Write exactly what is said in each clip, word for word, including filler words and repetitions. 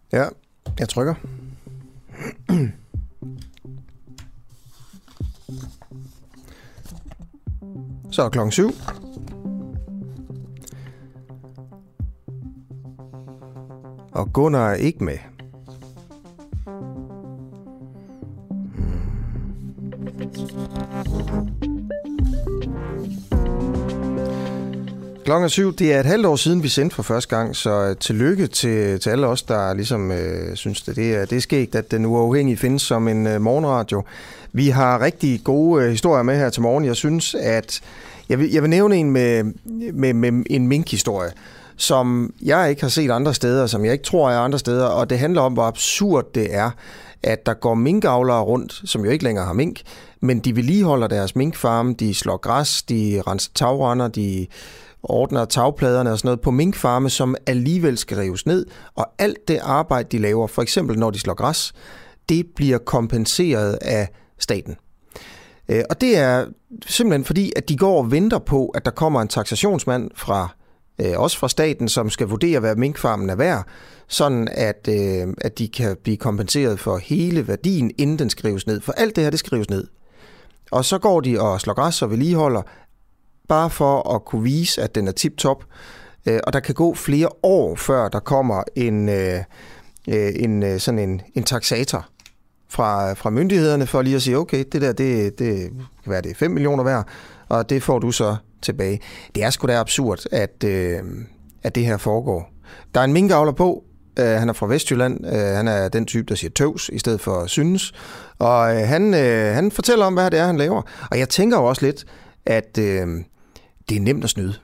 Ja, jeg trykker. Så er klokken syv. Og Gunnar er ikke med. Klokken er syv. Det er et halvt år siden, vi sendte for første gang, så tillykke til, til alle os, der ligesom øh, synes, det, det, er, det er skægt, at Den Uafhængige findes som en øh, morgenradio. Vi har rigtig gode øh, historier med her til morgen. Jeg synes, at jeg vil, jeg vil nævne en med, med, med en minkhistorie, som jeg ikke har set andre steder, som jeg ikke tror er andre steder, og det handler om, hvor absurd det er, at der går minkavlere rundt, som jo ikke længere har mink, men de vedligeholder deres minkfarme, de slår græs, de renser tagrender, de ordner tagpladerne og sådan noget på minkfarme, som alligevel skal rives ned, og alt det arbejde, de laver, for eksempel når de slår græs, det bliver kompenseret af staten. Og det er simpelthen fordi, at de går og venter på, at der kommer en taksationsmand fra, også fra staten, som skal vurdere, hvad minkfarmen er værd, sådan at, at de kan blive kompenseret for hele værdien, inden den skrives ned. For alt det her, det skrives ned. Og så går de og slår græs og vedligeholder, bare for at kunne vise, at den er tip-top. Og der kan gå flere år, før der kommer en, en, sådan en, en taksator fra, fra myndighederne, for lige at sige, okay, det der, det, det kan være, det er fem millioner værd, og det får du så tilbage. Det er sgu da absurd, at, at det her foregår. Der er en minkavler på, han er fra Vestjylland, han er den type, der siger tøvs, i stedet for synes, og han, han fortæller om, hvad det er, han laver. Og jeg tænker jo også lidt, at øh, det er nemt at snyde.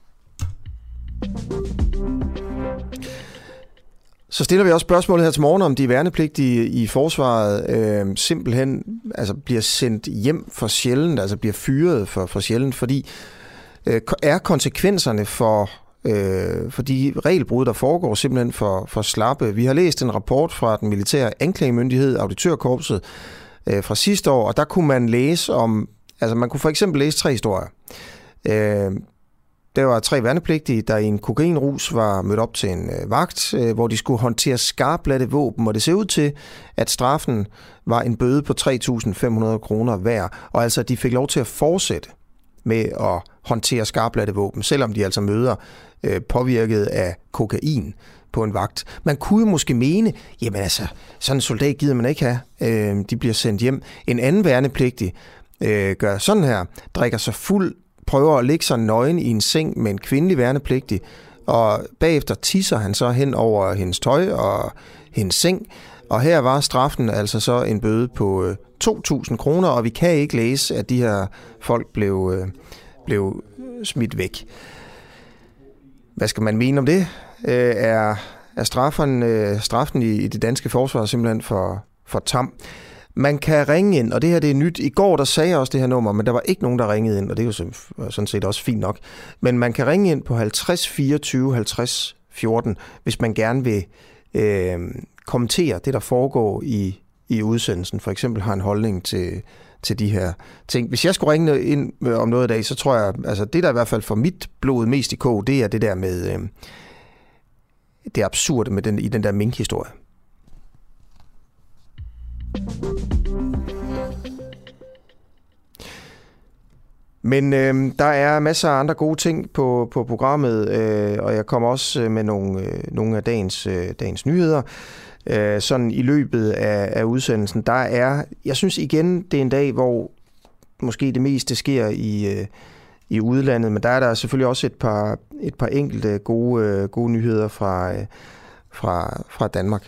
Så stiller vi også spørgsmålet her til morgen, om de værnepligtige i forsvaret øh, simpelthen altså bliver sendt hjem for sjældent, altså bliver fyret for, for sjældent, fordi øh, er konsekvenserne for, øh, for de regelbrud, der foregår, simpelthen for, for slappe. Vi har læst en rapport fra den militære anklagemyndighed, auditørkorpset, øh, fra sidste år, og der kunne man læse om, altså man kunne for eksempel læse tre historier. Øh, Der var tre værnepligtige, der i en kokainrus var mødt op til en øh, vagt, øh, hvor de skulle håndtere skarpladte våben, og det ser ud til, at straffen var en bøde på tre tusind fem hundrede kroner hver, og altså de fik lov til at fortsætte med at håndtere skarpladte våben, selvom de altså møder øh, påvirket af kokain på en vagt. Man kunne jo måske mene, jamen altså, sådan en soldat gider man ikke have, øh, de bliver sendt hjem. En anden værnepligtig øh, gør sådan her, drikker sig fuld, prøver at ligge sig nøgen i en seng med en kvindelig værnepligtig, og bagefter tisser han så hen over hendes tøj og hendes seng, og her var straffen altså så en bøde på øh, to tusind kroner, og vi kan ikke læse, at de her folk blev, øh, blev smidt væk. Hvad skal man mene om det? Øh, er er straffen, øh, straffen i, i det danske forsvar simpelthen for, for tam? Man kan ringe ind, og det her det er nyt. I går der sagde jeg også det her nummer, men der var ikke nogen, der ringede ind, og det er jo sådan set også fint nok. Men man kan ringe ind på halvtreds fireogtyve halvtreds fjorten, hvis man gerne vil øh, kommentere det, der foregår i, i udsendelsen. For eksempel har en holdning til, til de her ting. Hvis jeg skulle ringe ind om noget i dag, så tror jeg, altså det der i hvert fald for mit blod mest i kog, det er det der med øh, det absurde med den, i den der minkhistorie. Men øh, der er masser af andre gode ting på, på programmet, øh, og jeg kommer også med nogle, øh, nogle af dagens, øh, dagens nyheder. Øh, sådan i løbet af, af udsendelsen, der er, jeg synes igen, det er en dag, hvor måske det meste sker i, øh, i udlandet, men der er der selvfølgelig også et par, et par enkelte gode, øh, gode nyheder fra, øh, fra, fra Danmark.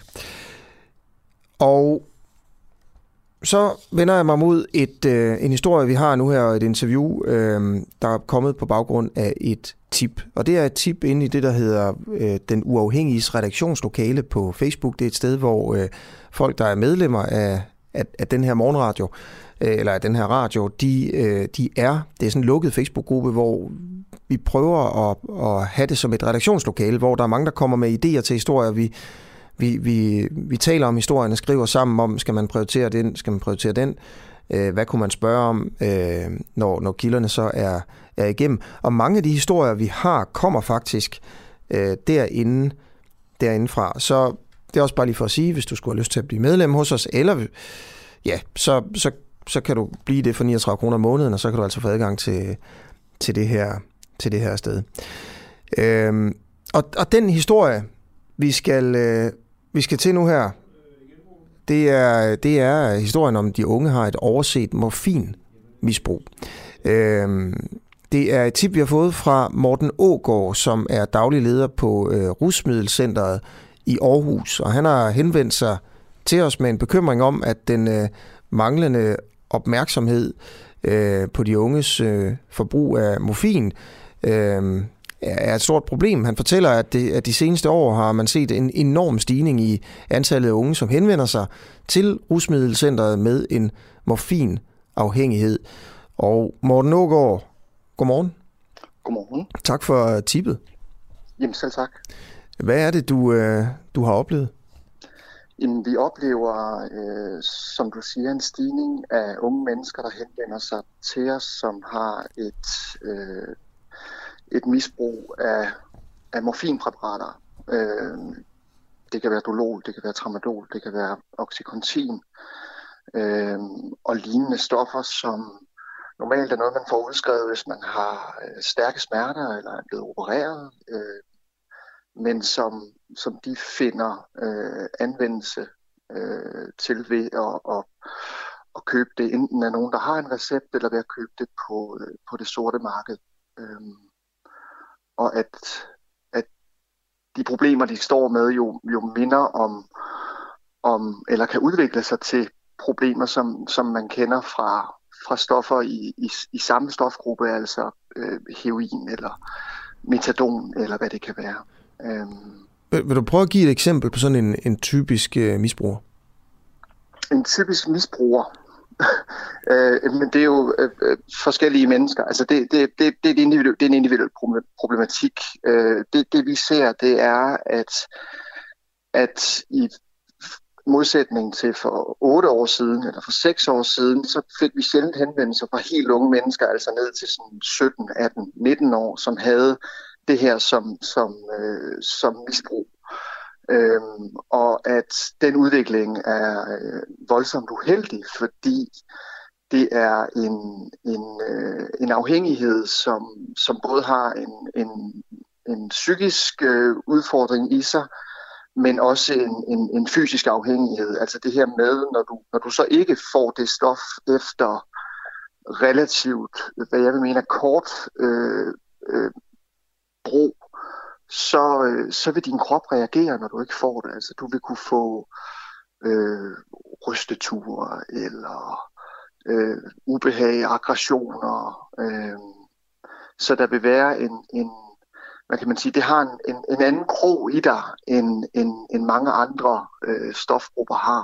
Og så vender jeg mig mod et, øh, en historie, vi har nu her, et interview, øh, der er kommet på baggrund af et tip. Og det er et tip inde i det, der hedder øh, Den Uafhængiges redaktionslokale på Facebook. Det er et sted, hvor øh, folk, der er medlemmer af, af, af den her morgenradio, øh, eller af den her radio, de, øh, de er, det er sådan en lukket Facebook-gruppe, hvor vi prøver at, at have det som et redaktionslokale, hvor der er mange, der kommer med idéer til historier, vi Vi, vi, vi taler om historien og skriver sammen om, skal man prioritere den, skal man prioritere den, øh, hvad kunne man spørge om, øh, når, når kilderne så er, er igennem. Og mange af de historier, vi har, kommer faktisk øh, derinde, derinde fra. Så det er også bare lige for at sige, hvis du skulle have lyst til at blive medlem hos os, eller ja, så, så, så kan du blive det for niogtredive kroner om måneden, og så kan du altså få adgang til, til, det, her, til det her sted. Øhm, og, og den historie, vi skal, øh, vi skal til nu her, det er, det er historien om, de unge har et overset morfinmisbrug. Øhm, det er et tip, vi har fået fra Morten Aagaard, som er daglig leder på øh, Rusmiddelcentret i Aarhus, og han har henvendt sig til os med en bekymring om, at den øh, manglende opmærksomhed øh, på de unges øh, forbrug af morfin øh, er et stort problem. Han fortæller, at, det, at de seneste år har man set en enorm stigning i antallet af unge, som henvender sig til Rusmiddelcentret med en morfinafhængighed. Og Morten Aagaard, godmorgen. Godmorgen. Tak for tippet. Jamen selv tak. Hvad er det, du, øh, du har oplevet? Jamen, vi oplever, øh, som du siger, en stigning af unge mennesker, der henvender sig til os, som har et, øh, et misbrug af, af morfinpræparater. Øh, det kan være Dolol, det kan være Tramadol, det kan være Oxycontin øh, og lignende stoffer, som normalt er noget, man får udskrevet, hvis man har øh, stærke smerter eller er blevet opereret. Øh, men som, som de finder øh, anvendelse øh, til ved at, at, at købe det, enten af nogen, der har en recept, eller ved at købe det på, øh, på det sorte marked. Øhm, og at, at de problemer, de står med, jo, jo minder om, om, eller kan udvikle sig til problemer, som, som man kender fra, fra stoffer i, i, i samme stofgruppe, altså øh, heroin eller metadon, eller hvad det kan være. Øhm, vil, vil du prøve at give et eksempel på sådan en, en typisk øh, misbruger? En typisk misbruger? øh, men det er jo øh, forskellige mennesker. Altså det, det, det, det, er, individu- det er en individuel problematik. Øh, det, det vi ser, det er, at, at i modsætning til for otte år siden, eller for seks år siden, så fik vi sjældent henvendelser fra helt unge mennesker, altså ned til sådan sytten, atten, nitten år, som havde det her som, som, øh, som misbrug. Øhm, og at den udvikling er øh, voldsomt uheldig, fordi det er en, en, øh, en afhængighed, som, som både har en, en, en psykisk øh, udfordring i sig, men også en, en, en fysisk afhængighed. Altså det her med, når du, når du så ikke får det stof efter relativt, hvad jeg vil mene, kort øh, øh, brug, så, øh, så vil din krop reagere, når du ikke får det. Altså du vil kunne få øh, rysteture, eller øh, ubehag, aggressioner. Øh, så der vil være en, en hvad kan man sige, det har en, en, en anden krog i dig, end, end, end mange andre øh, stofgrupper har.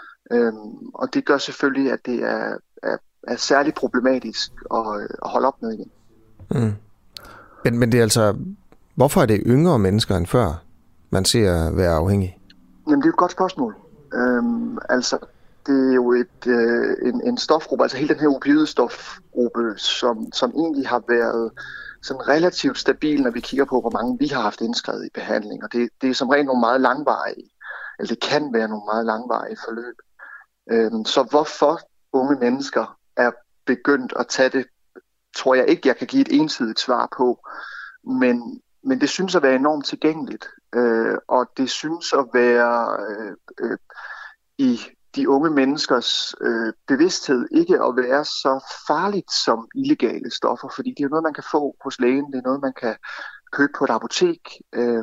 Øhm, og det gør selvfølgelig, at det er, er, er særligt problematisk at, at holde op med igen. Mm. Men, men det er altså, hvorfor er det yngre mennesker end før, man ser være afhængig? Jamen, det er et godt spørgsmål. Øhm, altså, det er jo et, øh, en, en stofgruppe, altså hele den her opioidstofgruppe, som, som egentlig har været sådan relativt stabil, når vi kigger på, hvor mange vi har haft indskrevet i behandling. Og det, det er som regel nogle meget langvarige, eller det kan være nogle meget langvarige forløb. Øhm, så hvorfor unge mennesker er begyndt at tage det, tror jeg ikke, jeg kan give et ensidigt svar på. Men, men det synes at være enormt tilgængeligt. Øh, og det synes at være øh, øh, i de unge menneskers øh, bevidsthed ikke at være så farligt som illegale stoffer, fordi det er noget, man kan få hos lægen, det er noget, man kan købe på et apotek, øh,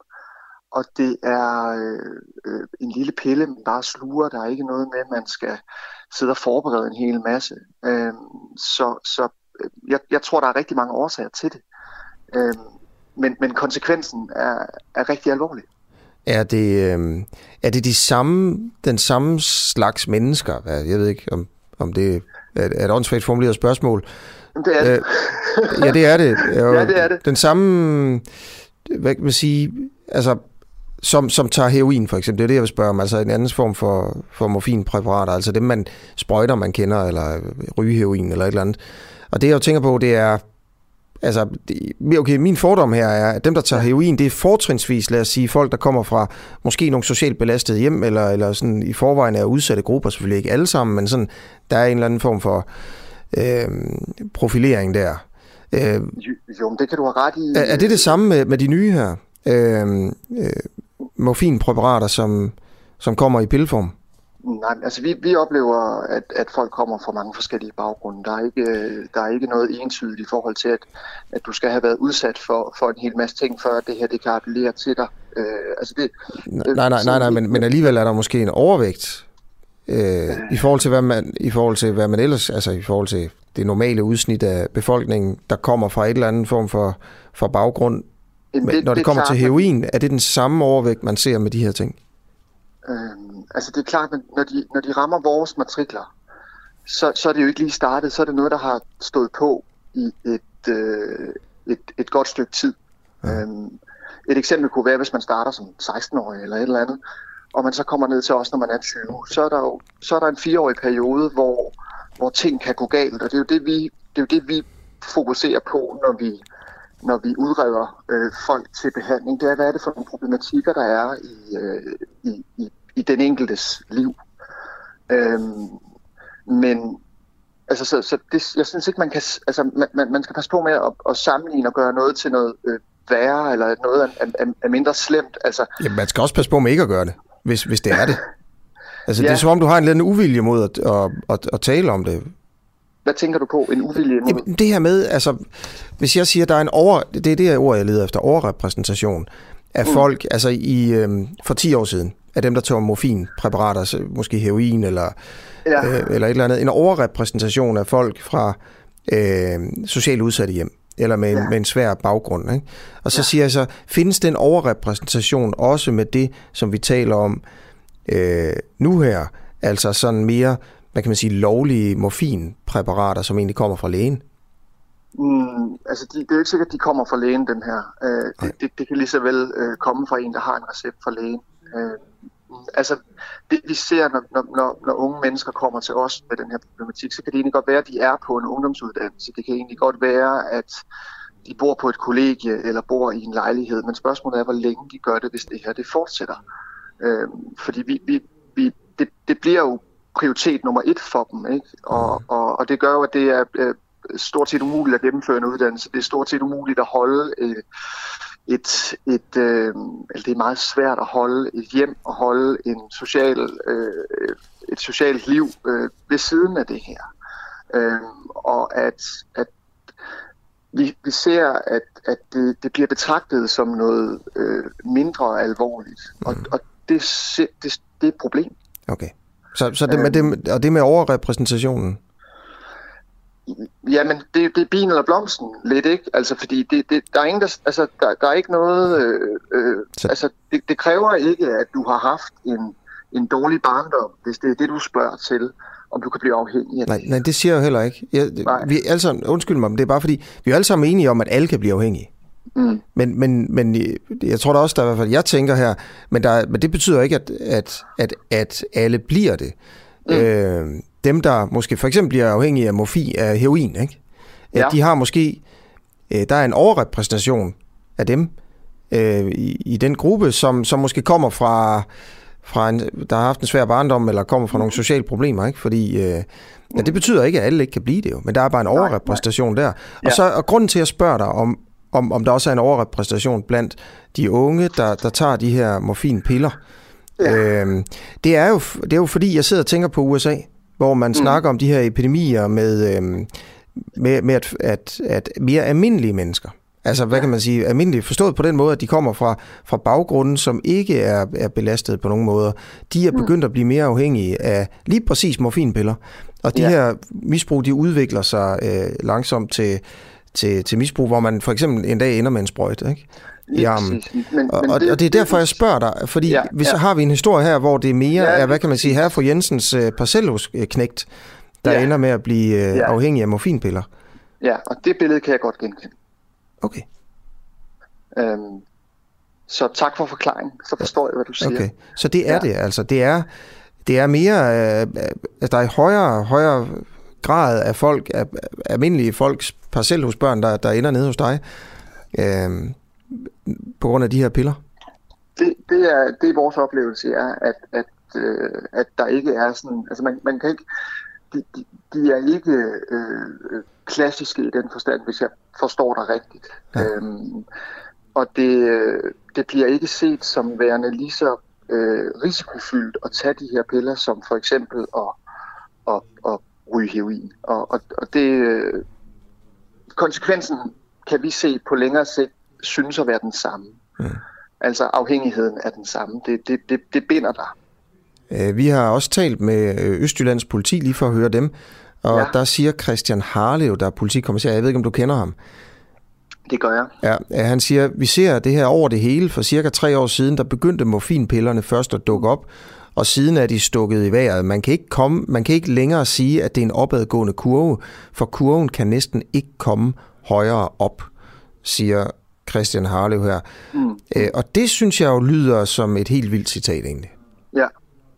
og det er øh, en lille pille, man bare sluger, der er ikke noget med, at man skal sidde og forberede en hel masse. Øh, så så jeg, jeg tror, der er rigtig mange årsager til det, øh, men, men konsekvensen er, er rigtig alvorlig. Er det, øh, er det de samme, den samme slags mennesker? Jeg ved ikke, om, om det er et åndssvagt formuleret spørgsmål. Det er det. Øh, ja, det er det. Ja, det er det. Den samme, hvad kan man sige, altså, som, som tager heroin for eksempel, det er det, jeg vil spørge om, altså en anden form for, for morfinpræparater, altså dem, man sprøjter, man kender, eller rygeheroin, eller et eller andet. Og det, jeg jo tænker på, det er, altså, okay, min fordom her er, at dem, der tager heroin, det er fortrinsvis, lad os sige, folk, der kommer fra måske nogle socialt belastede hjem, eller, eller sådan i forvejen er udsatte grupper, selvfølgelig ikke alle sammen, men sådan, der er en eller anden form for øh, profilering der. Øh, jo, det kan du have ret i. Er, er det det samme med, med de nye her? Øh, øh, morfinpræparater, som, som kommer i pilleform? Nej, altså vi, vi oplever, at, at folk kommer fra mange forskellige baggrunde. Der er ikke, der er ikke noget entydigt i forhold til, at, at du skal have været udsat for, for en hel masse ting, før det her det kan appellere til dig. Øh, altså det, nej, nej, nej, nej, nej men, men alligevel er der måske en overvægt øh, øh, i forhold til hvad man i forhold til hvad man ellers, altså i forhold til det normale udsnit af befolkningen, der kommer fra et eller andet form for, for baggrund. Det, men, når det, det kommer klart, til heroin, er det den samme overvægt, man ser med de her ting? Øhm, altså det er klart, at når de, når de rammer vores matrikler, så, så er det jo ikke lige startet, så er det noget, der har stået på i et, øh, et, et godt stykke tid. Ja. Øhm, et eksempel kunne være, hvis man starter som seksten-årig eller et eller andet, og man så kommer ned til os, når man er tyve, så er der jo så er der en fireårig periode, hvor, hvor ting kan gå galt, og det er jo det, vi, det er jo det, vi fokuserer på, når vi når vi udreder øh, folk til behandling, det er, hvad er det for nogle problematikker, der er i, øh, i, i, i den enkeltes liv. Øhm, men altså, så, så det, jeg synes ikke, man kan, altså, man, man skal passe på med at, at sammenligne og gøre noget til noget øh, værre, eller noget af, af, af mindre slemt. Altså, ja, man skal også passe på med ikke at gøre det, hvis, hvis det er det. Altså, ja. Det er som om, du har en lidt uvilje mod at, at, at, at tale om det. Hvad tænker du på? En uvilje imod? Jamen, det her med, altså, hvis jeg siger, der er en over, det er det her ord, jeg leder efter, overrepræsentation af mm. folk, altså i, øhm, for ti år siden, af dem, der tog morfinpræparater, altså måske heroin eller, ja. øh, eller et eller andet, en overrepræsentation af folk fra øh, socialt udsatte hjem, eller med, ja. en, med en svær baggrund. Ikke? Og så ja. siger jeg så, findes den overrepræsentation også med det, som vi taler om øh, nu her, altså sådan mere, hvad kan man sige, lovlige morfinpræparater, som egentlig kommer fra lægen? Mm, altså, de, det er jo ikke sikkert, at de kommer fra lægen, dem her. Uh, det, det, det kan lige så vel uh, komme fra en, der har en recept fra lægen. Uh, altså, det vi ser, når, når, når unge mennesker kommer til os med den her problematik, så kan det egentlig godt være, at de er på en ungdomsuddannelse. Det kan egentlig godt være, at de bor på et kollegie eller bor i en lejlighed. Men spørgsmålet er, hvor længe de gør det, hvis det her det fortsætter. Uh, fordi vi, vi, vi, det, det bliver jo prioritet nummer et for dem, ikke? Og, og, og det gør jo, at det er øh, stort set umuligt at gennemføre en uddannelse. Det er stort set umuligt at holde øh, et, et øh, eller det er meget svært at holde et hjem og holde en social, øh, et socialt liv øh, ved siden af det her. Øh, og at, at vi, vi ser, at, at det, det bliver betragtet som noget øh, mindre alvorligt, og, mm. og det, det, det er et problem. Okay. Så, så det med det, og det med overrepræsentationen? Jamen, det, det er bien eller blomsten lidt, ikke? Altså, fordi det, det, der er ingen, der, altså, der, der er ikke noget, øh, øh, altså, det, det kræver ikke, at du har haft en, en dårlig barndom, hvis det er det, du spørger til, om du kan blive afhængig af nej, det. Nej, det siger jeg heller ikke. Jeg, vi alle sammen, undskyld mig, men det er bare fordi, vi er alle sammen enige om, at alle kan blive afhængige. Mm. Men, men, men jeg tror da også, der er i hvert fald, jeg tænker her, men, der, men det betyder ikke, at, at, at, at alle bliver det. Mm. Øh, dem, der måske for eksempel bliver afhængige af morfin, af heroin, ikke? Ja. De har måske, øh, der er en overrepræsentation af dem øh, i, i den gruppe, som, som måske kommer fra, fra en, der har haft en svær barndom, eller kommer fra mm. nogle sociale problemer, ikke? Fordi øh, ja, det betyder ikke, at alle ikke kan blive det jo, men der er bare en overrepræsentation nej, nej. der. Og, ja. så, og grunden til, at jeg spørger dig om, Om, om der også er en overrepræsentation blandt de unge, der, der tager de her morfinpiller. Ja. Øhm, det, er jo, det er jo fordi, jeg sidder og tænker på U S A, hvor man mm. snakker om de her epidemier med, øhm, med, med at, at, at mere almindelige mennesker, altså hvad ja. kan man sige, almindelige, forstået på den måde, at de kommer fra, fra baggrunden, som ikke er, er belastet på nogen måder, de er begyndt mm. at blive mere afhængige af lige præcis morfinpiller. Og de ja. her misbrug, de udvikler sig øh, langsomt til Til, til misbrug, hvor man for eksempel en dag ender med en sprøjte, ikke? I armen. Men, og, men det, og det er derfor, jeg spørger dig, fordi ja, hvis så ja. har vi en historie her, hvor det er mere ja, er, hvad kan man sige, her for Jensens uh, parcelhusknægt, der ja. ender med at blive uh, ja. afhængig af morfinpiller. Ja, og det billede kan jeg godt genkende. Okay. Øhm, så tak for forklaringen. Så forstår jeg, hvad du siger. Okay, så det er ja. det, altså. Det er, det er mere, uh, altså der er i højere, højere grad af folk, af almindelige folks parcelhusbørn, der, der ender nede hos dig øh, på grund af de her piller? Det, det, er, det er vores oplevelse, er, at, at, øh, at der ikke er sådan... Altså man, man kan ikke... De, de, de er ikke øh, klassiske i den forstand, hvis jeg forstår dig rigtigt. Ja. Øhm, og det, det bliver ikke set som værende lige så øh, risikofyldt at tage de her piller, som for eksempel at, at, at ryge heroin. Og, og, og det, konsekvensen kan vi se på længere sigt, synes at være den samme. Ja. Altså afhængigheden er den samme. Det, det, det, det binder dig. Vi har også talt med Østjyllands politi lige for at høre dem, og ja. Der siger Christian Harlev, der er politikommissær, jeg ved ikke, om du kender ham. Det gør jeg. Ja, han siger, vi ser det her over det hele. For cirka tre år siden, der begyndte morfinpillerne først at dukke op, og siden er de stukket i vejret. Man kan ikke komme, man kan ikke længere sige, at det er en opadgående kurve, for kurven kan næsten ikke komme højere op, siger Christian Harlev her. Mm. Øh, og det synes jeg jo lyder som et helt vildt citat egentlig. Ja.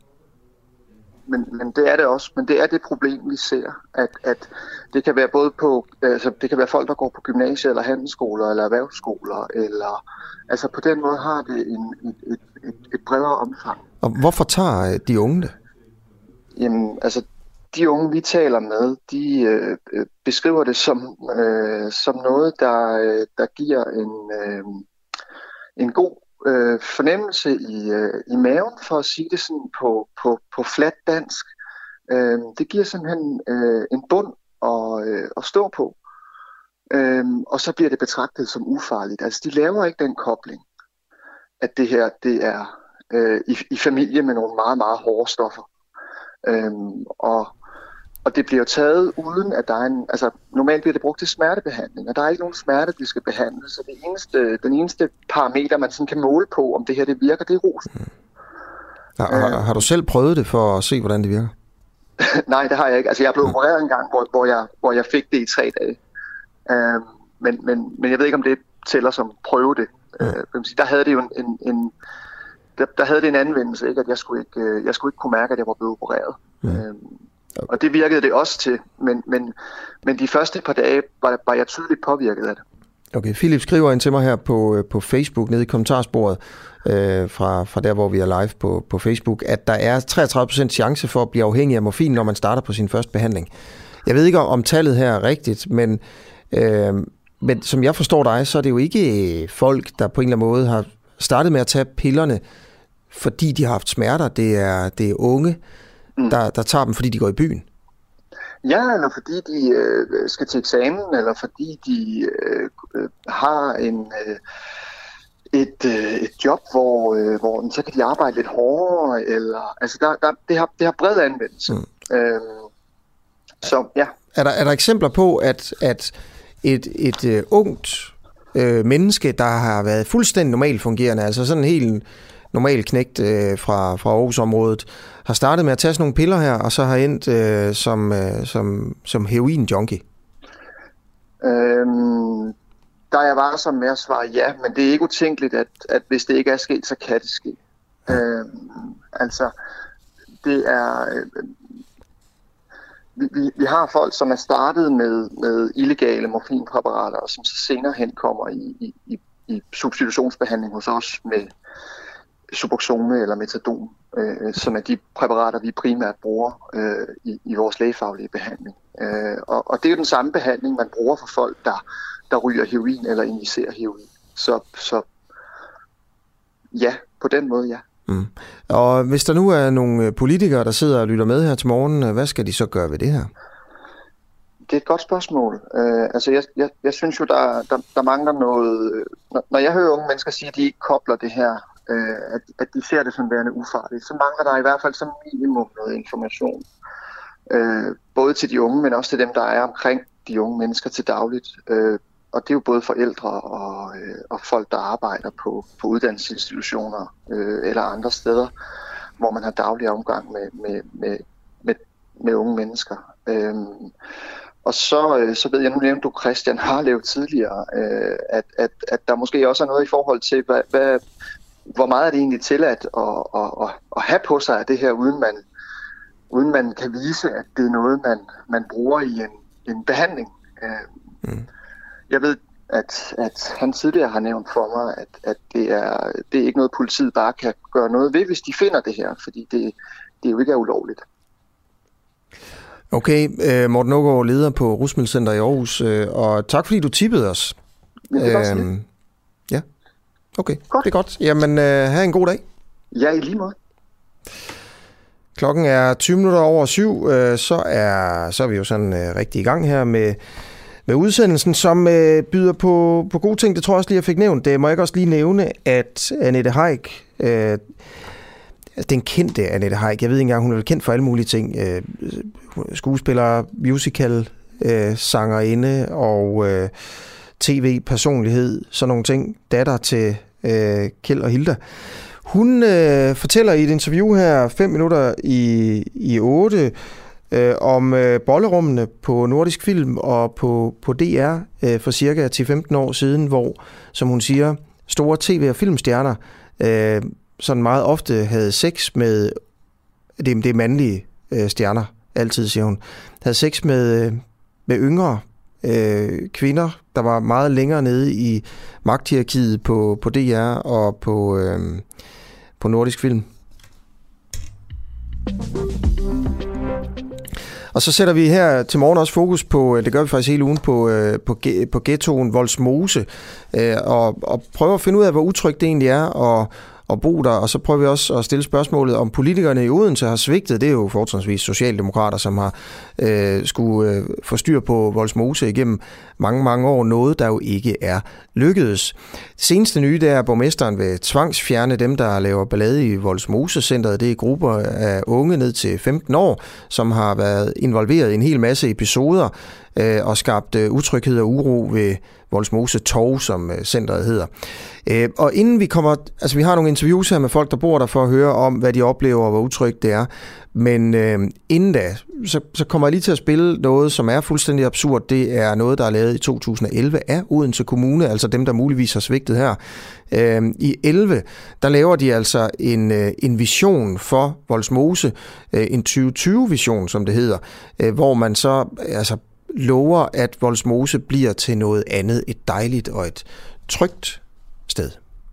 Men, men det er det også. Men det er det problem, vi ser, at, at det kan være både på, altså det kan være folk, der går på gymnasier eller handelsskoler eller erhvervsskoler, eller altså på den måde har det en, et, et, et, et bredere omfang. Og hvorfor tager de unge det? Jamen, altså de unge, vi taler med, de øh, beskriver det som, øh, som noget, der, øh, der giver en, øh, en god øh, fornemmelse i, øh, i maven, for at sige det sådan på, på, på fladt dansk. Øh, det giver simpelthen øh, en bund at, øh, at stå på, øh, og så bliver det betragtet som ufarligt. Altså de laver ikke den kobling, at det her det er øh, i, i familie med nogle meget, meget hårde stoffer. Øh, og Og det bliver taget uden, at der er en... Altså, normalt bliver det brugt til smertebehandling, og der er ikke nogen smerte, der skal behandles. Så det eneste, den eneste parameter, man sådan kan måle på, om det her det virker, det er rosen. Mm. Har, øh, har, har du selv prøvet det for at se, hvordan det virker? Nej, det har jeg ikke. Altså, jeg blev opereret en gang, hvor, hvor, jeg, hvor jeg fik det i tre dage. Øh, men, men, men jeg ved ikke, om det tæller som prøve det. Mm. Øh, der havde det jo en... en, en der, der havde det en anvendelse, ikke? At jeg skulle ikke, jeg skulle ikke kunne mærke, at jeg var blevet opereret. Mm. Øh, Og det virkede det også til, men, men, men de første par dage var, var jeg tydeligt påvirket af det. Okay, Philip skriver ind til mig her på, på Facebook, nede i kommentarsporet, øh, fra, fra der, hvor vi er live på, på Facebook, at der er treogtredive procent chance for at blive afhængig af morfin, når man starter på sin første behandling. Jeg ved ikke, om tallet her er rigtigt, men, øh, men som jeg forstår dig, så er det jo ikke folk, der på en eller anden måde har startet med at tage pillerne, fordi de har haft smerter. Det er, det er unge, Der, der tager dem, fordi de går i byen? Ja, eller fordi de øh, skal til eksamen, eller fordi de øh, øh, har en, øh, et, øh, et job, hvor, øh, hvor så kan de arbejde lidt hårdere. Eller, altså der, der, det, har, det har bred anvendelse. Mm. Øh, så ja. Er der, er der eksempler på, at, at et, et øh, ungt øh, menneske, der har været fuldstændig normalt fungerende, altså sådan en helt normal knægt øh, fra, fra Aarhus-området, har startet med at tage sådan nogle piller her, og så har endt øh, som, øh, som, som heroin-junkie? Øhm, der er jeg varsom med at svare ja, men det er ikke utænkeligt, at, at hvis det ikke er sket, så kan det ske. Ja. Øhm, altså, det er... Øh, vi, vi, vi har folk, som er startet med, med illegale morfinpræparater, og som så senere hen kommer i, i, i, i substitutionsbehandling hos os med Suboxone eller Metadon, øh, som er de præparater, vi primært bruger øh, i, i vores lægefaglige behandling. Øh, og, og det er jo den samme behandling, man bruger for folk, der, der ryger heroin eller injicerer heroin. Så, så ja, på den måde ja. Mm. Og hvis der nu er nogle politikere, der sidder og lytter med her til morgen, hvad skal de så gøre ved det her? Det er et godt spørgsmål. Øh, altså jeg, jeg, jeg synes jo, der, der, der mangler noget... Når, når jeg hører unge mennesker sige, at de ikke kobler det her, At, at de ser det som værende ufarligt, så mangler der i hvert fald som minimum noget information. Øh, både til de unge, men også til dem, der er omkring de unge mennesker til dagligt. Øh, og det er jo både forældre og, øh, og folk, der arbejder på, på uddannelsesinstitutioner øh, eller andre steder, hvor man har daglig omgang med, med, med, med, med unge mennesker. Øh, og så, øh, så ved jeg, nu nævnte du Christian Harlev tidligere, øh, at, at, at der måske også er noget i forhold til, hvad, hvad hvor meget er det egentlig tilladt at, at, at, at have på sig af det her, uden man, uden man kan vise, at det er noget, man, man bruger i en, en behandling. Mm. Jeg ved, at, at han tidligere har nævnt for mig, at, at det, er, det er ikke noget, politiet bare kan gøre noget ved, hvis de finder det her, fordi det, det jo ikke er ulovligt. Okay, Morten Aagaard, leder på Rusmiddelcenter i Aarhus, og tak fordi du tippede os. Ja, det var øhm, ja, okay, godt. Det er godt. Jamen, øh, have en god dag. Ja, i lige måde. Klokken er tyve minutter over syv, øh, så, er, så er vi jo sådan øh, rigtig i gang her med, med udsendelsen, som øh, byder på, på gode ting. Det tror jeg også lige, jeg fik nævnt. Det må jeg også lige nævne, at Annette Heick, øh, den kendte Annette Heick, jeg ved ikke engang, hun er kendt for alle mulige ting. Øh, skuespiller, musical, øh, sangerinde og øh, tv-personlighed, sådan nogle ting. Datter til øh, Kjeld og Hilda. Hun øh, fortæller i et interview her fem minutter i, i otte øh, om øh, bollerummene på Nordisk Film og på, på D R øh, for cirka ti til femten år siden, hvor, som hun siger, store tv- og filmstjerner øh, sådan meget ofte havde sex med, det, det er mandlige øh, stjerner, altid siger hun, havde sex med, øh, med yngre øh, kvinder, der var meget længere nede i magthierarkiet på, på D R og på, øh, på Nordisk Film. Og så sætter vi her til morgen også fokus på, det gør vi faktisk hele ugen, på, på, på ghettoen Vollsmose, og, og prøver at finde ud af, hvor utrygt det egentlig er, og og bo der, og så prøver vi også at stille spørgsmålet, om politikerne i Odense har svigtet. Det er jo fortrinsvis socialdemokrater, som har øh, skulle øh, få styr på Vollsmose igennem mange, mange år. Noget, der jo ikke er lykkedes. Det seneste nye, det er, at borgmesteren vil tvangsfjerne dem, der laver ballade i Vollsmose-centret. Det er grupper af unge ned til femten år, som har været involveret i en hel masse episoder øh, og skabt øh, utryghed og uro ved Vollsmose Torv, som øh, centret hedder. Øh, og inden vi kommer, altså vi har nogle interviews her med folk, der bor der, for at høre om, hvad de oplever og hvor utrygt det er. Men øh, inden da, så, så kommer jeg lige til at spille noget, som er fuldstændig absurd. Det er noget, der er lavet i to tusind og elleve af Odense Kommune, altså dem, der muligvis har svigtet her. Øh, I elleve, der laver de altså en, øh, en vision for Vollsmose, øh, en tyve tyve-vision, som det hedder, øh, hvor man så altså lover, at Vollsmose bliver til noget andet, et dejligt og et trygt sted.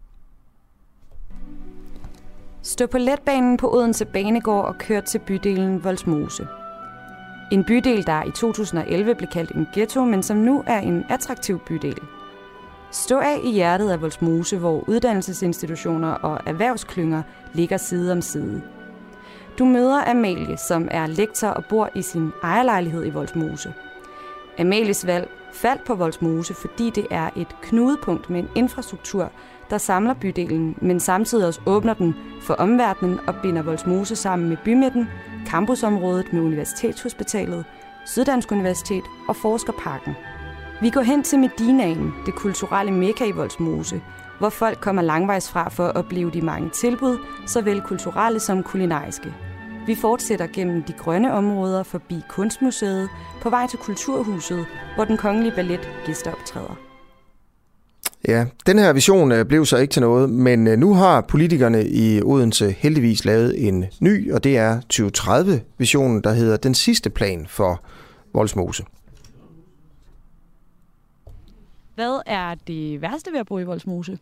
Stå på letbanen på Odense Banegård og kør til bydelen Vollsmose. En bydel, der i to tusind og elleve blev kaldt en ghetto, men som nu er en attraktiv bydel. Stå af i hjertet af Vollsmose, hvor uddannelsesinstitutioner og erhvervsklynger ligger side om side. Du møder Amalie, som er lektor og bor i sin ejerlejlighed i Vollsmose. Amalies valg faldt på Vollsmose, fordi det er et knudepunkt med en infrastruktur, der samler bydelen, men samtidig også åbner den for omverdenen og binder Vollsmose sammen med bymidten, campusområdet med Universitetshospitalet, Syddansk Universitet og Forskerparken. Vi går hen til Medinaen, det kulturelle mekka i Vollsmose, hvor folk kommer langvejs fra for at opleve de mange tilbud, såvel kulturelle som kulinariske. Vi fortsætter gennem de grønne områder forbi Kunstmuseet på vej til Kulturhuset, hvor den kongelige ballet gæsteoptræder. Ja, den her vision blev så ikke til noget, men nu har politikerne i Odense heldigvis lavet en ny, og det er tyve tredive-visionen, der hedder Den sidste plan for Vollsmose. Hvad er det værste ved at bo i Vollsmose?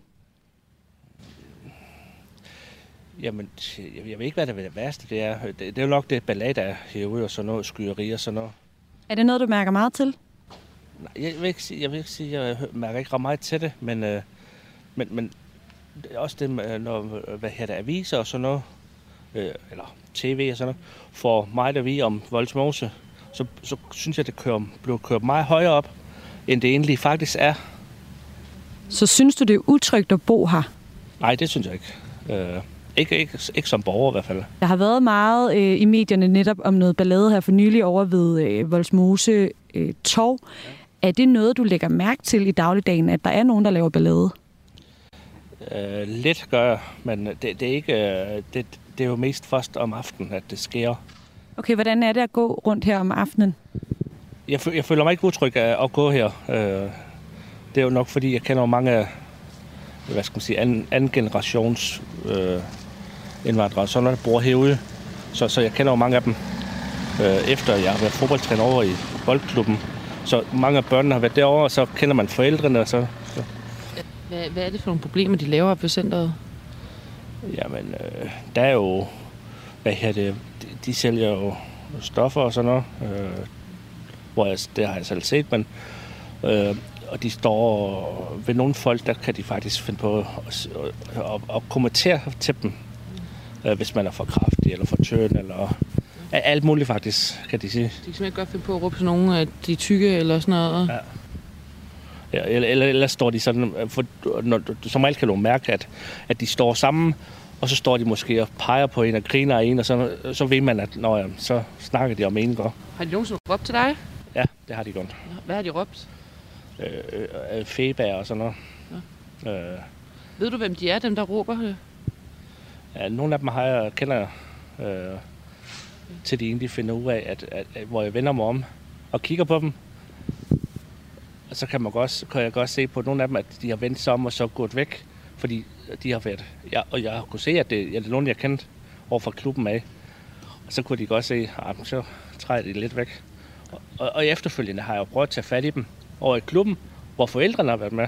Jamen, jeg ved ikke, hvad det er det værste det er. Det, det er jo nok det ballade, der er herude, og sådan noget, skyderi og sådan noget. Er det noget, du mærker meget til? Nej, jeg vil ikke sige, jeg, vil ikke sige, jeg mærker ikke ret meget til det, men, øh, men, men det er også det, når hvad her der aviser og sådan noget, øh, eller tv og sådan noget, for mig, der vi om Vollsmose, så, så synes jeg, det kører, bliver kørt meget højere op, end det egentlig faktisk er. Så synes du, det er utrygt at bo her? Nej, det synes jeg ikke. Øh, Ikke, ikke, ikke som borger i hvert fald. Der har været meget øh, i medierne netop om noget ballade her for nylig over ved øh, Vollsmose øh, Torv. Ja. Er det noget, du lægger mærke til i dagligdagen, at der er nogen, der laver ballade? Øh, lidt gør jeg, men det, det, er ikke, øh, det, det er jo mest først om aftenen, at det sker. Okay, hvordan er det at gå rundt her om aftenen? Jeg, jeg føler mig ikke utryg af at gå her. Øh, det er jo nok, fordi jeg kender mange hvad skal man sige, anden, anden generations øh, indvandrere, sådan der bor herude. Så, så jeg kender jo mange af dem, øh, efter jeg har været fodboldtræner over i boldklubben. Så mange af børnene har været derovre, og så kender man forældrene. Og så, så. Hvad, hvad er det for nogle problemer, de laver op ved centret? Jamen, øh, der er jo... Hvad her det? De, de sælger jo stoffer og sådan noget. Øh, hvor jeg, det har jeg selv set, men... Øh, og de står ved nogle folk, der kan de faktisk finde på at, at, at, at kommentere til dem. Øh, hvis man er for kraftig eller for tynd eller... Alt muligt faktisk, kan de sige. De kan simpelthen godt finde på at råbe sådan nogle af de tykke eller sådan noget. Ja. Ja, eller, eller, eller står de sådan, for, når, som alt kan du mærke, at, at de står sammen, og så står de måske og peger på en og griner af en, og så, så ved man, at når, så snakker de om en går. Har de nogensinde råbt til dig? Ja, det har de gjort. Hvad har de råbt? Øh, øh, Febager og sådan noget. Ja. Øh, Ved du, hvem de er, dem der råber det? Ja, nogle af dem har jeg, kender jeg, øh, til de egentlig finder ud af, at, at, at, hvor jeg vender mig om og kigger på dem, og så kan, man godt, kan jeg godt se på nogle af dem, at de har vendt sig om og så gået væk, fordi de har været... Ja, og jeg kunne se, at det, ja, det er nogen, jeg kendte over fra klubben af. Og så kunne de godt se, at så træder de lidt væk. Og, og, og efterfølgende har jeg prøvet at tage fat i dem over i klubben, hvor forældrene har været med.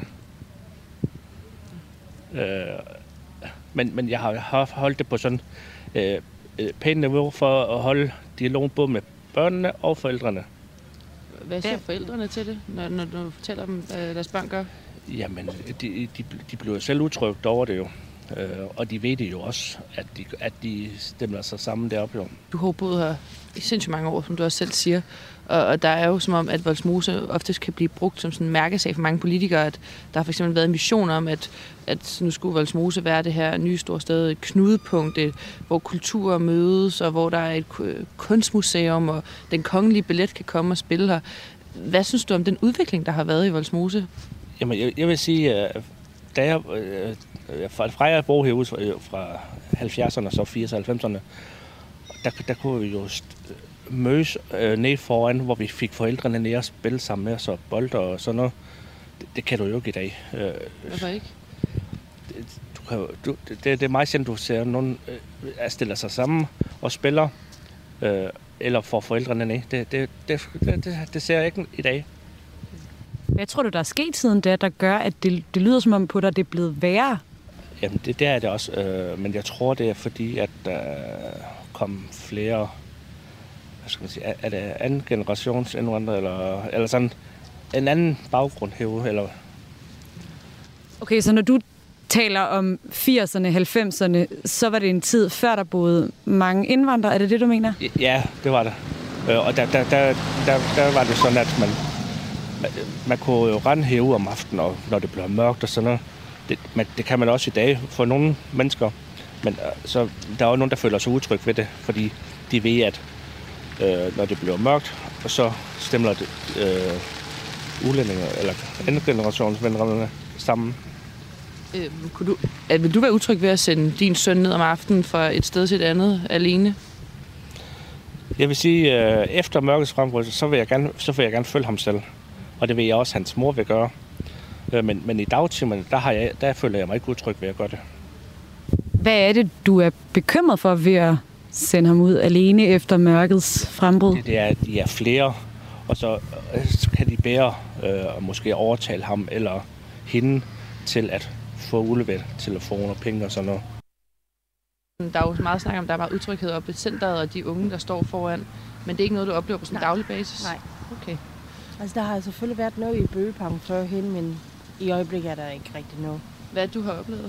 Øh, men, men jeg har holdt det på sådan øh, pænt niveau for at holde dialogen både med børnene og forældrene. Hvad siger forældrene til det, når, når du fortæller dem, hvad deres børn gør? Jamen, de, de, de bliver selv udtrykt over det jo. Øh, og de ved det jo også, at de, at de stemmer sig sammen deroppe jo. Du har boet her i sindssygt mange år, som du også selv siger. Og, og der er jo som om, at Vollsmose oftest kan blive brugt som sådan en mærkesag for mange politikere. At der har for eksempel været en mission om, at, at nu skulle Vollsmose være det her nye store sted, et knudepunkt, et, hvor kulturer mødes, og hvor der er et kunstmuseum, og den kongelige ballet kan komme og spille her. Hvad synes du om den udvikling, der har været i Vollsmose? Jamen, jeg, jeg vil sige, at da jeg, fra jeg bor herude fra halvfjerdserne og så firs og halvfemserne, der, der kunne vi jo mødes øh, ned foran, hvor vi fik forældrene ned og spille sammen med os og bold og sådan noget. Det, det kan du jo ikke i dag. Øh, Hvorfor ikke? Det, du kan, du, det, det er meget sjældent, du ser nogen øh, stiller sig sammen og spiller, øh, eller får forældrene ned. Det, det, det, det, det ser jeg ikke i dag. Hvad tror du, der er sket siden da, der gør, at det, det lyder som om på dig, det er blevet værre? Jamen, det der er det også. Øh, men jeg tror, det er fordi, at der kom flere... Hvad skal man sige? Er, er det anden generations indvandrere, eller, eller sådan en anden baggrund herude? Eller? Okay, så når du taler om firserne, halvfemserne, så var det en tid før, der boede mange indvandrere. Er det det, du mener? Ja, det var det. Og der, der, der, der, der var det sådan, at man... Man kunne jo rende herude om aftenen, og når det bliver mørkt og sådan noget. Det, man, det kan man også i dag for nogle mennesker. Men så, der er jo nogen, der føler sig utryg ved det, fordi de ved, at øh, når det bliver mørkt, og så stemmer det øh, udlændinge eller anden generationsvennerne sammen. Øh, kunne du, vil du være utryg ved at sende din søn ned om aftenen fra et sted til et andet alene? Jeg vil sige, øh, efter mørkets frembrud, så vil jeg gerne, så vil jeg gerne følge ham selv. Og det ved jeg også, at hans mor vil gøre. Men, men i dagtimerne, der, har jeg, der føler jeg mig ikke utryg ved at gøre det. Hvad er det, du er bekymret for ved at sende ham ud alene efter mørkets frembrud? Det, det er, at de er flere, og så, så kan de bære øh, og måske overtale ham eller hende til at få udleveret telefoner, penge og sådan noget. Der er jo meget snak om, at der er meget utryghed oppe i centret og de unge, der står foran. Men det er ikke noget, du oplever på sådan en daglig basis? Nej. Okay. Altså, der har selvfølgelig været noget i Bøgeparken førhen, men i øjeblikket er der ikke rigtig noget. Hvad er det, du har oplevet?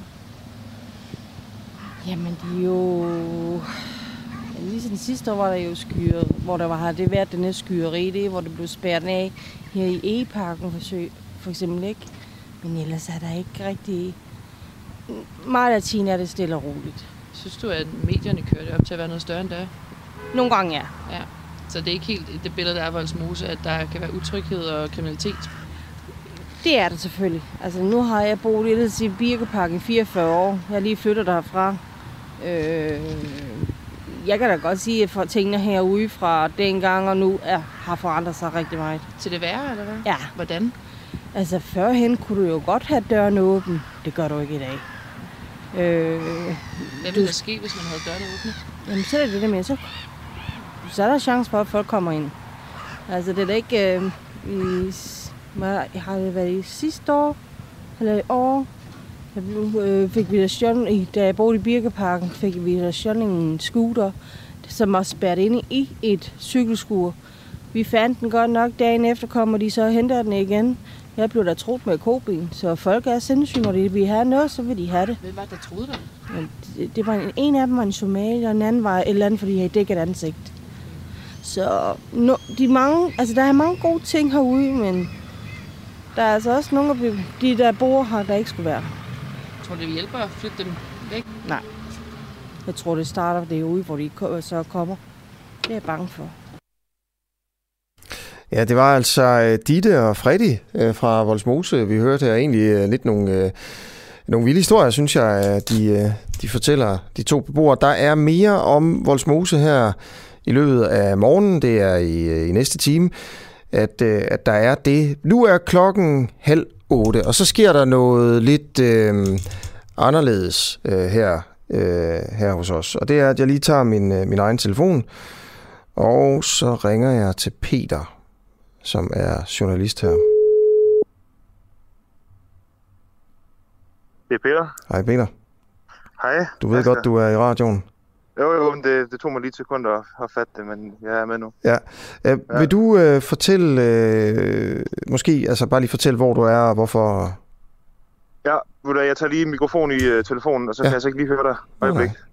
Jamen, det er jo... Ja, lige siden sidste år var der jo skyret, hvor der var, har det været den her skyreri, det, hvor det blev spærret af her i E-parken for, for eksempel, ikke? Men ellers er der ikke rigtig... Meget af tiden er det stille og roligt. Synes du, at medierne kører det op til at være noget større end det? Nogle gange, ja. Ja. Så det er ikke helt det billede, der er Vollsmose, at der kan være utryghed og kriminalitet? Det er det selvfølgelig. Altså, nu har jeg boet ellers i Birkepark i fireogfyrre år. Jeg er lige flyttet derfra. Øh, jeg kan da godt sige, at tingene herude fra dengang og nu er, har forandret sig rigtig meget. Til det værre, eller hvad? Ja. Hvordan? Altså, førhen kunne du jo godt have døren åben. Det gør du ikke i dag. Øh, hvad ville der ske, hvis man havde døren åbne? Jamen, så er det det med, så, så er der chance for, at folk kommer ind. Altså, det er da ikke... Øh, I, jeg har det været i sidste år, eller i år, øh, fik vi der stjålet, da jeg boede i Birkeparken, fik vi der stjålet en scooter, som var spærret inde i et cykelskur. Vi fandt den godt nok, dagen efter kommer de så og henter den igen. Jeg blev da truet med koben, så folk er sindssyge, når de vil have noget, så vil de have det. Hvem var det, der troede dig? Det, det var en, en af dem var en somalier, og en anden var et eller andet, fordi de havde dækket ansigt. Så no, de mange, altså der er mange gode ting herude, men der er altså også nogle af de, der bor her, der ikke skulle være. Tror du, det vil hjælpe at flytte dem væk? Nej. Jeg tror, det starter derude, hvor de så kommer. Det er jeg bange for. Ja, det var altså Ditte og Freddy fra Vollsmose. Vi hørte her egentlig lidt nogle, nogle vilde historier, synes jeg, de, de fortæller, de to beboere. Der er mere om Vollsmose her i løbet af morgenen. Det er i, i næste time, at, at der er det. Nu er klokken halv otte, og så sker der noget lidt øh, anderledes øh, her, øh, her hos os. Og det er, at jeg lige tager min, min egen telefon, og så ringer jeg til Peter, som er journalist her. Det er Peter. Hej Peter. Hej. Du ved godt, du er i radioen. Jo, jo, det, det tog mig lige et sekund at, at fatte det, men jeg er med nu. Ja. Øh, ja. Vil du øh, fortælle, øh, måske altså bare lige fortælle, hvor du er og hvorfor? Ja, jeg tager lige mikrofon i uh, telefonen, og så ja. kan jeg så ikke lige høre dig. Øjeblik. Okay.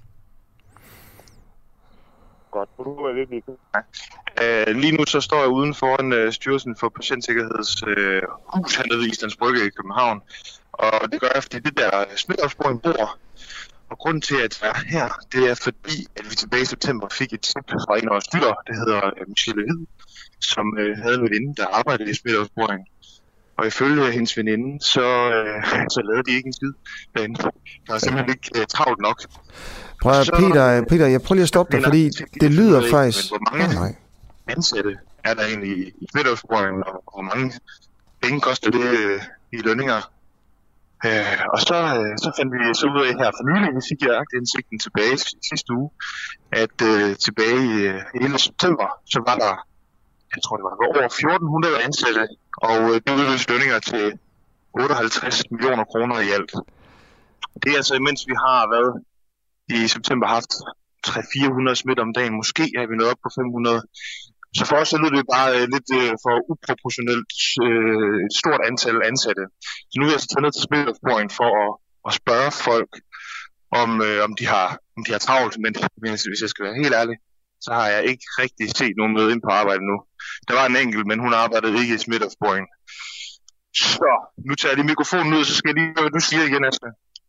Godt, du er lidt lige. Uh, lige nu så står jeg uden foran uh, Styrelsen for Patientsikkerheds uh, hus hernede i Islands Brygge i København. Og det gør jeg, fordi det der smitteopsporing bor. Og grunden til, at jeg er her, det er fordi, at vi tilbage i september fik et tip fra en af vores dyr, det hedder uh, Michelle Hvid, som uh, havde en veninde, der arbejdede i smitteopsporing. Og ifølge hendes veninde, så, uh, så lavede de ikke en skid derinde. Der var simpelthen ikke uh, travlt nok. Prøv, så, Peter, Peter, jeg prøver lige at stoppe dig, fordi det lyder ikke, faktisk... Hvor mange oh, ansatte er der egentlig i smitteopsporingen, og hvor mange penge koster det uh, i lønninger? Uh, og så, uh, så fandt vi så ud af her for nylig, vi fik jeg aktindsigten tilbage sidste uge, at uh, tilbage i uh, hele september, så var der, jeg tror det var over fjorten hundrede ansatte, og uh, det udløste lønninger til otteoghalvtreds millioner kroner i alt. Det er altså, imens vi har været i september haft tre til fire hundrede smidt om dagen, måske er vi nået op på fem hundrede. Så for os så lyder det bare uh, lidt uh, for uproportionelt uh, et stort antal ansatte. Så nu er jeg så taget ned til smitteopsporing for at, at spørge folk, om, uh, om, de har, om de har travlt. Men hvis jeg skal være helt ærlig, så har jeg ikke rigtig set nogen møde ind på arbejde nu. Der var en enkelt, men hun arbejdede ikke i smitteopsporing. Så nu tager jeg lige mikrofonen ud, så skal jeg lige høre, hvad du siger igen, Asle.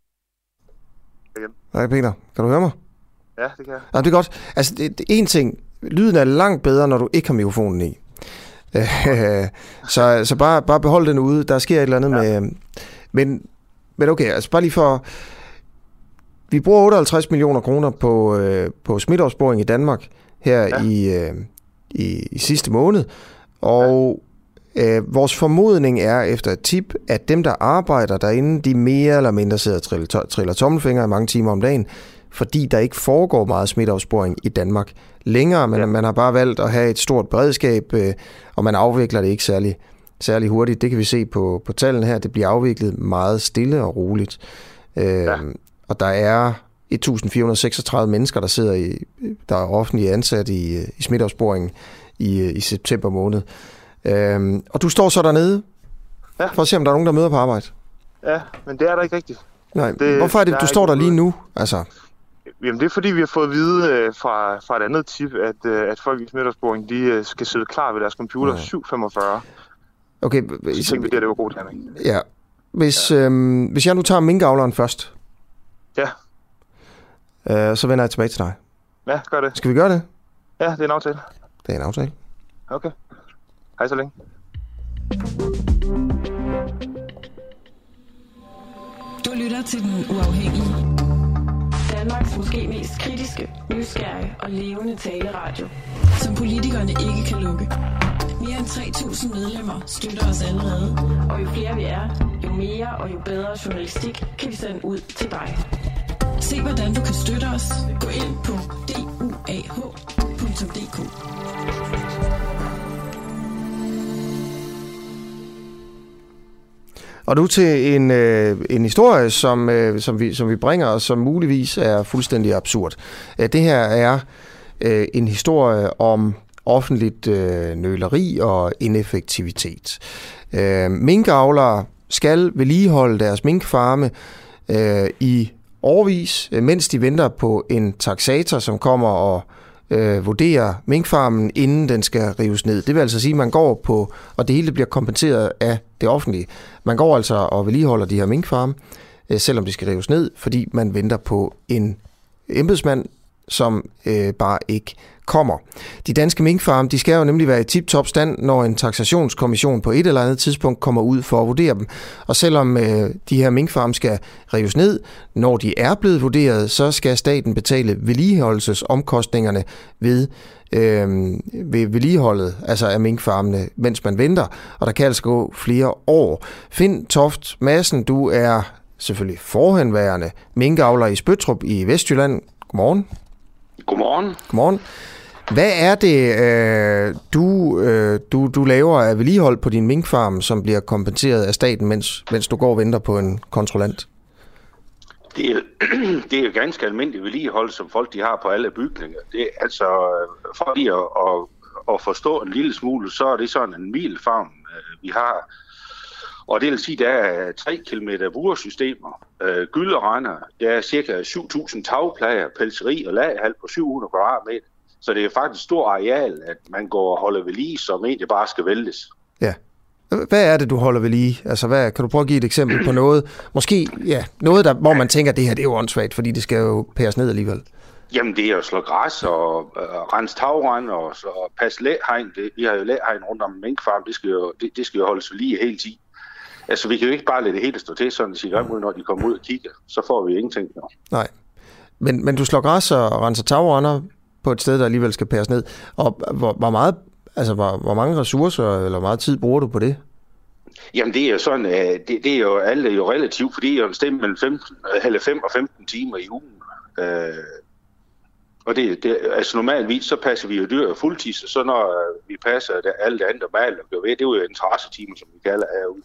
Hej Peter, kan du høre mig? Ja, det kan jeg. Ja, det er godt. Altså, det, det, en ting, lyden er langt bedre, når du ikke har mikrofonen i. så så bare, bare behold den ude. Der sker et eller andet ja. med... Men, men okay, altså bare lige for... Vi bruger otteoghalvtreds millioner kroner på, øh, på smitteopsporing i Danmark her ja. i, øh, i, i sidste måned. Og ja. øh, vores formodning er efter et tip, at dem, der arbejder derinde, de mere eller mindre sidder og triller, triller tommelfingre i mange timer om dagen, fordi der ikke foregår meget smitteopsporing i Danmark længere. Men ja. man har bare valgt at have et stort beredskab, øh, og man afvikler det ikke særlig, særlig hurtigt. Det kan vi se på, på tallene her. Det bliver afviklet meget stille og roligt. Øh, ja. Og der er et tusind fire hundrede og seksogtredive mennesker, der sidder i, der er offentligt ansat i, i smitteopsporingen i, i september måned. Øh, og du står så dernede ja. for at se, om der er nogen, der møder på arbejde. Ja, men det er der ikke rigtigt. Nej, det, hvorfor er det, du står der lige nu? Altså... Jamen det er fordi, vi har fået at vide øh, fra, fra et andet tip, at, øh, at folk i smitteopsporing, de øh, skal sidde klar ved deres computer ja. syv femogfyrre. Okay. Så tænkte vi, at det var god timing. Ja. Hvis, ja. Øhm, hvis jeg nu tager minkavleren først, ja. øh, så vender jeg tilbage til dig. Ja, gør det. Skal vi gøre det? Ja, det er en aftale. Det er en aftale. Okay. Hej så længe. Du lytter til Den Uafhængige. Danmarks måske mest kritiske, nysgerrige og levende taleradio, som politikerne ikke kan lukke. Mere end tre tusind medlemmer støtter os allerede, og jo flere vi er, jo mere og jo bedre journalistik kan vi sende ud til dig. Se hvordan du kan støtte os. Gå ind på d u a h punktum d k. Og nu til en, øh, en historie, som, øh, som, vi, som vi bringer, og som muligvis er fuldstændig absurd. Det her er øh, en historie om offentligt øh, nøleri og ineffektivitet. Øh, minkavlere skal vedligeholde deres minkfarme øh, i årevis, mens de venter på en taksator, som kommer og øh, vurderer minkfarmen, inden den skal rives ned. Det vil altså sige, at man går på, og det hele bliver kompenseret af det offentlige. Man går altså og vedligeholder de her minkfarme, øh, selvom de skal rives ned, fordi man venter på en embedsmand, som øh, bare ikke kommer. De danske minkfarme, de skal jo nemlig være i tip-top stand, når en taksationskommission på et eller andet tidspunkt kommer ud for at vurdere dem. Og selvom øh, de her minkfarme skal rives ned, når de er blevet vurderet, så skal staten betale vedligeholdelsesomkostningerne ved, øh, ved vedligeholdet, altså af minkfarmene, mens man venter. Og der kan altså gå flere år. Finn Toft Madsen, du er selvfølgelig forhenværende minkavler i Spøttrup i Vestjylland. Godmorgen. Godmorgen. Godmorgen. Hvad er det, øh, du, øh, du, du laver af vedligehold på din minkfarm, som bliver kompenseret af staten, mens, mens du går og venter på en kontrollant? Det er, det er jo ganske almindeligt vedligehold, som folk de har på alle bygninger. Det er altså, for lige at, at, at forstå en lille smule, så er det sådan en milfarm, vi har. Og det vil sige, at der er tre kilometer bursystemer, øh, gylderender, der er cirka syv tusind tagplager, pelseri og lagerhal på syv hundrede kvadratmeter. Så det er faktisk et stort areal, at man går og holder ved lige, som egentlig bare skal væltes. Ja. Hvad er det, du holder ved lige? Altså, hvad, kan du prøve at give et eksempel på noget? Måske, ja, noget, der, hvor man tænker, at det her det er jo åndssvagt, fordi det skal jo pæres ned alligevel. Jamen, det er jo slå græs og øh, rense tagrend og så passe læhegn. Vi har jo læhegn rundt om minkfarm, det skal jo, det, det skal jo holdes ved lige hele tiden. Altså, vi kan jo ikke bare lade det hele stå til, sådan at sige, når de kommer ud og kigger, så får vi ingenting. Jo. Nej, men, men du slår græs og renser tagrender på et sted, der alligevel skal pæres ned. Og hvor, hvor, meget, altså, hvor, hvor mange ressourcer eller meget tid bruger du på det? Jamen, det er jo sådan, det, det er jo alle jo relativt, fordi det er jo en stemme mellem femten, eller fem og femten timer i ugen. Øh, og det, det, altså normalvis, så passer vi jo dyr fuldtids, og så når vi passer det, alt det andre mal og gør ved, det er jo interessetimer, som vi kalder herude.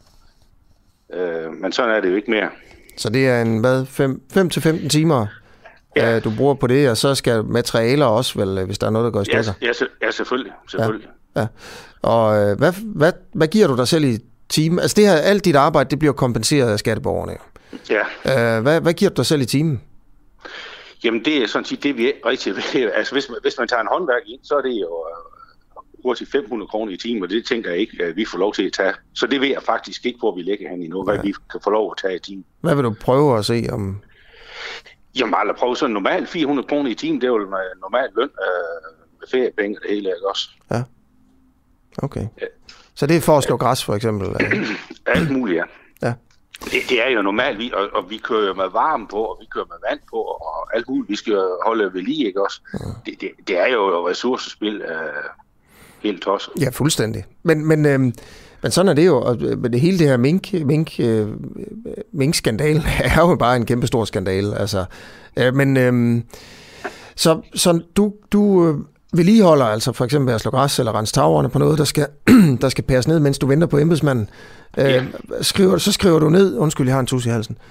Øh, men sådan er det jo ikke mere. Så det er en, hvad, fem til femten timer, ja. øh, du bruger på det, og så skal materialer også, vel, hvis der er noget, der går i stykker? Ja, ja, ja selvfølgelig. selvfølgelig. Ja, ja. Og øh, hvad, hvad, hvad giver du dig selv i timen? Altså det her, alt dit arbejde, det bliver kompenseret af skatteborgerne. Ja. Øh, hvad, hvad giver du dig selv i timen? Jamen det er sådan set det, vi er rigtig ved. Altså hvis man, hvis man tager en håndværk ind, så er det jo hurtigt fem hundrede kroner i timen, og det tænker jeg ikke, at vi får lov til at tage. Så det ved jeg faktisk ikke, hvor vi lægger hen i nu, hvad ja. vi kan få lov at tage i timen. Hvad vil du prøve at se om? Jamen altså prøve sådan normalt fire hundrede kroner i timen, det er jo en normal løn øh, med feriepenge og det hele, ikke også? Ja. Okay. Ja. Så det er for at slå græs for eksempel? Alt muligt, ja. Ja. Det, det er jo normalt, og, og vi kører jo med varme på, og vi kører med vand på, og alt muligt. Vi skal holde ved lige, ikke også? Ja. Det, det, det er jo ressourcespil øh, helt tosset. Ja, fuldstændig. Men, men, øh, men sådan er det jo, og det hele det her mink, mink, øh, mink-skandale er jo bare en kæmpe stor skandale. Altså, øh, men øh, så, så du... du øh, vedligeholder altså for eksempel at slå græs eller rense tagrene på noget, der skal, der skal pæres ned, mens du venter på embedsmanden. Ja. Øh, skriver, så skriver du ned, undskyld, jeg har en tus i halsen,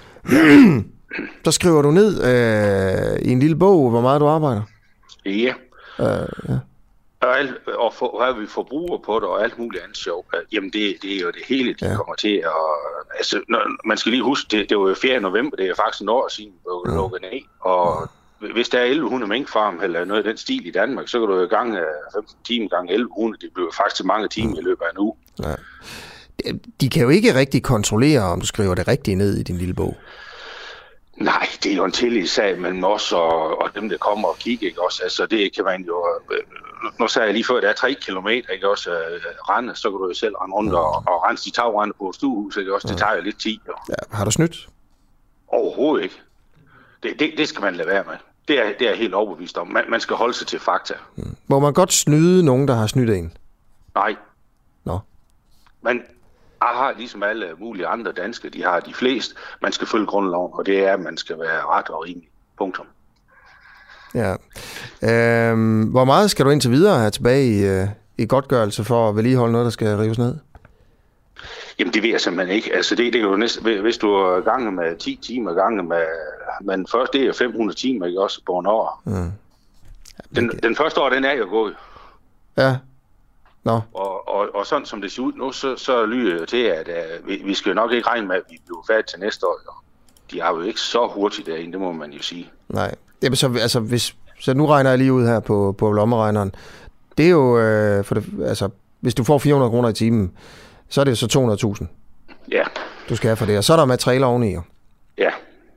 så skriver du ned øh, i en lille bog, hvor meget du arbejder. Ja. Øh, ja. Og, alt, og for, hvad vi forbruger på det, og alt muligt andet sjov. Jamen, det, det er jo det hele, det ja. kommer til. Og, altså, når, man skal lige huske, det, det var jo fjerde november, det er faktisk en år siden, hvor vi lukkede ned, og hvis der er elleve hundrede minkfarm eller noget af den stil i Danmark, så kan du jo i gang femten timer gange elleve hundrede. Det bliver faktisk mange timer i løbet af en uge. Ja. De kan jo ikke rigtig kontrollere, om du skriver det rigtigt ned i din lille bog. Nej, det er jo en tillidssag mellem os og, og dem, der kommer og kigger, ikke også? Altså, det kan man jo... Nu sagde jeg lige før, der er tre kilometer, ikke også? Rende, så kan du jo selv rende rundt og, og rense de tagrende på et stuehus, ikke også? Det tager jo lidt tid. Jo. Ja, har du snydt? Overhovedet ikke. Det, det, det skal man lade være med. Det er, det er helt overbevist om. Man, man skal holde sig til fakta. Hmm. Må man godt snyde nogen, der har snydt en? Nej. Nå. Men jeg har ligesom alle mulige andre danskere, de har de fleste. Man skal følge grundloven, og det er, at man skal være ret og rimelig. Punktum. Ja. Øhm, hvor meget skal du indtil videre have tilbage i, øh, i godtgørelse for at vedligeholde noget, der skal rives ned? Jamen, det ved jeg simpelthen ikke. Altså, det, det er jo næsten, hvis du er gange med ti timer, gange med, men først det er fem hundrede timer, ikke også, på en år. Mm. Den, den første år, den er jo gået. Ja. Nå. Og, og, og sådan som det ser ud nu, så, så lyder det til, at uh, vi, vi skal jo nok ikke regne med, at vi bliver færdige til næste år. Jo. De er jo ikke så hurtigt derinde, det må man jo sige. Nej. Jamen, så, altså, hvis, så nu regner jeg lige ud her på, på lommeregneren. Det er jo, øh, for det, altså, hvis du får fire hundrede kroner i timen, så er det jo så to hundrede tusind. Ja. Du skal have for det. Og så er der materialer oveni, jo. Ja.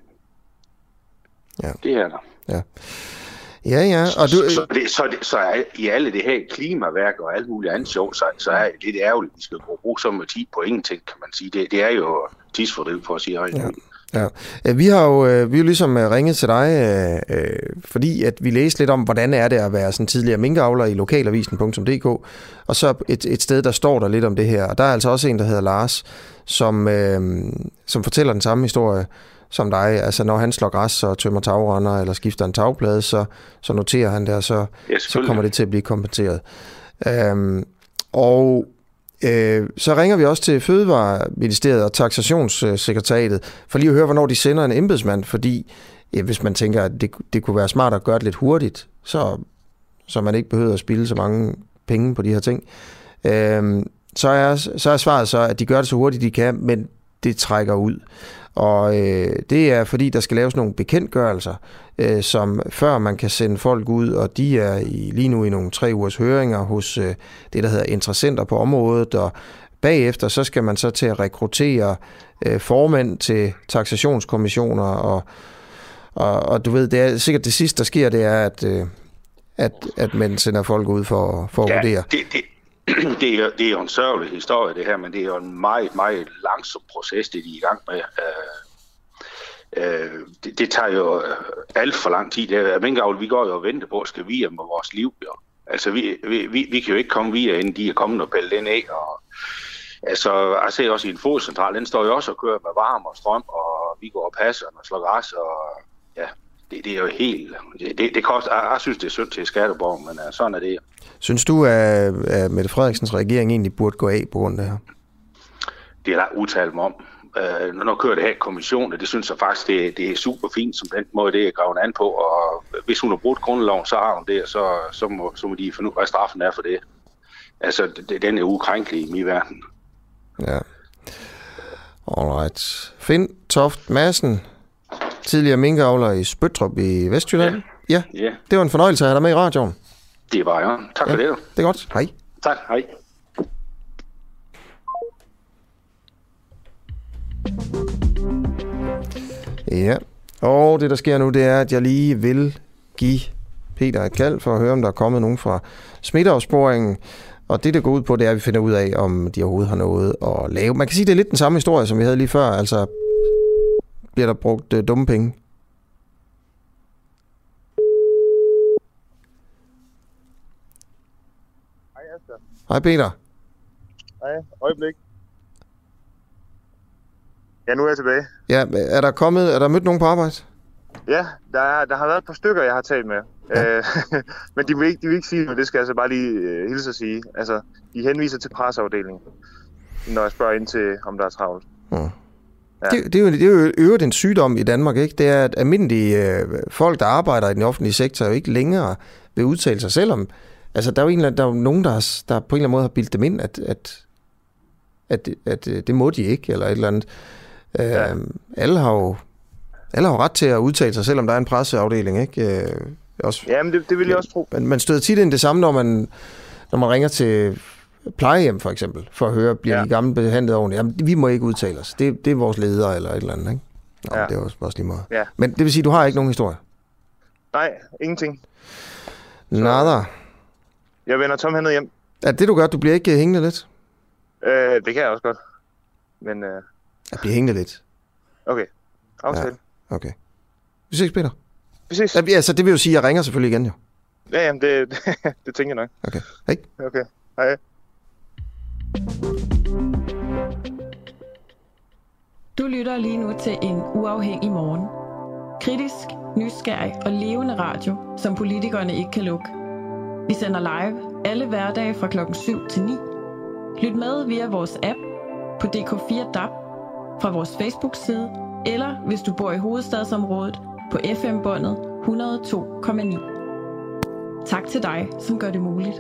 Ja. Det er der. Ja. Ja, ja. Og du... Så, det, så, det, så er i alle det her klimaværk og alt muligt andet sjov, så, så er det lidt ærgerligt, at vi skal bruge så meget tid på ingenting, kan man sige. Det, det er jo tidsfordriv for at sige højt. Ja. Ja. Vi har jo, vi har jo ligesom ringet til dig, øh, fordi at vi læste lidt om, hvordan er det at være sådan tidligere minkavler i lokalavisen punktum d k, og så et, et sted, der står der lidt om det her. Og der er altså også en, der hedder Lars, som, øh, som fortæller den samme historie som dig. Altså når han slår græs og tømmer tagrender eller skifter en tagplade, så, så noterer han det, og så, ja, så kommer det til at blive kompenseret. Øh, og Øh, så ringer vi også til Fødevareministeriet og Taksationssekretariatet for lige at høre, hvornår de sender en embedsmand, fordi ja, hvis man tænker, at det, det kunne være smart at gøre det lidt hurtigt, så, så man ikke behøver at spilde så mange penge på de her ting, øh, så, er, så er svaret så, at de gør det så hurtigt de kan, men det trækker ud. Og øh, det er fordi, der skal laves nogle bekendtgørelser, øh, som før man kan sende folk ud, og de er i, lige nu i nogle tre ugers høringer hos øh, det, der hedder interessenter på området, og bagefter så skal man så til at rekruttere øh, formænd til taksationskommissioner, og, og, og du ved, det er sikkert det sidste, der sker, det er, at, øh, at, at man sender folk ud for, for at ja, vurdere. Det, det. Det er, det er jo en sørgelig historie, det her, men det er jo en meget, meget langsom proces, det de er i gang med. Øh, øh, det, det tager jo alt for lang tid. Minkavl, vi går jo og venter på, at skal vi med vores liv. Jo. Altså, vi, vi, vi kan jo ikke komme videre, inden de er kommet og pille den af. Og, altså, jeg ser også i en fodcentral, den står jo også og kører med varme og strøm, og vi går og passer og slår græs, og ja, det, det er jo helt... Det, det, det koster, jeg, jeg synes, det er synd til Skatteborg, men uh, sådan er det. Synes du, at, at Mette Frederiksens regering egentlig burde gå af på grund af det her? Det er der udtalt mig om. Uh, når kører det her kommission, det synes jeg faktisk, det, det er super fint, som den måde, det er gravet an på. Og hvis hun har brudt grundloven, så har hun det, og så, så, må, så må de finde ud af, hvad straffen er for det. Altså, det, den er ukrænkelig i min verden. Ja. Alright. Finn Toft Madsen, tidligere minkavler i Spøttrup i Vestjylland. Ja. ja, det var en fornøjelse at have dig med i radioen. Det var jeg. Tak for ja, det. Det er godt. Hej. Tak. Hej. Ja, og det der sker nu, det er, at jeg lige vil give Peter et kald for at høre, om der er kommet nogen fra smitteopsporingen. Og det, der går ud på, det er, at vi finder ud af, om de overhovedet har noget at lave. Man kan sige, det er lidt den samme historie, som vi havde lige før. Altså, bliver der brugt øh, dumme penge? Hej, Asger. Hej, Peter. Hej, øjeblik. Ja, nu er jeg tilbage. Ja, er der kommet, er der mødt nogen på arbejde? Ja, der, er, der har været et par stykker, jeg har talt med. Ja. Øh, men de vil, ikke, de vil ikke sige det, det skal jeg altså bare lige øh, hilse at sige. Altså, de henviser til presseafdelingen, når jeg spørger ind til, om der er travlt. Ja. Ja. Det, det, er jo, det er jo øvrigt en sygdom i Danmark, ikke? Det er, at almindelige øh, folk, der arbejder i den offentlige sektor, jo ikke længere vil udtale sig, selvom altså, der er jo, en, der er jo nogen, der, har, der på en eller anden måde har bildt dem ind, at, at, at, at, at det må de ikke, eller et eller andet. Ja. Øh, alle har jo alle har jo ret til at udtale sig, selvom der er en presseafdeling, ikke? Øh, også, ja, men det, det vil jeg også tro. Man, man støder tit ind det samme, når man, når man ringer til plejehjem, for eksempel, for at høre, bliver ja. de gamle behandlet ordentligt. Jamen, vi må ikke udtale os. Det, det er vores ledere, eller et eller andet, ikke? Nå, ja. Det er også, også lige meget. Ja. Men det vil sige, du har ikke nogen historie? Nej, ingenting. Nada. Jeg vender tomhændet hjem. Er det, du gør? Du bliver ikke hængende lidt? Øh, det kan jeg også godt. Men... Øh... Jeg bliver hængende lidt. Okay. Aftale. Ja. Okay. Vi ses, Peter. Vi ses. Ja, altså, det vil jo sige, at jeg ringer selvfølgelig igen, jo. Ja, jamen, det, det, det tænker jeg nok. Okay. Hej. Okay. Hej. Du lytter lige nu til en uafhængig morgen. Kritisk, nysgerrig og levende radio, som politikerne ikke kan lukke. Vi sender live alle hverdage fra klokken syv til ni. Lyt med via vores app, på D K fire D A B, fra vores Facebook-side, eller hvis du bor i hovedstadsområdet på F M-båndet hundrede og to komma ni. Tak til dig, som gør det muligt.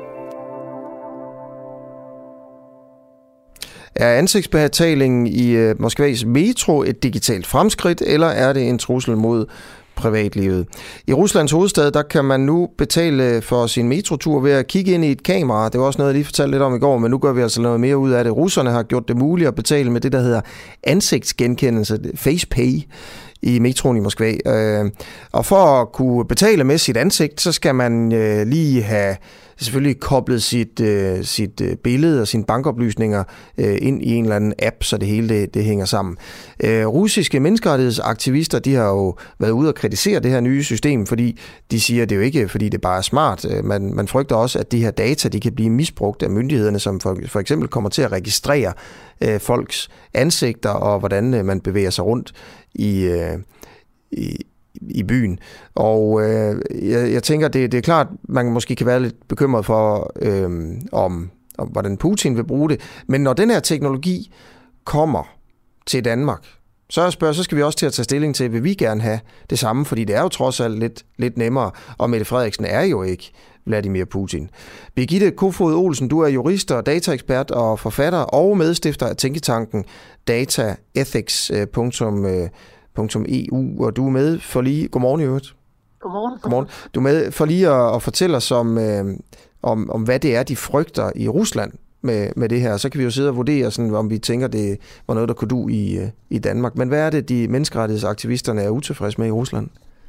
Er ansigtsbetalingen i Moskvas metro et digitalt fremskridt, eller er det en trussel mod privatlivet? I Ruslands hovedstad, der kan man nu betale for sin metrotur ved at kigge ind i et kamera. Det var også noget, jeg lige fortalte lidt om i går, men nu gør vi altså noget mere ud af det. Russerne har gjort det muligt at betale med det, der hedder ansigtsgenkendelse, FacePay, i metroen i Moskva. Og for at kunne betale med sit ansigt, så skal man lige have selvfølgelig koblet sit, sit billede og sine bankoplysninger ind i en eller anden app, så det hele det, det hænger sammen. Russiske menneskerettighedsaktivister, de har jo været ude og kritisere det her nye system, fordi de siger, at det er jo ikke, fordi det bare er smart. Man, man frygter også, at de her data, de kan blive misbrugt af myndighederne, som for, for eksempel kommer til at registrere øh, folks ansigter og hvordan øh, man bevæger sig rundt i, øh, i, i byen. Og øh, jeg, jeg tænker, det, det er klart, man måske kan være lidt bekymret for, øh, om, om hvordan Putin vil bruge det. Men når den her teknologi kommer til Danmark, så jeg spørger, så skal vi også til at tage stilling til, vil vi gerne have det samme, fordi det er jo trods alt lidt, lidt nemmere, og Mette Frederiksen er jo ikke Vladimir Putin. Birgitte Kofod Olsen, du er jurist og dataekspert og forfatter og medstifter af tænketanken dataethics punktum e u, og du er med for lige... Godmorgen i øvrigt. Godmorgen. Godmorgen. Du er med for lige at, at fortælle os om, øh, om, om, hvad det er, de frygter i Rusland med, med det her. Så kan vi jo sidde og vurdere, sådan, om vi tænker, det var noget, der kunne du i, i Danmark. Men hvad er det, de menneskerettighedsaktivisterne er utilfredse med i Rusland?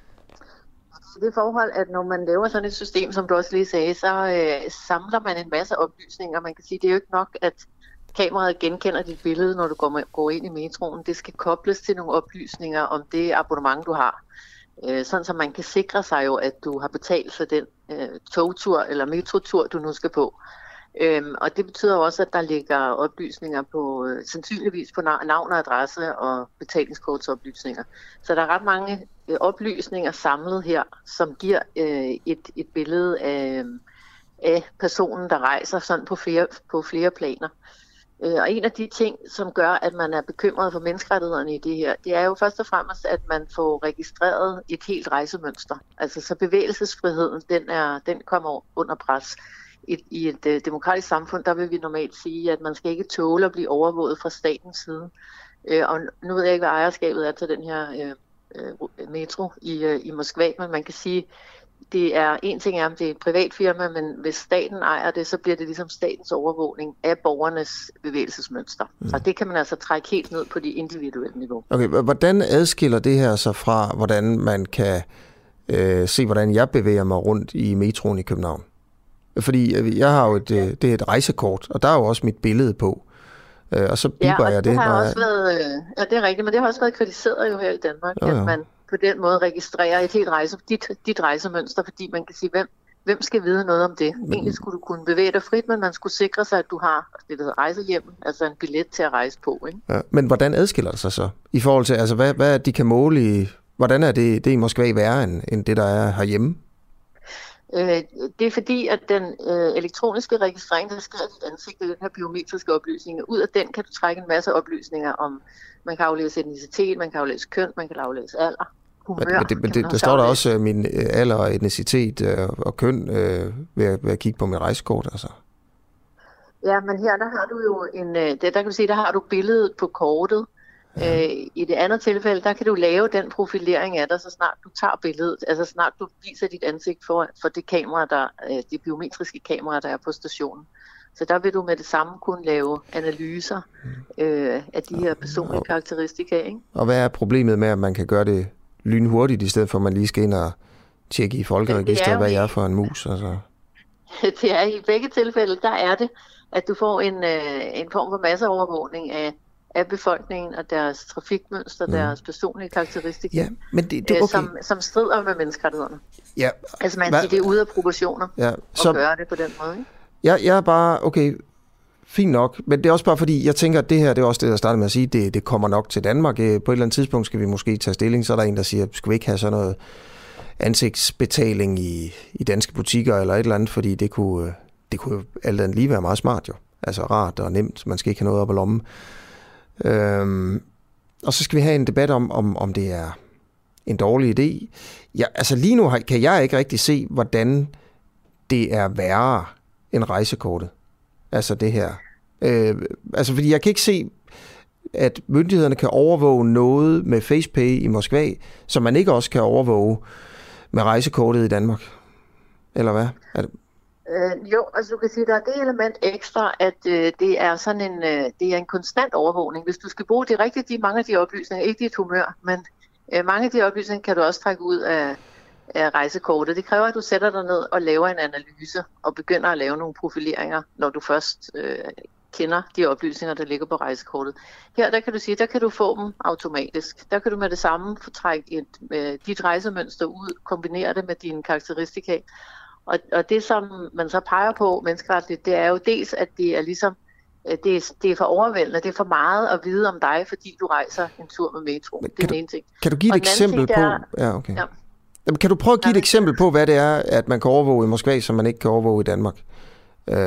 Det forhold, at når man laver sådan et system, som du også lige sagde, så øh, samler man en masse oplysninger. Man kan sige, det er jo ikke nok, at kameraet genkender dit billede, når du går, med, går ind i metroen. Det skal kobles til nogle oplysninger om det abonnement, du har. Øh, sådan så man kan sikre sig jo, at du har betalt for den øh, togtur eller metrotur, du nu skal på. Øhm, og det betyder også, at der ligger oplysninger på, øh, sandsynligvis på navn og adresse og betalingskortsoplysninger. Så der er ret mange øh, oplysninger samlet her, som giver øh, et, et billede af, af personen, der rejser sådan på flere, på flere planer. Øh, og en af de ting, som gør, at man er bekymret for menneskerettighederne i det her, det er jo først og fremmest, at man får registreret et helt rejsemønster. Altså så bevægelsesfriheden, den, er, den kommer under pres. I, i et uh, demokratisk samfund, der vil vi normalt sige, at man skal ikke tåle at blive overvåget fra statens side. Uh, og nu ved jeg ikke, hvad ejerskabet er til den her uh, uh, metro i, uh, i Moskva, men man kan sige, det er en ting er, om det er et privat firma, men hvis staten ejer det, så bliver det ligesom statens overvågning af borgernes bevægelsesmønster. Mm. Så det kan man altså trække helt ned på de individuelle niveau. Okay, hvordan adskiller det her så fra, hvordan man kan øh, se, hvordan jeg bevæger mig rundt i metroen i København? Fordi jeg har jo et, det er et rejsekort, og der er jo også mit billede på. Og så biber ja, og jeg det. det har jeg... også været, ja, det er rigtigt, men det har også været kritiseret jo her i Danmark, jo, jo. At man på den måde registrerer et helt rejse, dit, dit rejsemønster, fordi man kan sige, hvem, hvem skal vide noget om det? Men... Egentlig skulle du kunne bevæge dig frit, men man skulle sikre sig, at du har det, der hedder rejsehjem, altså en billet til at rejse på. Ikke? Ja, men hvordan adskiller det sig så? I forhold til, altså hvad, hvad de kan måle i, hvordan er det, det i Moskva værre end, end det, der er herhjemme? Det er fordi, at den øh, elektroniske registrering, der sker dit ansigt, den her biometriske oplysninger, ud af den kan du trække en masse oplysninger om, man kan aflæse etnicitet, man kan aflæse køn, man kan aflæse alder, humør. Men, det, men det, der står der også min alder, etnicitet øh, og køn øh, ved, ved at kigge på mit rejsekort, altså. Ja, men her der har du jo en, det, der kan du sige, der har du billedet på kortet. Ja. Øh, I det andet tilfælde, der kan du lave den profilering af dig, så snart du tager billedet, altså snart du viser dit ansigt for, for det kamera, der, det biometriske kamera, der er på stationen. Så der vil du med det samme kunne lave analyser øh, af de her personlige og, karakteristika. Ikke? Og hvad er problemet med, at man kan gøre det lynhurtigt, i stedet for at man lige skal ind og tjekke i folkeregisteret, hvad jeg er for en mus? Altså. Det er i begge tilfælde, der er det, at du får en, øh, en form for masseovervågning af af befolkningen og deres trafikmønster, mm. deres personlige karakteristika, ja, men det, det, okay. som, som strider med menneskerettighederne. Ja. Altså man siger, det er ude af proportioner ja, så, at gøre det på den måde. Ikke? Ja, jeg er bare, okay, fint nok, men det er også bare fordi, jeg tænker, at det her, det er også det, jeg startede med at sige, det, det kommer nok til Danmark. På et eller andet tidspunkt skal vi måske tage stilling, så er der en, der siger, skal vi ikke have sådan noget ansigtsbetaling i, i danske butikker eller et eller andet, fordi det kunne, det kunne alt andet lige være meget smart jo. altså rart og nemt. Man skal ikke have noget op ad lommen. Øhm, og så skal vi have en debat om, om, om det er en dårlig idé. Ja, altså lige nu kan jeg ikke rigtig se, hvordan det er værre end rejsekortet. Altså det her. Øh, altså fordi jeg kan ikke se, at myndighederne kan overvåge noget med FacePay i Moskva, som man ikke også kan overvåge med rejsekortet i Danmark. Eller hvad? Er det? Øh, jo, altså du kan sige, der er det element ekstra, at øh, det er sådan en, øh, det er en konstant overvågning. Hvis du skal bruge det rigtigt, de mange af de oplysninger, ikke dit humør, men øh, mange af de oplysninger kan du også trække ud af, af rejsekortet. Det kræver, at du sætter dig ned og laver en analyse og begynder at lave nogle profileringer, når du først øh, kender de oplysninger, der ligger på rejsekortet. Her, der kan du sige, der kan du få dem automatisk. Der kan du med det samme få trække et, øh, dit rejsemønster ud, kombinere det med dine karakteristika. Og, og det, som man så peger på menneskeretligt, det er jo dels, at det er ligesom, det er, det er for overvældende, det er for meget at vide om dig, fordi du rejser en tur med metro. Det er den ene ting. Kan du give et eksempel på... Er, ja, okay. Ja. Jamen, kan du prøve at give et eksempel på, hvad det er, at man kan overvåge i Moskva, som man ikke kan overvåge i Danmark? Øh.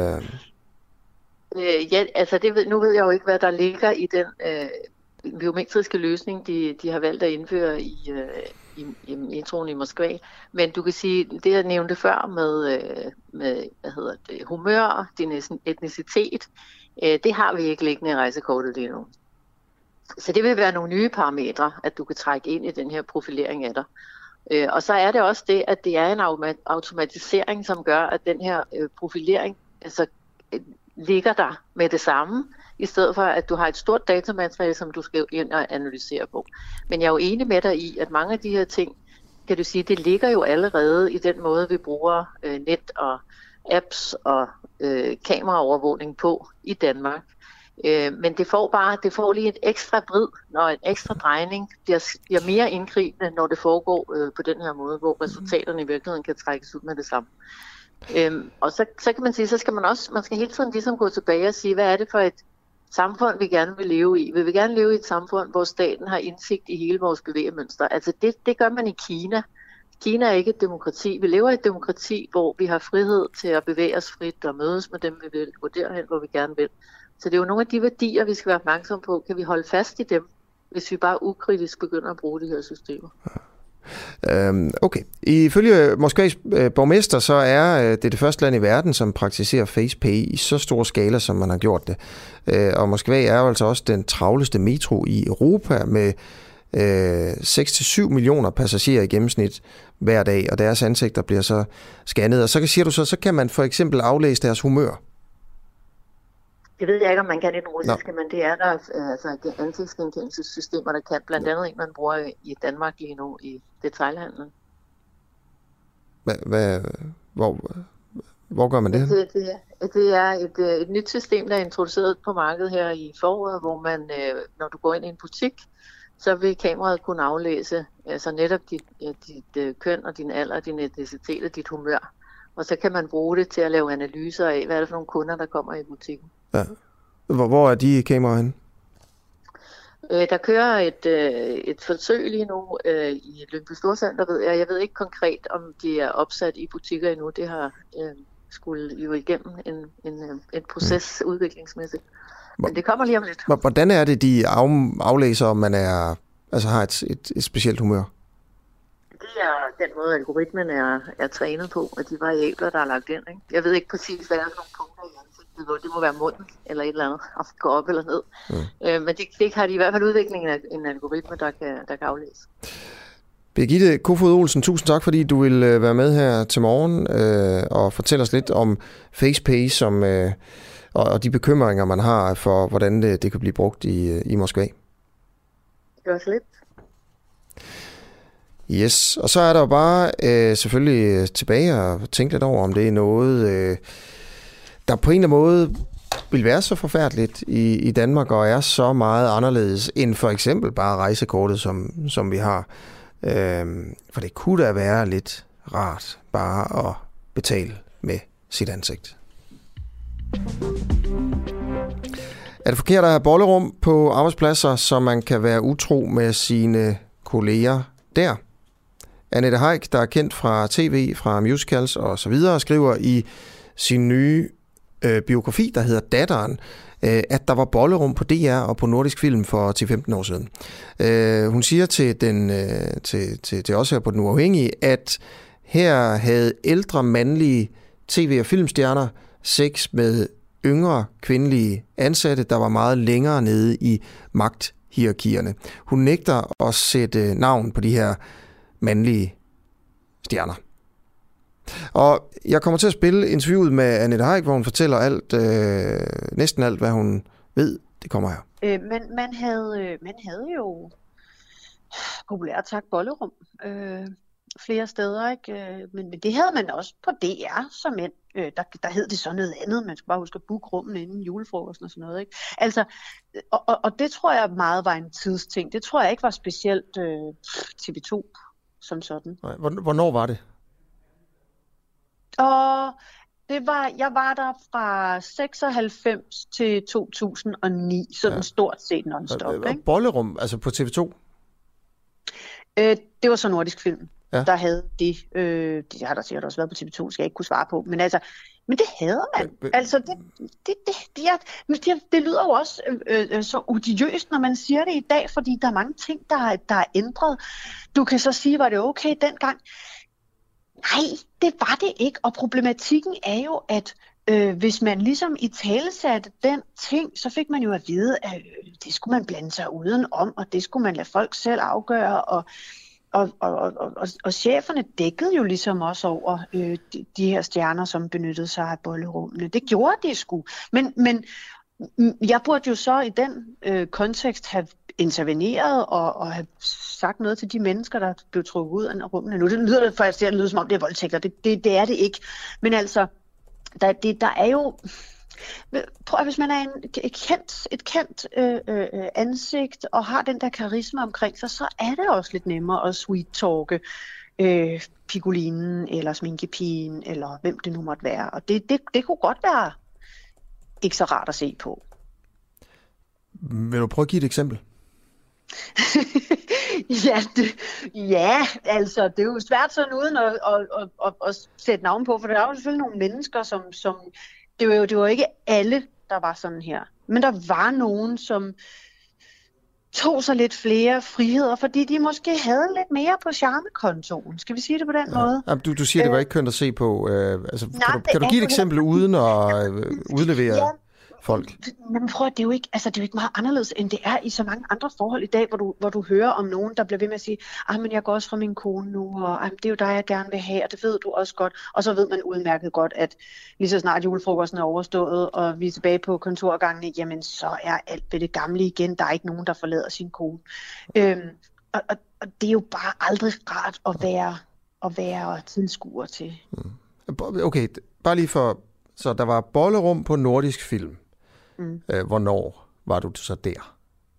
Øh, ja, altså det ved, nu ved jeg jo ikke, hvad der ligger i den øh, biometriske løsning, de, de har valgt at indføre i... Øh, i, i metroen i Moskva. Men du kan sige, det jeg nævnte før med, med hvad hedder det, humør, din etnicitet, det har vi ikke liggende i rejsekortet lige nu. Så det vil være nogle nye parametre, at du kan trække ind i den her profilering af dig. Og så er det også det, at det er en automatisering, som gør, at den her profilering altså, ligger der med det samme, i stedet for, at du har et stort datamateriale, som du skal ind og analysere på. Men jeg er jo enig med dig i, at mange af de her ting, kan du sige, det ligger jo allerede i den måde, vi bruger øh, net og apps og øh, kameraovervågning på i Danmark. Øh, men det får bare, det får lige et ekstra vrid, når en ekstra drejning bliver, bliver mere indgribende, når det foregår øh, på den her måde, hvor resultaterne i virkeligheden kan trækkes ud med det samme. Øhm, og så, så kan man sige, så skal man også, man skal hele tiden ligesom gå tilbage og sige, hvad er det for et samfund, vi gerne vil leve i? Vil vi gerne leve i et samfund, hvor staten har indsigt i hele vores bevægemønster? Altså det, det gør man i Kina. Kina er ikke et demokrati. Vi lever i et demokrati, hvor vi har frihed til at bevæge os frit og mødes med dem, vi vil, gå derhen, hvor vi gerne vil. Så det er jo nogle af de værdier, vi skal være opmærksomme på. Kan vi holde fast i dem, hvis vi bare ukritisk begynder at bruge de her systemer? Okay. Ifølge Moskvas borgmester, så er det det første land i verden, som praktiserer FacePay i så stor skala, som man har gjort det. Og Moskva er jo altså også den travleste metro i Europa med seks til syv millioner passagerer i gennemsnit hver dag, og deres ansigter bliver så scannet. Og så siger du så, så kan man for eksempel aflæse deres humør. Det ved jeg ikke, om man kan i den russiske, men det er der altså, ansigtsgenkendelsessystemer, der kan. Blandt andet en, man bruger i Danmark lige nu i detailhandlen. Hvad, hvor, hvor gør man det? Det, det, er, det er et, et nyt system, der er introduceret på markedet her i foråret, hvor man, når du går ind i en butik, så vil kameraet kunne aflæse altså netop dit, dit køn og din alder, din etnicitet og dit humør. Og så kan man bruge det til at lave analyser af, hvad er det for nogle kunder, der kommer i butikken. Ja. Hvor, hvor er de kameraer henne? Øh, der kører et, øh, et forsøg lige nu øh, i Lyngby Storcenter, ved jeg. Jeg ved ikke konkret, om de er opsat i butikker endnu. Det har øh, skulle jo igennem en, en, en proces mm. udviklingsmæssigt. Men det kommer lige om lidt. Hvordan er det, de af, aflæser, om man er, altså har et, et, et specielt humør? Det er den måde, algoritmen er, er trænet på, og de variabler, der er lagt ind. Ikke? Jeg ved ikke præcis, hvad er for nogle punkter i ansigtet. Det må være munden, eller et eller andet, og gå op eller ned. Mm. Øh, men det, det har de i hvert fald udviklingen af en algoritme, der kan, der kan aflæse. Birgitte Kofod Olsen, tusind tak, fordi du vil være med her til morgen øh, og fortælle os lidt om FacePay som, øh, og, og de bekymringer, man har for, hvordan det, det kan blive brugt i, i Moskva. Det var så lidt. Yes, og så er der jo bare øh, selvfølgelig tilbage og tænke lidt over, om det er noget, øh, der på en eller anden måde vil være så forfærdeligt i, i Danmark, og er så meget anderledes end for eksempel bare rejsekortet, som, som vi har. Øh, for det kunne da være lidt rart bare at betale med sit ansigt. Er det forkert at have bollerum på arbejdspladser, så man kan være utro med sine kolleger der? Annette Haik, der er kendt fra tv, fra musicals og så videre, skriver i sin nye øh, biografi, der hedder Datteren, øh, at der var bollerum på D R og på Nordisk Film for ti til femten år siden. Øh, hun siger til, den, øh, til, til, til os her på Den Uafhængige, at her havde ældre mandlige tv- og filmstjerner sex med yngre kvindelige ansatte, der var meget længere nede i magthierarkierne. Hun nægter at sætte navn på de her mandlige stjerner. Og jeg kommer til at spille interviewet med Annette Heick, hvor hun fortæller alt, øh, næsten alt, hvad hun ved. Det kommer her. Øh, men man havde, man havde jo populært sagt bollerum øh, flere steder, ikke? Men, men det havde man også på D R som mænd. Øh, der, der hed det så noget andet. Man skulle bare huske at booke rummene inden julefrokosten og sådan noget, ikke? Altså, og, og, og det tror jeg meget var en tidsting. Det tror jeg ikke var specielt øh, T V to som sådan. Nej, hvornår var det? Og det var, jeg var der fra seksoghalvfems til to tusind og ni, sådan ja. Stort set non-stop. Og, ikke? Bollerum, altså på T V to? Øh, det var så Nordisk Film, ja. Der havde det. Øh, det har der sikkert også været på T V to, skal jeg ikke kunne svare på. Men altså, men det havde man. Ja, altså, det, det, det, det, er, det, det lyder jo også øh, øh, så odiøst, når man siger det i dag, fordi der er mange ting, der, der er ændret. Du kan så sige, var det okay dengang? Nej, det var det ikke, og problematikken er jo, at øh, hvis man ligesom i talesatte den ting, så fik man jo at vide, at øh, det skulle man blande sig udenom, og det skulle man lade folk selv afgøre, og, og, og, og, og, og cheferne dækkede jo ligesom også over øh, de, de her stjerner, som benyttede sig af bollerummene. Det gjorde de sgu, men, men jeg burde jo så i den øh, kontekst have interveneret og, og have sagt noget til de mennesker, der blev trukket ud af rummene. Nu det lyder det faktisk, det lyder som om det er voldtægter. Det, det, det er det ikke. Men altså, der, det, der er jo... Prøv at, hvis man er en, et kendt, et kendt øh, øh, ansigt og har den der karisma omkring sig, så er det også lidt nemmere at sweet-talke øh, Pigolinen eller sminkepigen eller hvem det nu måtte være. Og det, det, det kunne godt være ikke så rart at se på. Vil du prøve at give et eksempel? ja, det, ja, altså det er jo svært sådan uden at, at, at, at, at sætte navn på, for der er jo selvfølgelig nogle mennesker, som, som det var jo det var ikke alle, der var sådan her. Men der var nogen, som tog sig lidt flere friheder, fordi de måske havde lidt mere på charmekontoen. Skal vi sige det på den ja. måde? Ja, du, du siger, det var ikke kønt at se på. Øh, altså, Nej, kan du, kan du give et eksempel uden at øh, udlevere... Ja. Folk. Men prøv, det er jo ikke, altså det er jo ikke meget anderledes, end det er i så mange andre forhold i dag, hvor du, hvor du hører om nogen, der bliver ved med at sige, ah, men jeg går også fra min kone nu, og ah, det er jo dig, jeg gerne vil have, og det ved du også godt. Og så ved man udmærket godt, at lige så snart julefrokosten er overstået, og vi er tilbage på kontorgangene, jamen så er alt ved det gamle igen. Der er ikke nogen, der forlader sin kone. Øhm, og, og, og det er jo bare aldrig rart at være, at være tilskuer til. Okay, bare lige for, så der var bollerum på Nordisk Film. Mm. Hvornår var du så der?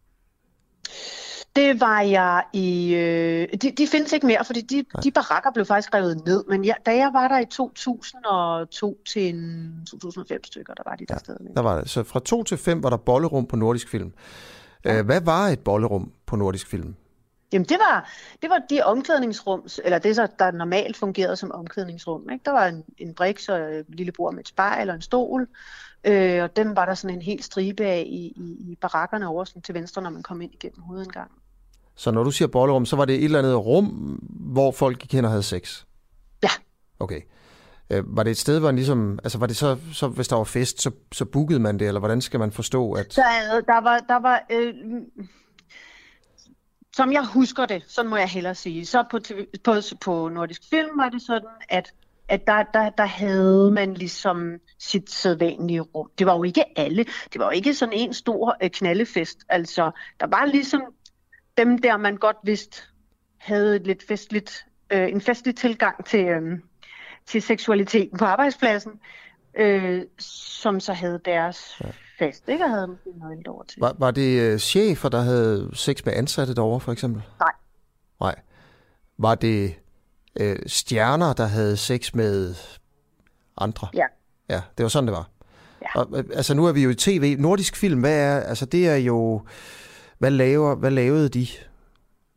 Det var jeg i... Øh, de, de findes ikke mere, fordi de, de barakker blev faktisk revet ned. Men jeg, da jeg var der i to tusind og to til to tusind og fem stykker, der var de der ja, stadig. Der var det. Så fra to til fem var der bollerum på Nordisk Film. Ja. Hvad var et bollerum på Nordisk Film? Jamen det var, det var de omklædningsrum, eller det, der normalt fungerede som omklædningsrum. Ikke? Der var en, en briks og et lille bord med et spejl og en stol. Øh, og dem var der sådan en hel stribe af i, i, i barakkerne over sådan til venstre, når man kom ind igennem hovedindgangen. Så når du siger bollerum, så var det et eller andet rum, hvor folk gik hen og havde sex? Ja. Okay. Øh, var det et sted, hvor man ligesom, altså var det så, så hvis der var fest, så, så bookede man det, eller hvordan skal man forstå, at... Der, der var, der var øh, som jeg husker det, sådan må jeg hellere sige, så på, på, på Nordisk Film var det sådan, at at der, der, der havde man ligesom sit sædvanlige rum. Det var jo ikke alle. Det var jo ikke sådan en stor øh, knaldefest. Altså, der var ligesom dem der, man godt vidste, havde et lidt festligt, øh, en festlig tilgang til, øh, til seksualiteten på arbejdspladsen, øh, som så havde deres ja. fest, ikke? Og havde måske noget over til. Var, var det øh, chefer, der havde sex med ansatte derovre, for eksempel? Nej. Nej. Var det... Øh, stjerner, der havde sex med andre. Ja. Ja, det var sådan, det var. Ja. Og, altså, nu er vi jo i tv. Nordisk Film, hvad er, altså det er jo, hvad laver, hvad lavede de?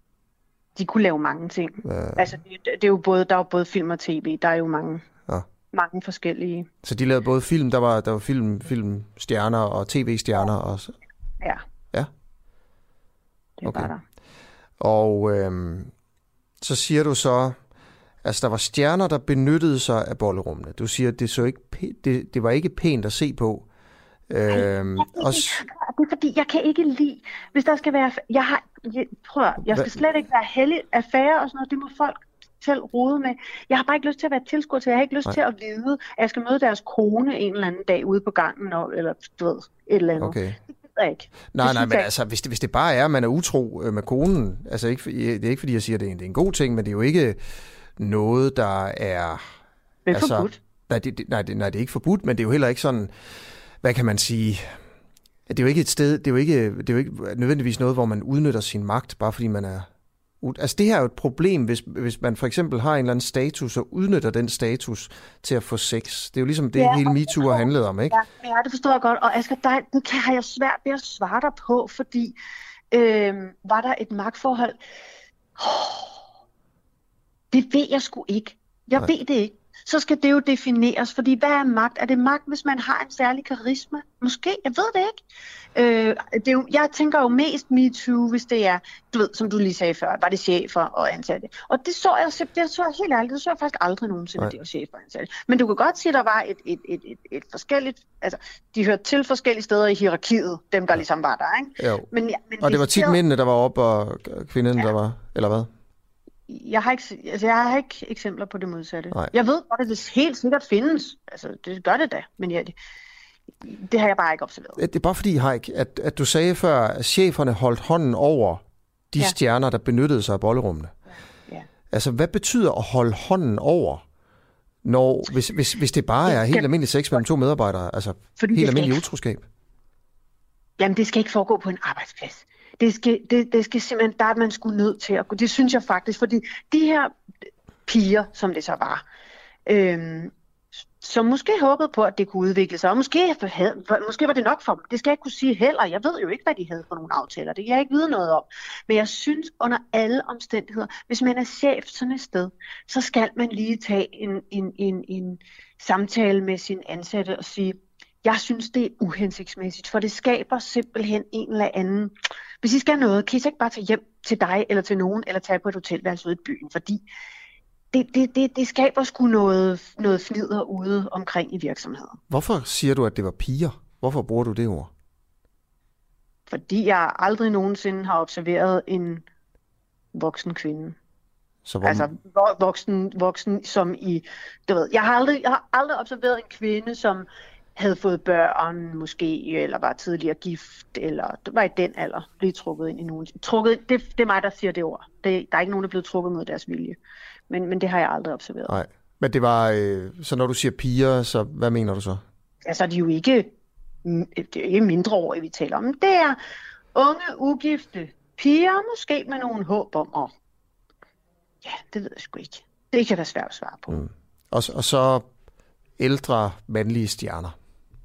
De kunne lave mange ting. Ja. Altså, det, det er jo både, der er jo både film og tv, der er jo mange. Ja. mange forskellige. Så de lavede både film, der var, der var film, filmstjerner og tv-stjerner også? Ja. Ja? Det okay. var der. Og øhm, så siger du så, altså der var stjerner, der benyttede sig af bollerummene. Du siger, at det, så ikke pæ- det, det var ikke pænt at se på. Øhm, Ej, det, også... det er fordi, jeg kan ikke lide, hvis der skal være, jeg har, jeg, prøv at, jeg skal Hva? slet ikke være heldig affære og sådan noget, det må folk selv rode med. Jeg har bare ikke lyst til at være tilskuer til, jeg har ikke lyst Nej. til at vide, at jeg skal møde deres kone en eller anden dag ude på gangen, eller du ved, et eller andet. Okay. Det ved jeg ikke. Nej, det nej, men jeg... altså, hvis det, hvis det bare er, at man er utro med konen, altså ikke, det er ikke fordi, jeg siger, at det er en, det er en god ting, men det er jo ikke noget, der er... Det er altså, forbudt. Nej det, det, nej, det, nej, det er ikke forbudt, men det er jo heller ikke sådan, hvad kan man sige... Det er jo ikke et sted, det er jo ikke, det er jo ikke nødvendigvis noget, hvor man udnytter sin magt, bare fordi man er... Altså det her er jo et problem, hvis, hvis man for eksempel har en eller anden status og udnytter den status til at få sex. Det er jo ligesom det, ja, hele MeToo har handlet om, ikke? Ja, ja, det forstår jeg godt. Og Asger, der, det kan, har jeg svært ved at svare dig på, fordi øh, var der et magtforhold? Oh, det ved jeg sgu ikke. Jeg Nej. ved det ikke. Så skal det jo defineres, fordi hvad er magt? Er det magt, hvis man har en særlig karisma? Måske, jeg ved det ikke. Øh, det er jo, jeg tænker jo mest MeToo, hvis det er, du ved, som du lige sagde før, var det chefer og ansatte. Og det så jeg, det så jeg helt ærligt, det så jeg faktisk aldrig nogensinde, at det var chefer og ansatte. Men du kan godt sige, at der var et, et, et, et, et forskelligt, altså de hørte til forskellige steder i hierarkiet, dem der ligesom var der, ikke? Jo. Men, ja, men og det var tit mændene, der var oppe, og kvinderne, ja. der var, eller hvad? Jeg har, ikke, altså jeg har ikke eksempler på det modsatte. Nej. Jeg ved godt, at det helt sikkert findes. Altså, det gør det da, men ja, det, det har jeg bare ikke observeret. Det er bare fordi, Heik, at, at du sagde før, at cheferne holdt hånden over de ja. stjerner, der benyttede sig af bollerummene. Ja. Ja. Altså, hvad betyder at holde hånden over, når, hvis, hvis, hvis det bare er helt almindelig sex mellem to medarbejdere? Altså, fordi helt almindelig utroskab? Jamen, det skal ikke foregå på en arbejdsplads. Det skal, det, det skal simpelthen, der er man sgu nødt til at gå. Det synes jeg faktisk, fordi de her piger, som det så var, øhm, som måske håbede på, at det kunne udvikle sig, og måske, havde, måske var det nok for dem. Det skal jeg ikke kunne sige heller. Jeg ved jo ikke, hvad de havde for nogle aftaler. Det kan jeg ikke vide noget om. Men jeg synes under alle omstændigheder, hvis man er chef sådan et sted, så skal man lige tage en, en, en, en samtale med sin ansatte og sige, jeg synes, det er uhensigtsmæssigt, for det skaber simpelthen en eller anden... Hvis I skal noget, kan I så ikke bare tage hjem til dig eller til nogen, eller tage på et hotelværelse ude i byen, fordi det, det, det, det skaber sgu noget, noget fnider ude omkring i virksomheden. Hvorfor siger du, at det var piger? Hvorfor bruger du det ord? Fordi jeg aldrig nogensinde har observeret en voksen kvinde. Så hvor... Altså voksen, voksen som i... Du ved, jeg har aldrig, jeg har aldrig observeret en kvinde, som... havde fået børn måske, eller var tidligere gift, eller var i den alder, blev trukket ind i nogen. Trukket, det, det er mig, der siger det ord. Det, der er ikke nogen, der er blevet trukket mod deres vilje. Men, men det har jeg aldrig observeret. Nej, men det var, øh, så når du siger piger, så hvad mener du så? Altså, de er jo ikke, det er ikke mindreårige, vi taler om. Det er unge, ugifte piger, måske med nogen håb om at, ja, det ved jeg sgu ikke. Det kan være svært at svare på. Mm. Og, og så ældre mandlige stjerner.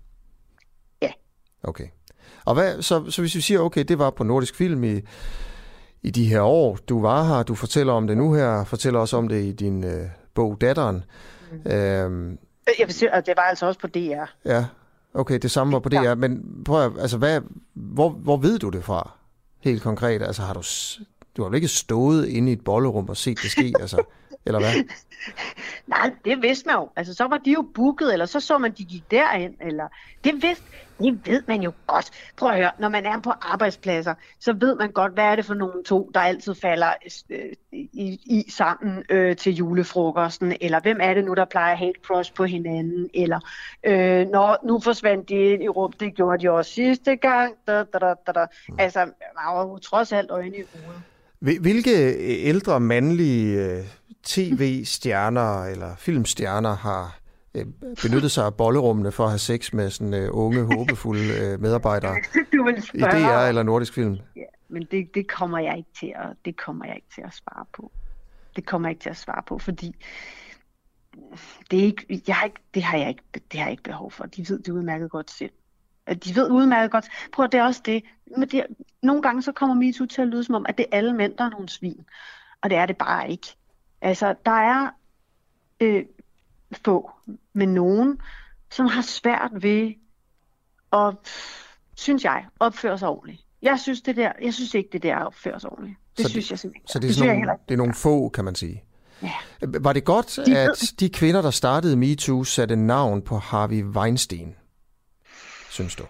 Ja. Okay. Og hvad, så, så hvis vi siger, okay, det var på Nordisk Film i, i de her år, du var her, du fortæller om det nu her, fortæller også om det i din øh, bog Datteren. Mm. Øhm, Jeg vil sige, at det var altså også på D R. Ja, okay, det samme var på D R, ja. Men prøv at, altså, hvad, hvor, hvor ved du det fra, helt konkret? Altså, har du, du har jo ikke stået inde i et bollerum og set det ske, altså, eller hvad? Nej, det vidste man jo. Altså, så var de jo booket, eller så så man, de gik derind, eller... Det vidste... Det ved man jo godt. Prøv at høre, når man er på arbejdspladser, så ved man godt, hvad er det for nogle to, der altid falder øh, i, i sammen øh, til julefrokosten, eller hvem er det nu, der plejer at hate cross på hinanden, eller øh, når nu forsvandt de ind i rum, det gjorde de også sidste gang, da, da, da, da, da. Altså, man var jo trods alt øjne i hovedet. Hvilke ældre mandlige tv-stjerner eller filmstjerner har benyttet sig af bollerummene for at have sex med sådan uh, unge, håbefulde uh, medarbejdere i D R eller Nordisk Film? Ja, men det, det kommer jeg ikke til at det kommer jeg ikke til at svare på. Det kommer jeg ikke til at svare på, fordi det er ikke, jeg har ikke, det har jeg ikke, det har jeg ikke behov for. De ved det udmærket godt selv. De ved udmærket godt. Prøv at det er også det. Men det, nogle gange så kommer MeToo til at lyde som om, at det er alle mænd, der er nogle svin. Og det er det bare ikke. Altså, der er... Øh, få med nogen, som har svært ved at, synes jeg, opføre sig ordentligt. Jeg synes, det der, jeg synes ikke, det der opfører sig ordentligt. Det så synes det, jeg simpelthen. Så det er, det sådan nogle, det er nogle få, kan man sige. Ja. Var det godt, de at de kvinder, der startede MeToo, satte navn på Harvey Weinstein, synes du?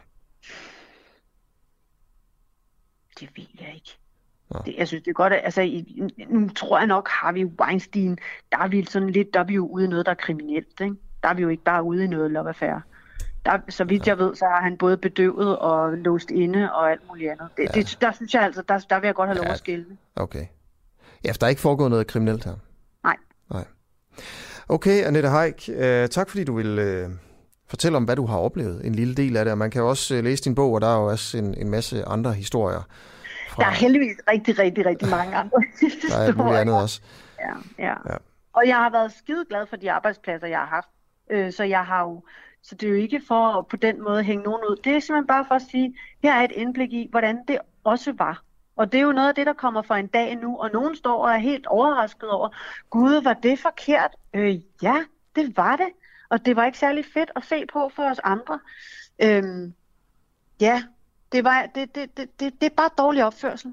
Det ved jeg ikke. Det, jeg synes, det er godt, at, altså, i, nu tror jeg nok, Harvey Weinstein, der er vi sådan lidt, der er vi jo ude i noget, der er kriminelt, ikke? Der er vi jo ikke bare ude i noget love affair. Der, så vidt jeg ved, så er han både bedøvet og låst inde og alt muligt andet. Det, ja. det, der synes jeg altså, der, der vil jeg godt have lov at skille. Okay. Ja, for der er ikke foregået noget kriminelt her? Nej. Nej. Okay, Annette Heick, øh, tak fordi du vil øh, fortælle om, hvad du har oplevet. En lille del af det, og man kan jo også øh, læse din bog, og der er jo også en, en masse andre historier. Fra... Der er heldigvis rigtig, rigtig, rigtig mange andre historier. Der er alt muligt andet også. Ja, ja. ja. Og jeg har været skide glad for de arbejdspladser, jeg har haft. Øh, så jeg har jo, så det er jo ikke for at på den måde hænge nogen ud. Det er simpelthen bare for at sige, her er et indblik i, hvordan det også var. Og det er jo noget af det, der kommer for en dag nu, og nogen står og er helt overrasket over, gud, var det forkert? Øh, ja, det var det. Og det var ikke særlig fedt at se på for os andre. Øhm, ja, det, var, det, det, det, det, det er bare dårlig opførsel.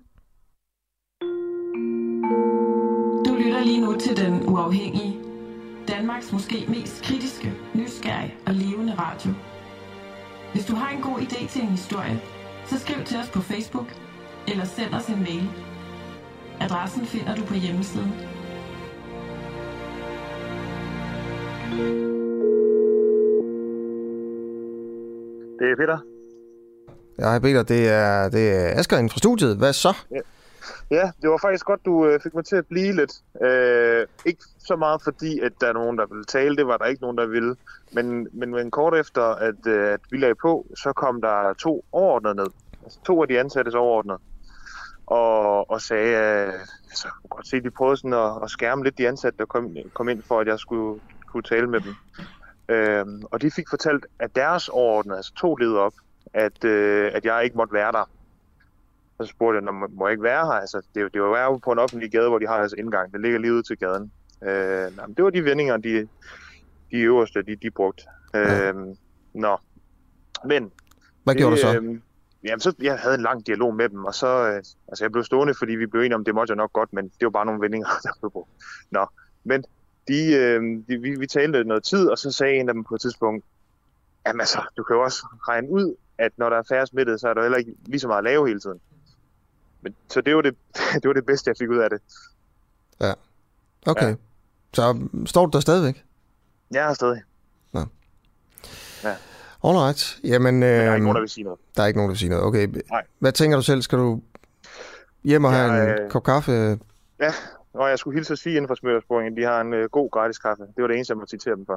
Du lytter lige nu til Den Uafhængige. Danmarks måske mest kritiske, nysgerrige og levende radio. Hvis du har en god idé til en historie, så skriv til os på Facebook eller send os en mail. Adressen finder du på hjemmesiden. Det er Peter. Ja, hej Peter, det er, det er Asger inden fra studiet. Hvad så? Ja. Ja, det var faktisk godt, du øh, fik mig til at blive lidt. Øh, ikke så meget fordi, at der er nogen, der ville tale. Det var der ikke nogen, der ville. Men, men, men kort efter, at, øh, at vi lagde på, så kom der to overordnede ned. Altså to af de ansattes overordnede. Og, og sagde, øh, altså, jeg kunne godt se, at de prøvede sådan at, at skærme lidt de ansatte, der kom, kom ind for, at jeg skulle kunne tale med dem. Øh, og de fik fortalt, at deres overordnede, altså to leder op, at, øh, at jeg ikke måtte være der. Så spurgte jeg, må jeg ikke være her? Altså, det, det var jo på en offentlig gade, hvor de har deres indgang. Det ligger lige ude til gaden. Øh, jamen, det var de vendinger, de, de øverste, de, de brugte. Ja. Øh, nå. Men... Hvad det, gjorde du så? Øh, jamen, så jeg havde en lang dialog med dem, og så... Øh, altså, jeg blev stående, fordi vi blev enige om, det måtte jeg nok godt, men det var bare nogle vendinger, der blev brugt. Nå. Men de, øh, de, vi, vi talte noget tid, og så sagde en af dem på et tidspunkt, jamen altså, du kan jo også regne ud, at når der er færre smittet, så er der heller ikke lige så meget at lave hele tiden. Men, så det var det, det var det bedste, jeg fik ud af det. Ja. Okay. Ja. Så står du der stadigvæk? Jeg er stadig. Nå. Ja. Alright. Jamen, Men der er øh, ikke nogen, der vil sige noget. Der er ikke nogen, der vil sige noget. Okay. Nej. Hvad tænker du selv? Skal du hjem og ja, have en øh, kop kaffe? Ja, og jeg skulle hilse at sige inden for Smødersporingen, de har en øh, god gratis kaffe. Det var det eneste, jeg måtte citere dem for.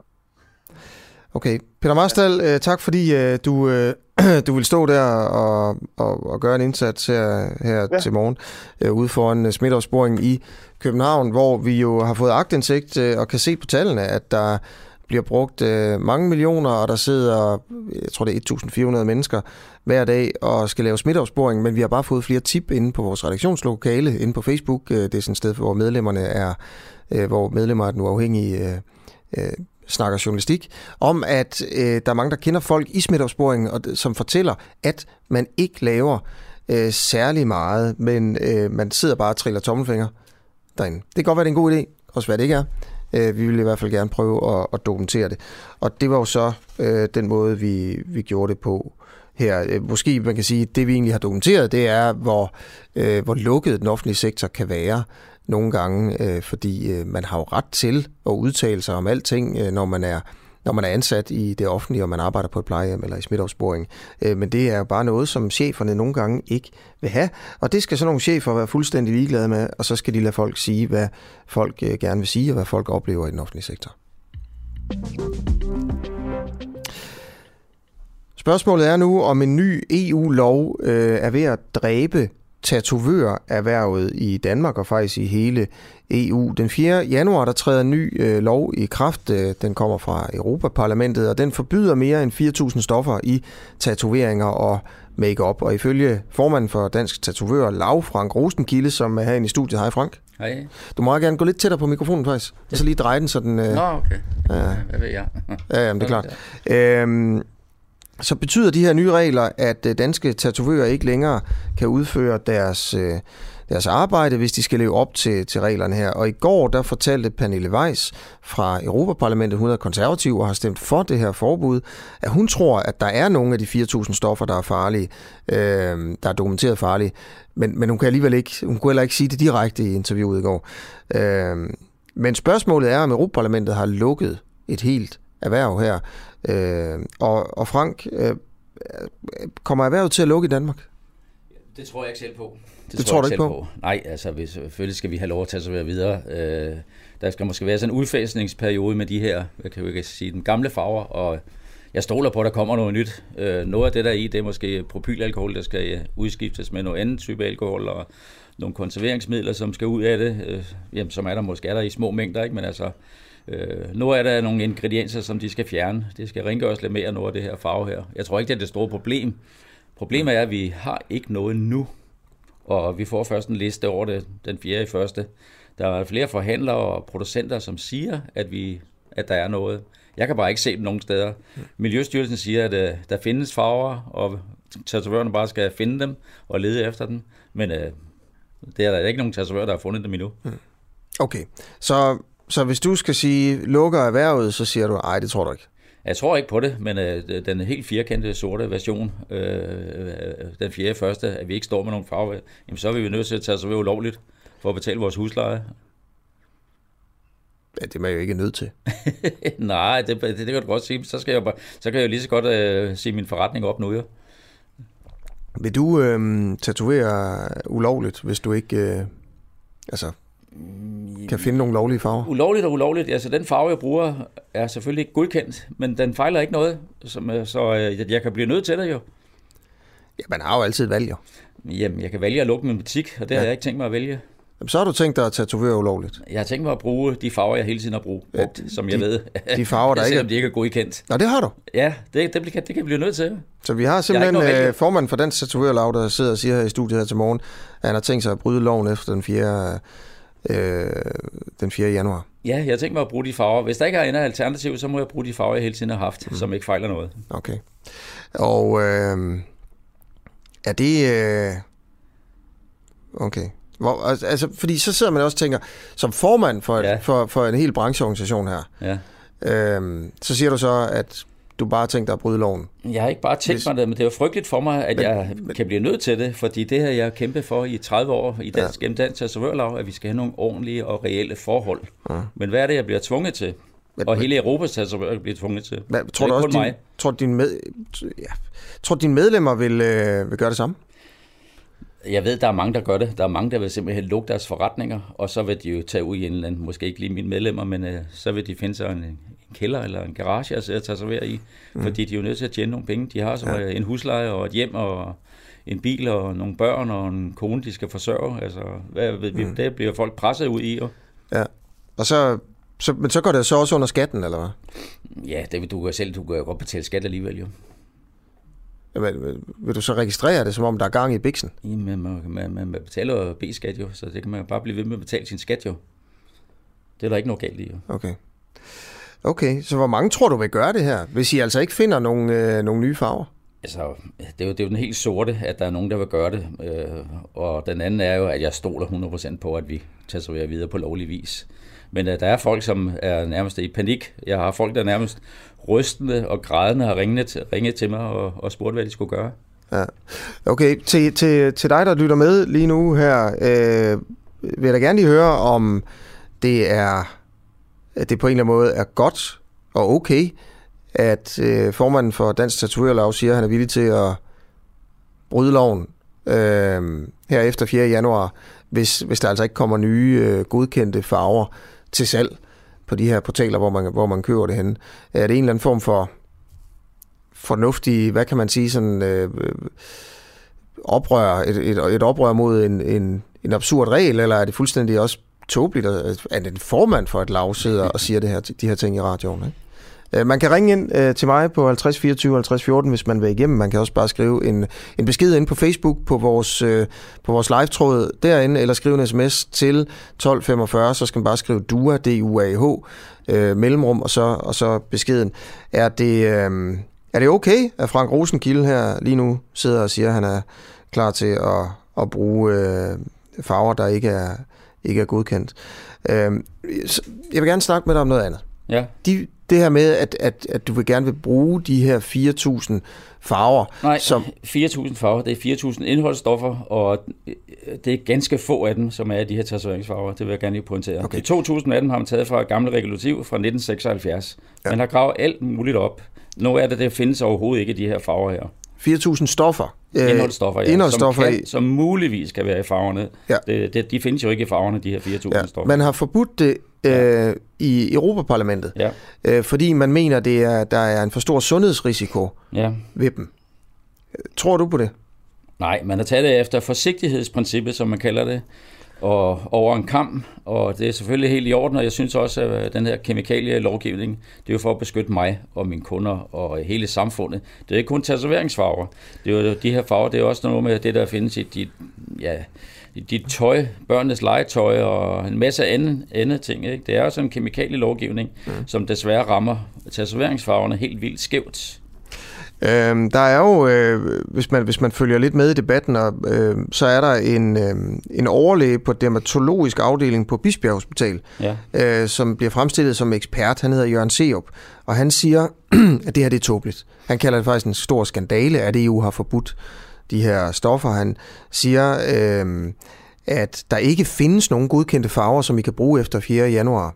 Okay. Peter Marstal, ja. øh, tak fordi øh, du... Øh, du vil stå der og, og, og gøre en indsats her, her ja. til morgen øh, ude foran uh, smitteopsporingen i København, hvor vi jo har fået aktindsigt øh, og kan se på tallene, at der bliver brugt øh, mange millioner, og der sidder, jeg tror det er et tusind fire hundrede mennesker hver dag og skal lave smitteopsporing, men vi har bare fået flere tip inde på vores redaktionslokale, inde på Facebook. Øh, det er sådan et sted, hvor medlemmerne er, øh, hvor medlemmer er den uafhængige øh, øh, snakker journalistik, om at øh, der er mange, der kender folk i smitteopsporingen, og som fortæller, at man ikke laver øh, særlig meget, men øh, man sidder bare og triller tommelfinger derinde. Det kan godt være, det er en god idé, også hvad det ikke er. Øh, vi vil i hvert fald gerne prøve at, at dokumentere det. Og det var jo så øh, den måde, vi, vi gjorde det på her. Øh, måske man kan sige, at det vi egentlig har dokumenteret, det er, hvor, øh, hvor lukket den offentlige sektor kan være, nogle gange, øh, fordi øh, man har jo ret til at udtale sig om alting, øh, når man er når man er ansat i det offentlige, og man arbejder på et plejehjem eller i smitteopsporing. Øh, men det er jo bare noget, som cheferne nogle gange ikke vil have, og det skal så nogle chefer være fuldstændig ligeglade med, og så skal de lade folk sige, hvad folk øh, gerne vil sige, og hvad folk oplever i den offentlige sektor. Spørgsmålet er nu, om en ny E U-lov øh, er ved at dræbe tatovørerhvervet i Danmark og faktisk i hele E U. Den fjerde januar, der træder en ny øh, lov i kraft. Den kommer fra Europaparlamentet, og den forbyder mere end fire tusind stoffer i tatoveringer og make-up. Og ifølge formanden for Dansk Tatovør, Lau Frank Rosenkilde, som er herinde i studiet. Hej Frank. Hej. Du må gerne gå lidt tættere på mikrofonen faktisk, og så lige dreje den, så den... Øh, Nå, okay. Ja, hvad ved jeg? ja, jamen, det er klart. Øhm, så betyder de her nye regler, at danske tatovører ikke længere kan udføre deres, øh, deres arbejde, hvis de skal leve op til, til reglerne her. Og i går, der fortalte Pernille Weiss fra Europaparlamentet, hun er konservativ og har stemt for det her forbud, at hun tror, at der er nogle af de fire tusind stoffer, der er farlige, øh, der er dokumenteret farlige, men, men hun kan alligevel ikke, hun kunne heller ikke sige det direkte i interviewet i går. Øh, men spørgsmålet er, om Europaparlamentet har lukket et helt erhverv her. Øh, og, og Frank, øh, kommer erhvervet til at lukke i Danmark? Det tror jeg ikke selv på. Det, det tror, tror du ikke på? på? Nej, altså hvis, selvfølgelig skal vi have lov at tage sig videre. Øh, der skal måske være sådan en udfasningsperiode med de her, hvad kan vi ikke sige, den gamle farver, og jeg stoler på, at der kommer noget nyt. Øh, noget af det der i, det er måske propylalkohol, der skal udskiftes med noget andet type alkohol, og nogle konserveringsmidler, som skal ud af det. Øh, jamen, som er der måske er der i små mængder, ikke? Men altså, øh, noget af der er nogle ingredienser, som de skal fjerne. Det skal rengøres lidt mere noget af det her farve her. Jeg tror ikke, det er det store problem. Problemet er, at vi har ikke noget nu, og vi får først en liste over det den fjerde i første. Der er flere forhandlere og producenter, som siger, at, vi, at der er noget. Jeg kan bare ikke se dem nogen steder. Miljøstyrelsen siger, at uh, der findes farver, og tatovørerne bare skal finde dem og lede efter dem. Men uh, det er der ikke nogen tatovører, der har fundet dem endnu. Okay, så, så hvis du skal sige lukker erhvervet, så siger du, ej, det tror du ikke. Jeg tror ikke på det, men øh, den helt firkantede sorte version, øh, den fjerde første, at vi ikke står med nogen farve, jamen så er vi nødt til at tage sig ved ulovligt for at betale vores husleje. Ja, det er man jo ikke nødt til. Nej, det, det, det kan du godt sige. Så, skal jeg bare, så kan jeg jo lige så godt øh, sige min forretning op nu, jo. Vil du øh, tatovere ulovligt, hvis du ikke øh, altså, kan finde nogle lovlige farver? Ulovligt og ulovligt. Altså den farve, jeg bruger, er selvfølgelig ikke godkendt, men den fejler ikke noget, som, så øh, jeg kan blive nødt til det jo. Ja, man har jo altid et valg, jo. Jamen, jeg kan vælge at lukke min butik, og det ja. har jeg ikke tænkt mig at vælge. Jamen, så har du tænkt dig at tatovere ulovligt? Jeg har tænkt mig at bruge de farver, jeg hele tiden har brugt, ja, de, som jeg ved. De farver, der ikke... Selvom de ikke er godkendt. Nå, det har du? Ja, det, det, det, det kan jeg blive nødt til. Så vi har simpelthen formanden for Dansk Tatovørlaug, der sidder og siger her i studiet her til morgen, at han har tænkt sig at bryde loven efter den fjerde, øh, den fjerde januar. Ja, jeg har tænkt mig at bruge de farver. Hvis der ikke er andet alternativ, så må jeg bruge de farver, jeg hele tiden har haft, mm. som ikke fejler noget. Okay. Og øh, er det... Øh, okay. Hvor, altså, fordi så sidder man også og tænker, som formand for, ja. for, for en hel brancheorganisation her, ja. øhm, så siger du så, at du bare har tænkt dig at bryde loven. Jeg har ikke bare tænkt Hvis... mig det, men det er jo frygteligt for mig, at men, jeg men... kan blive nødt til det, fordi det her, jeg har kæmpet for i tredive år i dansk, ja. gennem Dansk Tatovørlaug, at vi skal have nogle ordentlige og reelle forhold. Ja. Men hvad er det, jeg bliver tvunget til? Men, og men... hele Europas tatovører bliver tvunget til. Men, tror du også, din, tror, din med, ja, tror dine medlemmer vil, øh, vil gøre det samme? Jeg ved, der er mange, der gør det. Der er mange, der vil simpelthen lukke deres forretninger, og så vil de jo tage ud i en eller anden, måske ikke lige mine medlemmer, men øh, så vil de finde sig en, en kælder eller en garage at sidde og tatovere i, mm. fordi de er jo nødt til at tjene nogle penge. De har så ja. en husleje og et hjem og en bil og nogle børn og en kone, de skal forsørge. Altså, hvad ved vi, mm. det bliver folk presset ud i. Jo. Ja, og så, så, men så går det så også under skatten, eller hvad? Ja, det vil du selv. Du kan jo godt betale skat alligevel, jo. Vil, vil du så registrere det, som om der er gang i biksen? Jamen, man, man, man betaler B-skat jo, så det kan man bare blive ved med at betale sin skat jo. Det er der ikke noget galt i jo. Okay. Okay, så hvor mange tror du vil gøre det her, hvis I altså ikke finder nogle, øh, nogle nye farver? Altså, det er, jo, det er jo den helt sorte, at der er nogen, der vil gøre det. Øh, og den anden er jo, at jeg stoler hundrede procent på, at vi tager videre på lovlig vis. Men øh, der er folk, som er nærmest i panik. Jeg har folk, der nærmest rystende og grædende har ringet til, ringet til mig og, og spurgt, hvad de skulle gøre. Ja. Okay, til, til, til dig, der lytter med lige nu her, øh, vil jeg da gerne lige høre, om det er, at det på en eller anden måde er godt og okay, at øh, formanden for Dansk Tatovørlaug siger, at han er villig til at bryde loven øh, her efter fjerde januar, hvis, hvis der altså ikke kommer nye øh, godkendte farver til salg på de her portaler, hvor man, hvor man køber det henne. Er det en eller anden form for fornuftig, hvad kan man sige, sådan øh, oprør, et, et, et oprør mod en, en, en absurd regel, eller er det fuldstændig også tåbeligt, at en formand for et lav sidder og siger det her, de her ting i radioen, ikke? Man kan ringe ind øh, til mig på halvtreds fireogtyve halvtreds fjorten, hvis man vil igennem. Man kan også bare skrive en, en besked ind på Facebook på vores, øh, på vores live-tråd derinde, eller skrive en sms til tolv femogfyrre, så skal man bare skrive D U A, D U A H, øh, mellemrum, og så, og så beskeden. Er det, øh, er det okay, at Frank Rosenkilde her lige nu sidder og siger, at han er klar til at, at bruge øh, farver, der ikke er, ikke er godkendt? Øh, jeg vil gerne snakke med dig om noget andet. Ja. De, det her med, at, at, at du vil gerne vil bruge de her fire tusind farver. Nej, som... fire tusind farver, det er fire tusind indholdsstoffer, og det er ganske få af dem, som er de her tatoveringsfarver. Det vil jeg gerne lige pointere. Okay. De to tusind af dem har man taget fra et gammelt regulativ fra nitten seksoghalvfjerds. Ja. Man har gravet alt muligt op. Nu er det, det findes overhovedet ikke de her farver her. fire tusind stoffer. Indholdsstoffer, ja, Indholdsstoffer som, kan, som muligvis kan være i farverne. Ja. Det, det, de findes jo ikke i farverne, de her fire tusind ja. stoffer. Man har forbudt det øh, i Europaparlamentet, ja. øh, fordi man mener, det er, der er en for stor sundhedsrisiko ja. ved dem. Tror du på det? Nej, man har taget det efter forsigtighedsprincippet, som man kalder det, og over en kam, og det er selvfølgelig helt i orden, og jeg synes også, at den her kemikalielovgivning, det er jo for at beskytte mig og mine kunder og hele samfundet. Det er ikke kun tatoveringsfarver. Det er jo de her farver, det er også noget med det, der findes i dit, ja, i dit tøj, børnenes legetøj og en masse andet, andet ting. Ikke? Det er også en kemikalielovgivning, mm. som desværre rammer tatoveringsfarverne helt vildt skævt. Øhm, der er jo, øh, hvis, man, hvis man følger lidt med i debatten, og, øh, så er der en, øh, en overlæge på dermatologisk afdeling på Bispebjerg Hospital, ja. øh, som bliver fremstillet som ekspert. Han hedder Jørgen Serup, og han siger, at det her det er tåbeligt. Han kalder det faktisk en stor skandale, at E U har forbudt de her stoffer. Han siger, øh, at der ikke findes nogen godkendte farver, som I kan bruge efter fjerde januar.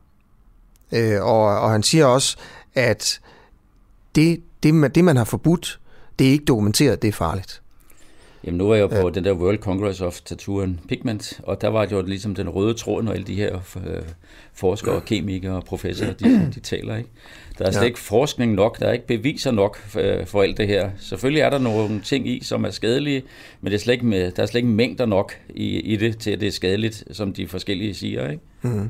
Øh, og, og han siger også, at det Det, det, man har forbudt, det er ikke dokumenteret, det er farligt. Jamen nu var jeg jo på ja. den der World Congress of Tattoo and Pigment, og der var det jo ligesom den røde tråd, når alle de her øh, forskere, ja. kemikere og professorer, de, de taler, ikke? Der er slet ja. ikke forskning nok, der er ikke beviser nok for, for alt det her. Selvfølgelig er der nogle ting i, som er skadelige, men det er slet ikke med, der er slet ikke mængder nok i, i det, til at det er skadeligt, som de forskellige siger, ikke? Mm-hmm.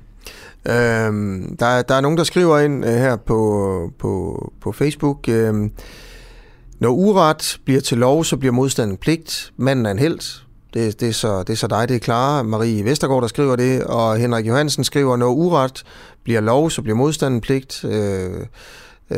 Øhm, der, der er nogen, der skriver ind uh, her på, på, på Facebook, øhm, når uret bliver til lov, så bliver modstanden pligt. Manden er en helt. Det, det, er så, det er så dig, det er Clara. Marie Vestergaard, der skriver det, og Henrik Johansen skriver, når uret bliver lov, så bliver modstanden pligt. Øh, øh,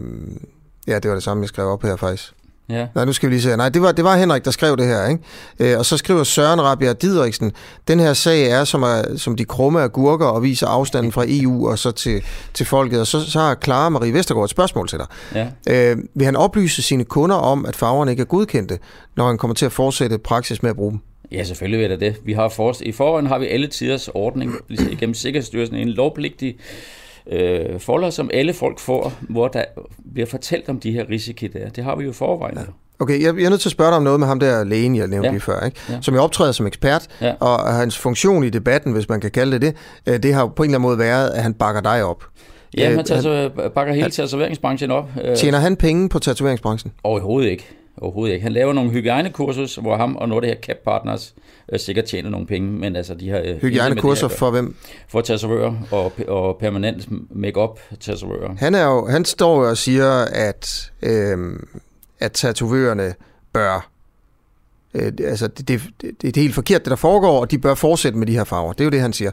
ja, det var det samme, jeg skrev op her faktisk. Ja. Nej, nu skal vi lige se. Nej, det var, det var Henrik, der skrev det her, ikke? Øh, og så skriver Søren Rabia Didriksen, den her sag er som, er, som de krumme agurker og viser afstanden fra E U og så til, til folket. Og så, så har Clara Marie Vestergaard et spørgsmål til dig. Ja. Øh, vil han oplyse sine kunder om, at farverne ikke er godkendte, når han kommer til at fortsætte praksis med at bruge dem? Ja, selvfølgelig vil det det. Vi har forrest, I forvejen har vi alle tiders ordning, ligesom igennem Sikkerhedsstyrelsen, en lovpligtig øh, folder, som alle folk får, hvor der bliver fortalt om de her risici der. Det har vi jo forvejen. Ja. Okay, jeg, jeg er nødt til at spørge dig om noget med ham der lægen, jeg nævnte ja. lige før, ikke? Ja. Som jeg optræder som ekspert, ja. og hans funktion i debatten, hvis man kan kalde det det, det har på en eller anden måde været, at han bakker dig op. Ja, han, tager, han bakker hele tatoveringsbranchen op. Tjener han penge på tatoveringsbranchen? Overhovedet ikke. Overhovedet ikke. Han laver nogle hygiejnekurser, hvor ham og nogle af det her Cap Partners øh, sikkert tjener nogle penge, men altså de har... Øh, hygiejnekurser for hvem? For tatovører og, og permanent make-up tatovører. Han, er jo, han står jo og siger, at, øh, at tatovørerne bør... Øh, altså, det, det, det er helt forkert, det der foregår, og de bør fortsætte med de her farver. Det er jo det, han siger.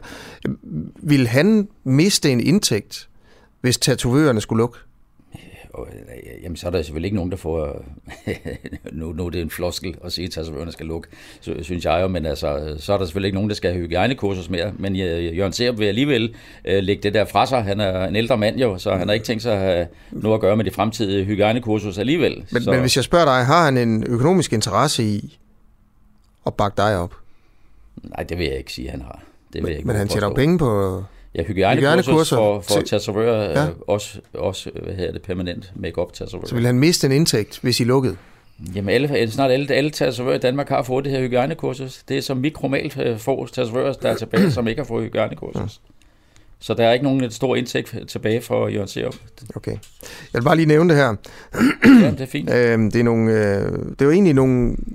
Vil han miste en indtægt, hvis tatovørerne skulle lukke? Jamen, så er der selvfølgelig ikke nogen, der får... nu, nu er det en floskel at sige, at tatovørerne skal lukke, synes jeg jo, men altså, så er der selvfølgelig ikke nogen, der skal have hygiejnekursus mere. Men Jørgen Serup vil alligevel øh, lægge det der fra sig. Han er en ældre mand jo, så han har ikke tænkt sig at have noget at gøre med de fremtidige hygiejnekursus alligevel. Men, men hvis jeg spørger dig, har han en økonomisk interesse i at bakke dig op? Nej, det vil jeg ikke sige, han har. Det vil men jeg ikke men han tjener jo penge på... Ja, hygiejnekurser for, for tatovører, ja. øh, også, også hvad hedder det, permanent make-up tatovører. Så vil han miste en indtægt, hvis I lukkede? Jamen, alle, snart alle, alle tatovører i Danmark har fået det her hygiejnekursus. Det er som mikromalt øh, få tatovører, der er tilbage, som ikke har fået hygiejnekursus. Ja. Så der er ikke nogen stor indtægt tilbage for Jørgen Serup. Okay. Jeg vil bare lige nævne det her. Ja, det er fint. Øhm, det, er nogle, øh, det er jo egentlig nogle...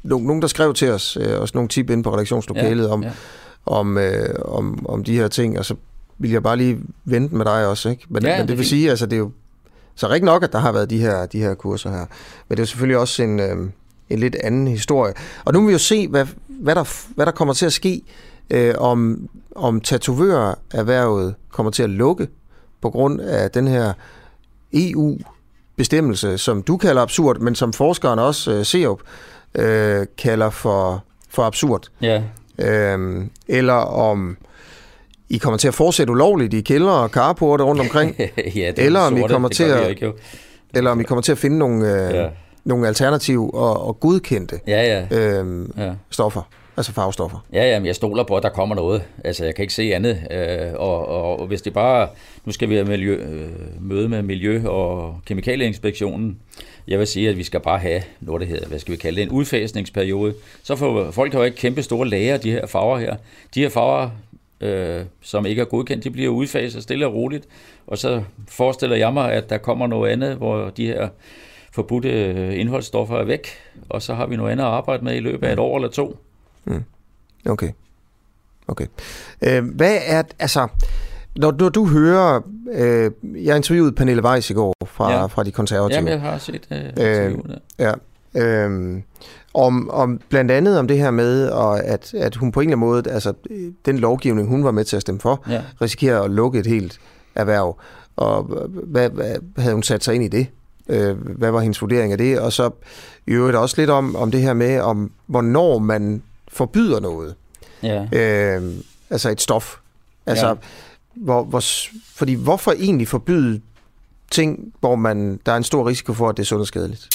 nogen, der skrev til os, øh, også nogle tip inde på redaktionslokalet, ja, om, ja. Om, øh, om, om de her ting, og så vil jeg bare lige vente med dig også, ikke? Men, ja, men det, det vil sige, altså det er jo så rigtig nok, at der har været de her, de her kurser her. Men det er jo selvfølgelig også en, øh, en lidt anden historie. Og nu vil vi jo se, hvad, hvad, der, hvad der kommer til at ske, øh, om, om tatovørerhvervet kommer til at lukke på grund af den her E U-bestemmelse, som du kalder absurd, men som forskeren også, øh, Serup, øh, kalder for, for absurd. Ja. Øh, eller om I kommer til at fortsætte ulovligt i kældre og carporte rundt omkring, ja, eller om sorte, I kommer til at ikke, eller om I kommer til at finde nogle øh, ja. nogle alternative og, og godkendte ja, ja. Øh, ja. stoffer, altså farvestoffer. Ja, ja, men jeg stoler på, at der kommer noget. Altså, jeg kan ikke se andet. Øh, og, og, og hvis det bare, nu skal vi have miljø, øh, møde med Miljø- og Kemikalieinspektionen. Jeg vil sige, at vi skal bare have noget, der hedder, hvad skal vi kalde det, en udfasningsperiode. Så får folk har jo ikke kæmpe store lager af de her farver her. De her farver, øh, som ikke er godkendt, de bliver udfaset stille og roligt. Og så forestiller jeg mig, at der kommer noget andet, hvor de her forbudte indholdsstoffer er væk. Og så har vi noget andet at arbejde med i løbet af et år eller to. Mm. Okay. Okay. Øh, hvad er, altså, når, når du hører, øh, jeg interviewede Pernille Weiss i går fra, ja. fra De Konservative. Jamen, jeg har set øh, interviewet. Øh, ja. Øh, om, om blandt andet om det her med, og at, at hun på en eller anden måde, altså den lovgivning, hun var med til at stemme for, ja. risikerer at lukke et helt erhverv. Og hvad, hvad havde hun sat sig ind i det? Øh, hvad var hendes vurdering af det? Og så i øvrigt også lidt om, om det her med, om hvornår man forbyder noget. Ja. Øh, altså et stof. Altså, ja. hvor, hvor, fordi hvorfor egentlig forbyde ting, hvor man, der er en stor risiko for, at det er sundhedsskadeligt?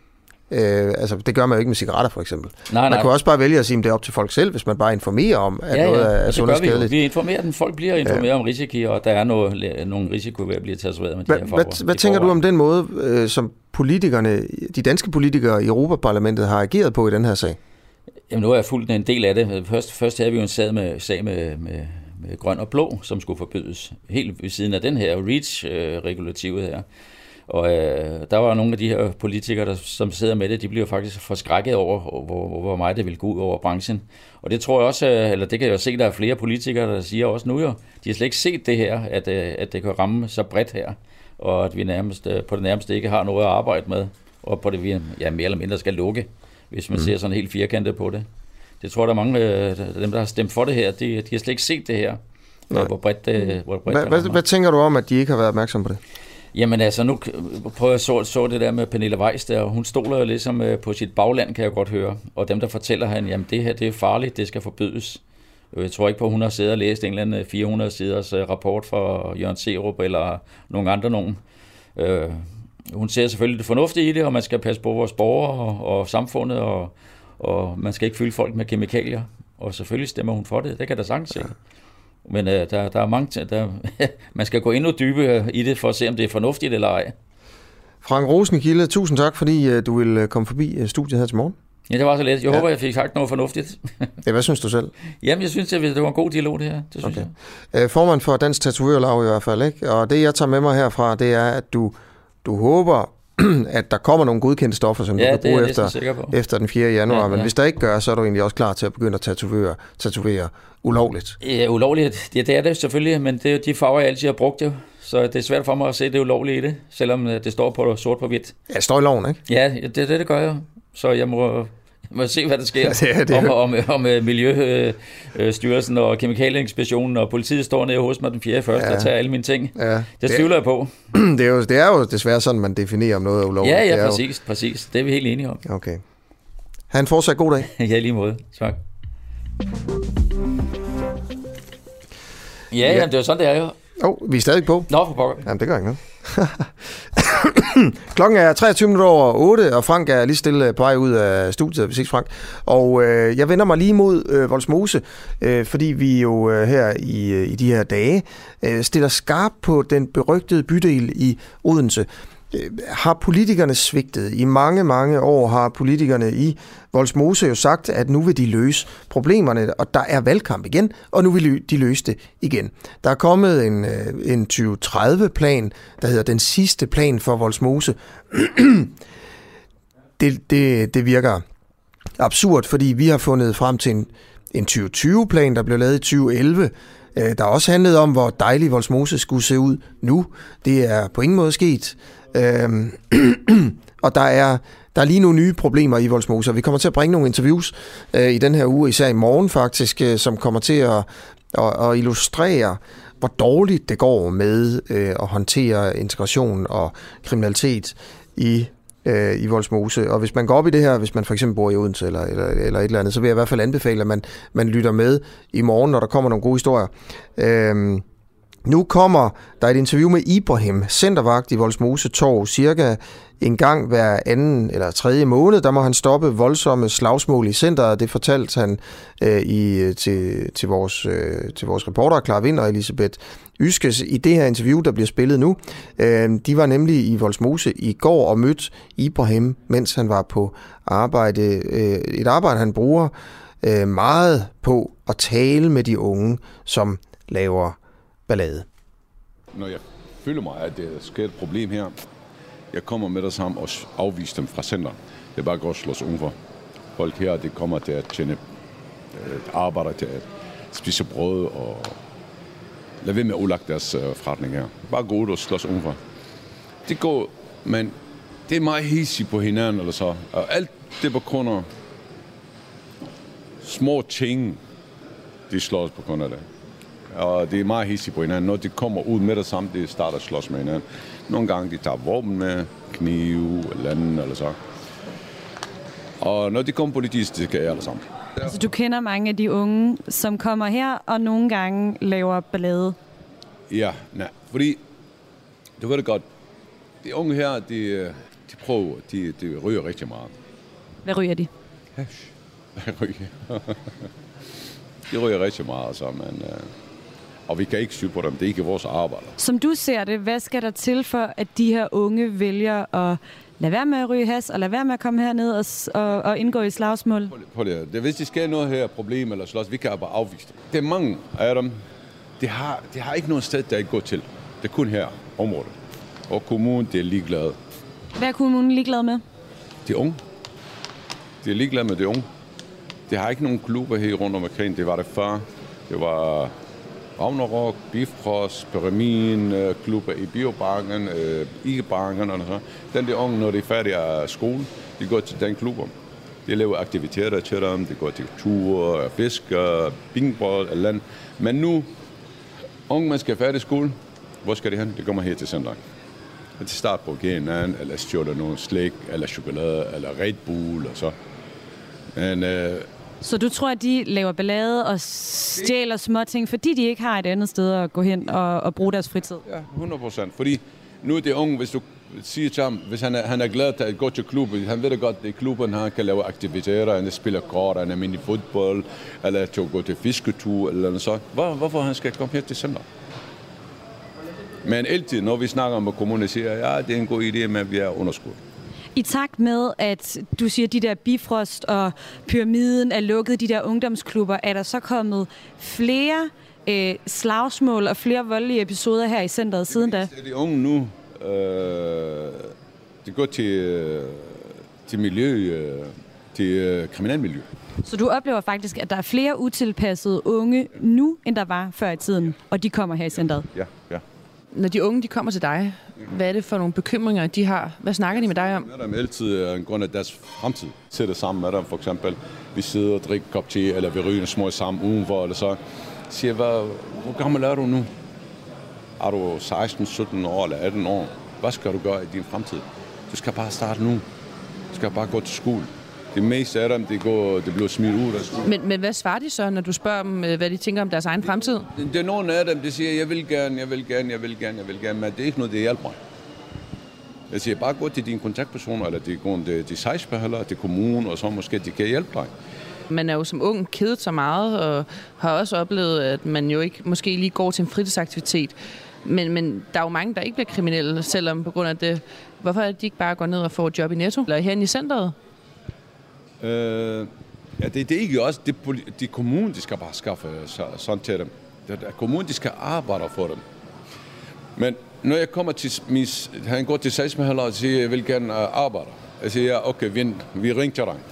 Øh, altså, det gør man jo ikke med cigaretter, for eksempel. Nej, man nej. kan også bare vælge at sige, at det er op til folk selv, hvis man bare informerer om, at ja, noget ja. er sundhedsskadeligt. Vi. vi informerer dem. Folk bliver informeret ja. om risici, og der er noget, nogle risiko ved at blive tatoveret med hva, de her farver. Hvad, hvad tænker du om den måde, øh, som politikerne, de danske politikere i Europaparlamentet har ageret på i den her sag? Jamen, nu har jeg fulgt en del af det. Først, først havde vi jo en sag med, sag med, med, med grøn og blå, som skulle forbydes. Helt ved siden af den her REACH-regulativet her. Og øh, der var nogle af de her politikere, der, som sidder med det, de bliver faktisk forskrækket over, hvor, hvor, hvor meget det vil gå ud over branchen. Og det tror jeg også, eller det kan jeg jo se, der er flere politikere, der siger også nu jo, de har slet ikke set det her, at, at det kan ramme så bredt her, og at vi nærmest, på det nærmeste ikke har noget at arbejde med, og på det vi ja, mere eller mindre skal lukke, hvis man mm. ser sådan helt firkantet på det. Det tror jeg, der er mange af dem, der har stemt for det her, de, de har slet ikke set det her, Nej. hvor bredt det hvor bredt hvad, hvad, hvad tænker du om, at de ikke har været opmærksomme på det? Jamen altså, nu prøver jeg så, så det der med Pernille Weiss der, og hun stoler jo ligesom på sit bagland, kan jeg godt høre. Og dem, der fortæller hende, jamen det her, det er farligt, det skal forbydes. Jeg tror ikke på, at hun har siddet og læst en eller anden fire hundrede siders rapport fra Jørgen Serup eller nogle andre nogen. Øh, hun ser selvfølgelig det fornuftige i det, og man skal passe på vores borgere og, og samfundet, og, og man skal ikke fylde folk med kemikalier. Og selvfølgelig stemmer hun for det, det kan der sagtens se. Men øh, der, der er mange ting, der, man skal gå endnu dybere i det, for at se, om det er fornuftigt eller ej. Frank Rosenkilde, tusind tak, fordi du ville komme forbi studiet her til morgen. Ja, det var så let. Jeg ja. håber, jeg fik sagt noget fornuftigt. Ja, hvad synes du selv? Jamen, jeg synes, det var en god dialog, det her. Det synes okay. jeg. Formand for Dansk Tatovørlaug i hvert fald, ikke? Og det, jeg tager med mig herfra, det er, at du, du håber, at der kommer nogle godkendte stoffer, som ja, du kan bruge efter, efter den fjerde januar. Ja, ja. Men hvis der ikke gør, så er du egentlig også klar til at begynde at tatovere, tatovere ulovligt. Ja, ulovligt. Ja, det er det selvfølgelig, men det er jo de farver, jeg altid har brugt jo. Så det er svært for mig at se det ulovlige i det, selvom det står på sort på hvidt. Ja, det står i loven, ikke? Ja, det er det, det gør jeg. Så jeg må... Jeg må se, hvad der sker ja, det om, om, om Miljøstyrelsen og Kemikalieinspektionen, og politiet står nede hos mig den fjerde første ja. og tager alle mine ting. Ja. Det tvivler jeg på. Det er, jo, det er jo desværre sådan, man definerer, om noget er ulovligt. Ja, ja, det præcis, jo... præcis. Det er vi helt enige om. Okay. Ha' en fortsat god dag. Ja, lige måde. Tak. Ja, ja. Jamen, det er jo sådan, det er jo. Åh, oh, vi er stadig på. Nå, for pokker. Jamen, det gør ikke noget. Klokken er treogtyve minutter over otte, og Frank er lige stille på vej ud af studiet, hvis ikke Frank. Og øh, jeg vender mig lige mod øh, Vollsmose, øh, fordi vi jo øh, her i, i de her dage øh, stiller skarp på den berygtede bydel i Odense. Har politikerne svigtet? I mange, mange år har politikerne i Vollsmose jo sagt, at nu vil de løse problemerne, og der er valgkamp igen, og nu vil de løse det igen. Der er kommet en, en tyve tredive-plan, der hedder den sidste plan for Vollsmose. det, det, det virker absurd, fordi vi har fundet frem til en, en tyve tyve-plan, der blev lavet i tyve elleve, der også handlede om, hvor dejlig Vollsmose skulle se ud nu. Det er på ingen måde sket. Øhm, og der er, der er lige nu nye problemer i Vollsmose, og vi kommer til at bringe nogle interviews øh, i den her uge, især i morgen faktisk, øh, som kommer til at, at, at illustrere, hvor dårligt det går med øh, at håndtere integration og kriminalitet i øh, i Vollsmose. Og hvis man går op i det her, hvis man for eksempel bor i Odense eller, eller, eller et eller andet, så vil jeg i hvert fald anbefale, at man, man lytter med i morgen, når der kommer nogle gode historier. Øhm, nu kommer der et interview med Ibrahim, centervagt i Vollsmose Torv, cirka en gang hver anden eller tredje måned. Der må han stoppe voldsomme slagsmål i centeret. Det fortalte han øh, i, til, til, vores, øh, til vores reporter, Clara Vind og Elisabeth Yskes, i det her interview, der bliver spillet nu. Øh, de var nemlig i Vollsmose i går og mødte Ibrahim, mens han var på arbejde. Øh, et arbejde, han bruger øh, meget på at tale med de unge, som laver ballade. Når jeg føler mig, at det sker et problem her, jeg kommer med dig sammen og afviser dem fra centret. Det er bare godt slås for. Folk her, det kommer til at tjene arbejder til at spise brød og lade være med at udlægge deres forretning her. Bare gå ud og slås for. Det går, men det er meget hissigt på hinanden eller så. Og alt det på grund af små ting, de slås på grund af det. Og det er meget hissigt på hinanden. Når de kommer ud med det samme, de starter at slås med hinanden. Nogle gange de tager våben med, knive eller andet eller så. Og når de kommer politisk, det kan jeg alle sammen. Ja. Altså du kender mange af de unge, som kommer her og nogle gange laver ballade? Ja, nej. Fordi, du ved det godt, de unge her, de, de prøver, de, de ryger rigtig meget. Hvad ryger de? Hash. Hvad ryger? De ryger rigtig meget, så man... Og vi kan ikke syge på dem. Det er ikke vores arbejde. Som du ser det, hvad skal der til for, at de her unge vælger at lade være med at ryge hash, og lade være med at komme herned og, og, og indgå i slagsmål? På det. det. Hvis de sker noget her, problem eller slås, vi kan bare afvise det. Det er mange af dem. De har, de har ikke noget sted, der ikke går til. Det er kun her, området. Og kommunen, det er ligeglade. Hvad er kommunen ligeglad med? De unge. De er ligeglade med de unge. De har ikke nogen klubber her rundt omkring. Det var det før. Det var... Ragnarok, Bifrost, Pyramiden, klubber i Biobanken, øh, Ikebanken og sådan. Den der unge, når de er færdige af skolen, de går til den klubber. De laver aktiviteter til dem, de går til ture, fisker, bingball eller andet. Men nu, unge man skal færdig i skole, hvor skal de hen? De kommer her til centret. De starter på G N N, eller stjåler noget slik, eller chokolade, eller Red Bull og så. Men... Øh, Så du tror, at de laver ballade og stjæler småting, fordi de ikke har et andet sted at gå hen og, og bruge deres fritid? Ja, hundrede procent. Fordi nu er det unge, hvis du siger til ham, hvis han er, han er glad til at gå til klubben, han ved det godt, at i klubben han kan lave aktiviteter, han spiller kort, han er med i fodbold, eller til at gå til fisketur, eller noget så. Hvor, hvorfor han skal komme her til center? Men altid, når vi snakker om at kommunicere, ja, det er en god idé, men vi er underskud. I takt med, at du siger, at de der Bifrost og Pyramiden er lukket, de der ungdomsklubber, er der så kommet flere øh, slagsmål og flere voldelige episoder her i centret siden da? De unge nu, øh, de går til, øh, til miljø, øh, til øh, kriminalmiljø. Så du oplever faktisk, at der er flere utilpassede unge nu, end der var før i tiden, og de kommer her i centret? Ja, ja. Når de unge de kommer til dig, hvad er det for nogle bekymringer, de har? Hvad snakker de med dig om? Jeg er dem altid en grund af deres fremtid. Sætter sammen med dem, for eksempel. Vi sidder og drikker kop te, eller vi ryger små sammen udenfor, eller så. Siger, hvad, hvor gammel er du nu? Er du seksten, sytten år eller atten år? Hvad skal du gøre i din fremtid? Du skal bare starte nu. Du skal bare gå til skole. Det meste af dem, det, går, det bliver smidt ud af skolen. Men, men hvad svarer de så, når du spørger dem, hvad de tænker om deres egen fremtid? Det, det er nogle af dem, der siger, jeg vil gerne, jeg vil gerne, jeg vil gerne, jeg vil gerne, men det er ikke noget, det hjælper mig. Jeg siger, bare gå til dine kontaktpersoner, eller de går til de sagsbehandlere, til kommunen, og så måske de kan hjælpe dig. Man er jo som ung kedet så meget, og har også oplevet, at man jo ikke måske lige går til en fritidsaktivitet. Men, men der er jo mange, der ikke bliver kriminelle, selvom på grund af det. Hvorfor er de ikke bare går ned og får et job i Netto, eller herinde i centret? Øh, ja, det, det er ikke også. Det, de kommunen, de skal bare skaffe sådan til dem. Det er kommunen, de skal arbejde for dem. Men når jeg kommer til mis, han går til sagsbehandler og siger, jeg vil gerne arbejde. Jeg siger, ja, okay, vi, vi ringer til dig.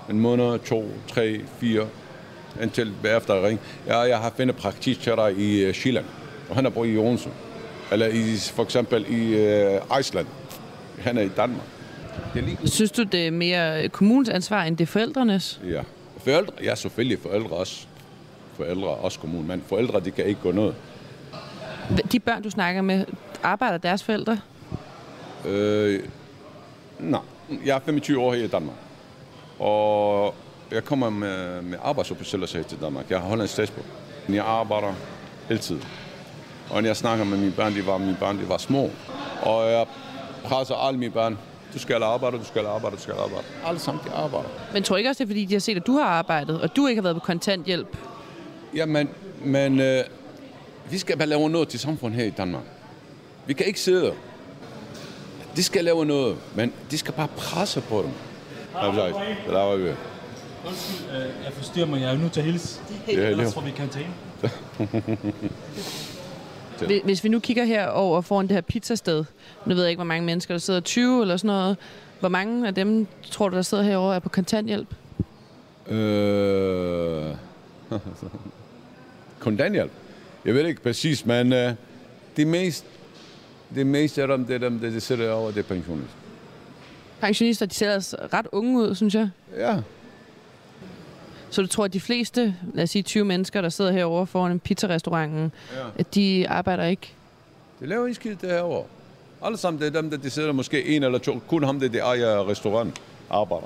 En måned, to, tre, fire, indtil bagefter jeg ringer. Ja, jeg har fundet praktik til dig i Sjælland, og han er på i Odense. Eller i, for eksempel i uh, Island. Han er i Danmark. Det er lige... Synes du, det er mere kommunens ansvar, end det er forældrenes? Ja. Forældre, ja, selvfølgelig forældre også. Forældre også kommunen, men forældre, de kan ikke gå noget. De børn, du snakker med, arbejder deres forældre? Øh, nej, jeg er femogtyve år her i Danmark. Og jeg kommer med, med arbejdsopholdstilladelse til Danmark. Jeg har hollandsk statsborg. Jeg arbejder hele tiden. Og når jeg snakker med mine børn, de var, mine børn de var små. Og jeg presser alle mine børn. Du skal arbejde, du skal arbejde, du skal arbejde. Alle sammen, de arbejder. Men tror ikke også, det er fordi, de har set, at du har arbejdet, og du ikke har været på kontanthjælp? Ja, men, men øh, vi skal bare lave noget til samfundet her i Danmark. Vi kan ikke sidde. De skal lave noget, men de skal bare presse på dem. Ja, det laver vi. Undskyld, jeg forstyrrer mig. Jeg er jo nødt til at hilse. Ellers får vi karantæne. Hvis vi nu kigger herover foran det her pizzasted, nu ved jeg ikke, hvor mange mennesker der sidder, tyve eller sådan noget. Hvor mange af dem, tror du, der sidder herovre, er på kontanthjælp? Øh... kontanthjælp? Jeg ved ikke præcis, men uh, det mest, det mest af dem, det er dem, der sidder herovre, det er pensionister. Pensionister, de ser altså ret unge ud, synes jeg. Ja. Så du tror, at de fleste, lad os sige tyve mennesker, der sidder herovre foran en pizzarestauranten, ja. At de arbejder ikke? De laver ikke skidt derovre. Alle sammen, det er dem, der de sidder måske en eller to. Kun ham, der de ejer restaurant, arbejder.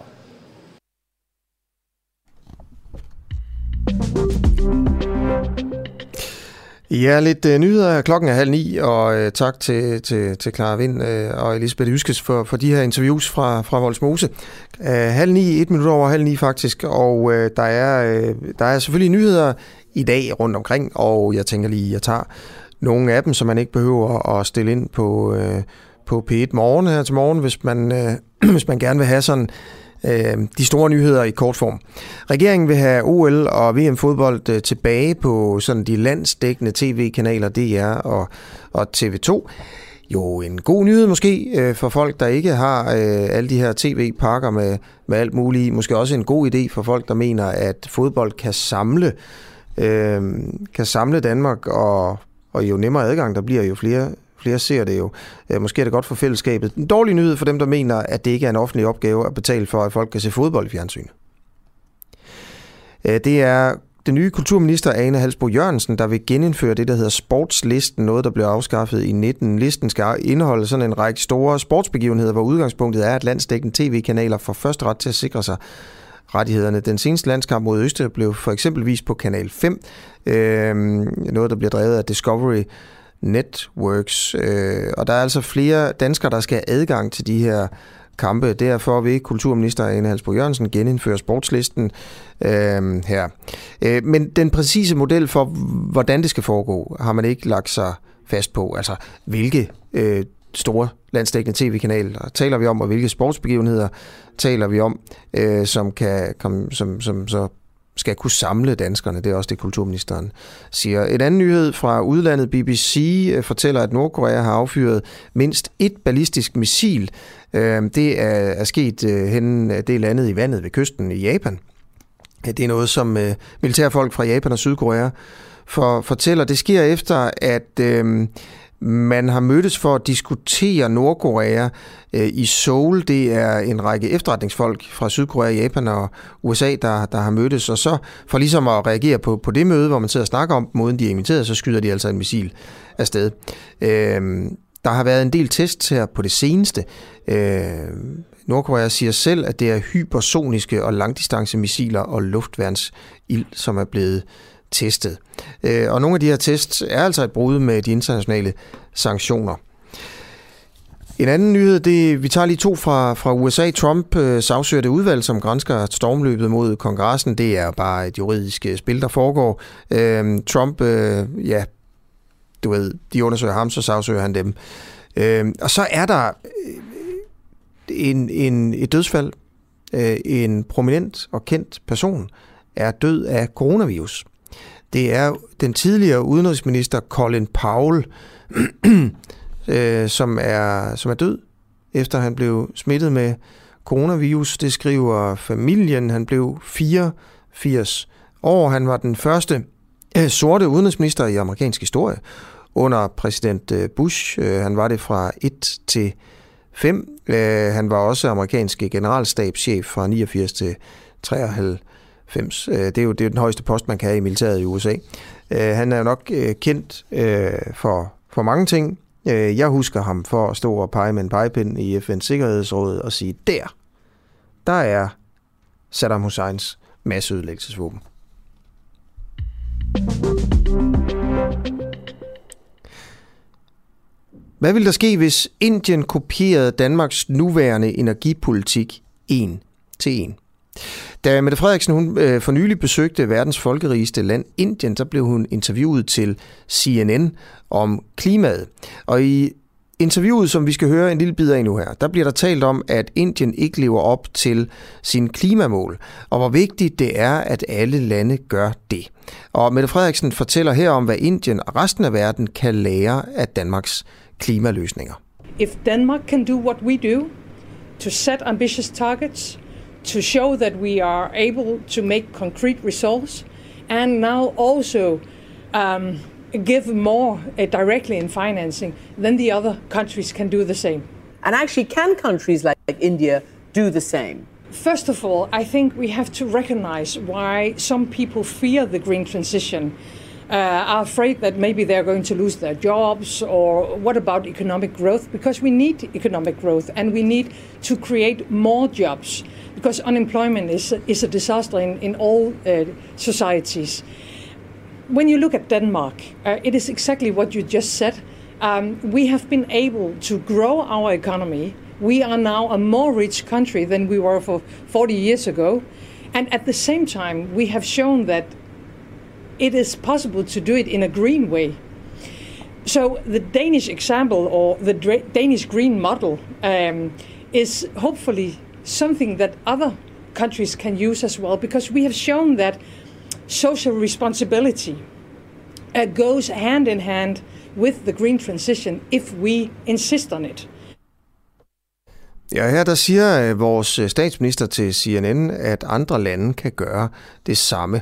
Ja, lidt uh, nyheder. Klokken er halv ni, og uh, tak til, til, til Clara Vind uh, og Elisabeth Yskes for, for de her interviews fra, fra Vollsmose. Uh, halv ni, et minut over halv ni faktisk, og uh, der, er, uh, der er selvfølgelig nyheder i dag rundt omkring, og jeg tænker lige, jeg tager nogle af dem, som man ikke behøver at stille ind på, uh, på P et Morgen her til morgen, hvis man, uh, hvis man gerne vil have sådan de store nyheder i kort form. Regeringen vil have O L og V M-fodbold tilbage på sådan de landsdækkende tv-kanaler D R og, og T V to. Jo, en god nyhed måske for folk, der ikke har alle de her tv-pakker med, med alt muligt. Måske også en god idé for folk, der mener, at fodbold kan samle, øh, kan samle Danmark, og, og jo nemmere adgang, der bliver jo flere Flere ser det jo. Måske er det godt for fællesskabet. En dårlig nyhed for dem, der mener, at det ikke er en offentlig opgave at betale for, at folk kan se fodbold i fjernsyn. Det er den nye kulturminister Ane Halsboe-Jørgensen, der vil genindføre det, der hedder sportslisten, noget, der blev afskaffet i nitten. Listen skal indeholde sådan en række store sportsbegivenheder, hvor udgangspunktet er, at landsdækkende tv-kanaler får først ret til at sikre sig rettighederne. Den seneste landskamp mod Østrig blev for eksempel vist på Kanal fem. Noget, der bliver drevet af Discovery Networks, øh, og der er altså flere danskere, der skal have adgang til de her kampe. Derfor vil kulturminister Ane Halsboe-Jørgensen genindføre sportslisten øh, her. Øh, men den præcise model for, hvordan det skal foregå, har man ikke lagt sig fast på. Altså, hvilke øh, store landsdækkende tv-kanaler taler vi om, og hvilke sportsbegivenheder taler vi om, øh, som kan komme, som, som så skal kunne samle danskerne. Det er også det, kulturministeren siger. En anden nyhed fra udlandet, B B C, fortæller, at Nordkorea har affyret mindst et ballistisk missil. Det er sket hen, det er landet i vandet ved kysten i Japan. Det er noget, som militærfolk fra Japan og Sydkorea for, fortæller. Det sker efter, at øh, man har mødtes for at diskutere Nordkorea øh, i Seoul. Det er en række efterretningsfolk fra Sydkorea, Japan og U S A, der, der har mødtes. Og så for ligesom at reagere på, på det møde, hvor man sidder og snakker om måden, de er inviteret, så skyder de altså en missil afsted. Øh, der har været en del tests her på det seneste. Øh, Nordkorea siger selv, at det er hypersoniske og langdistancemissiler og luftværnsild, som er blevet testet. Og nogle af de her tests er altså et brud med de internationale sanktioner. En anden nyhed, det vi tager lige to fra, fra U S A. Trump øh, sagsøger det udvalg, som gransker stormløbet mod kongressen. Det er bare et juridisk spil, der foregår. Øh, Trump, øh, ja, du ved, de undersøger ham, så sagsøger han dem. Øh, og så er der en, en, et dødsfald. Øh, en prominent og kendt person er død af coronavirus. Det er den tidligere udenrigsminister Colin Powell, øh, som, er, som er død, efter han blev smittet med coronavirus. Det skriver Familien. Han blev fireogfirs år. Han var den første øh, sorte udenrigsminister i amerikansk historie under præsident Bush. Han var det fra et til fem. Han var også amerikansk generalstabschef fra niogfirs til treoghalvfems. Det er jo, det er jo den højeste post, man kan have i militæret i U S A. Han er jo nok kendt for, for mange ting. Jeg husker ham for at stå og pege med en pegepind i F N's Sikkerhedsråd og sige, der, der er Saddam Husseins masseødelæggelsesvåben. Hvad ville der ske, hvis Indien kopierede Danmarks nuværende energipolitik en til en? Da Mette Frederiksen hun, øh, for nylig besøgte verdens folkerigeste land, Indien, så blev hun interviewet til C N N om klimaet. Og i interviewet, som vi skal høre en lille bid af nu her, der bliver der talt om, at Indien ikke lever op til sine klimamål, og hvor vigtigt det er, at alle lande gør det. Og Mette Frederiksen fortæller her om, hvad Indien og resten af verden kan lære af Danmarks klimaløsninger. If Denmark can do what we do, to set ambitious targets, to show that we are able to make concrete results, and now also um, give more uh, directly in financing, then the other countries can do the same. And actually, can countries like, like India do the same? First of all, I think we have to recognize why some people fear the green transition. Uh, are afraid that maybe they're going to lose their jobs, or what about economic growth? Because we need economic growth and we need to create more jobs, because unemployment is, is a disaster in, in all uh, societies. When you look at Denmark, uh, it is exactly what you just said. Um, we have been able to grow our economy. We are now a more rich country than we were for forty years ago. And at the same time, we have shown that it is possible to do it in a green way. So the Danish example, or the Danish green model, um, is hopefully something that other countries can use as well, because we have shown that social responsibility uh, goes hand in hand with the green transition if we insist on it. Ja, her der siger vores statsminister til C N N, at andre lande kan gøre det samme.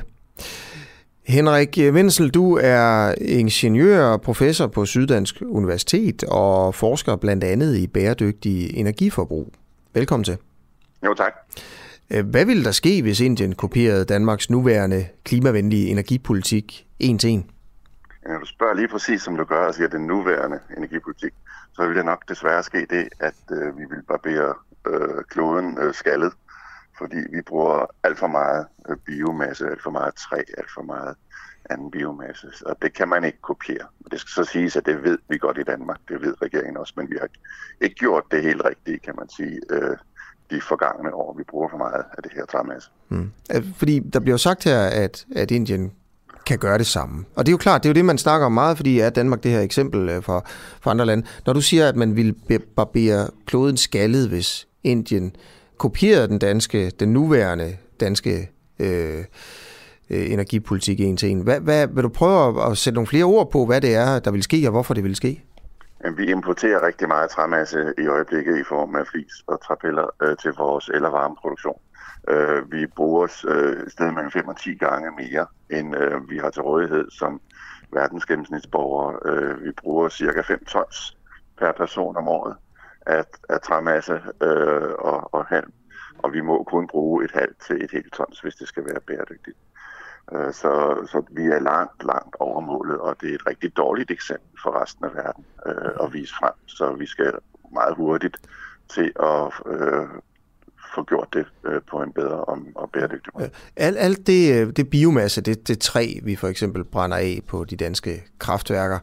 Henrik Wenzel, du er ingeniør og professor på Syddansk Universitet og forsker blandt andet i bæredygtig energiforbrug. Velkommen til. Jo, tak. Hvad ville der ske, hvis Indien kopierede Danmarks nuværende klimavenlige energipolitik en til en? Når du spørger lige præcis, som du gør, og siger den nuværende energipolitik, så vil det nok desværre ske det, at øh, vi vil barbere øh, kloden øh, skaldet. Fordi vi bruger alt for meget biomasse, alt for meget træ, alt for meget anden biomasse. Og det kan man ikke kopiere. Det skal så siges, at det ved vi godt i Danmark. Det ved regeringen også, men vi har ikke gjort det helt rigtigt, kan man sige, de forgangne år. Vi bruger for meget af det her træmasse. Hmm. Fordi der bliver jo sagt her, at, at Indien kan gøre det samme. Og det er jo klart, det er jo det, man snakker om meget, fordi er Danmark det her eksempel for, for andre lande. Når du siger, at man vil barbere kloden skaldet, hvis Indien kopierede den danske, den nuværende danske øh, øh, energipolitik en til en. Hvad, hvad, vil du prøve at, at sætte nogle flere ord på, hvad det er, der vil ske, og hvorfor det vil ske? Vi importerer rigtig meget træmasse i øjeblikket i form af flis og træpiller øh, til vores el- og varmeproduktion. Øh, vi bruger øh, et sted mellem fem og ti gange mere, end øh, vi har til rådighed som verdens gennemsnitsborgere. Øh, vi bruger cirka fem tons per person om året af, af træmasse øh, og, og halm, og vi må kun bruge et halvt til et helt tons, hvis det skal være bæredygtigt. Øh, så, så vi er langt, langt over målet, og det er et rigtig dårligt eksempel for resten af verden øh, at vise frem, så vi skal meget hurtigt til at øh, få gjort det øh, på en bedre og, og bæredygtig måde. Alt, alt det, det biomasse, det, det træ, vi for eksempel brænder af på de danske kraftværker,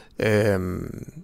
øh,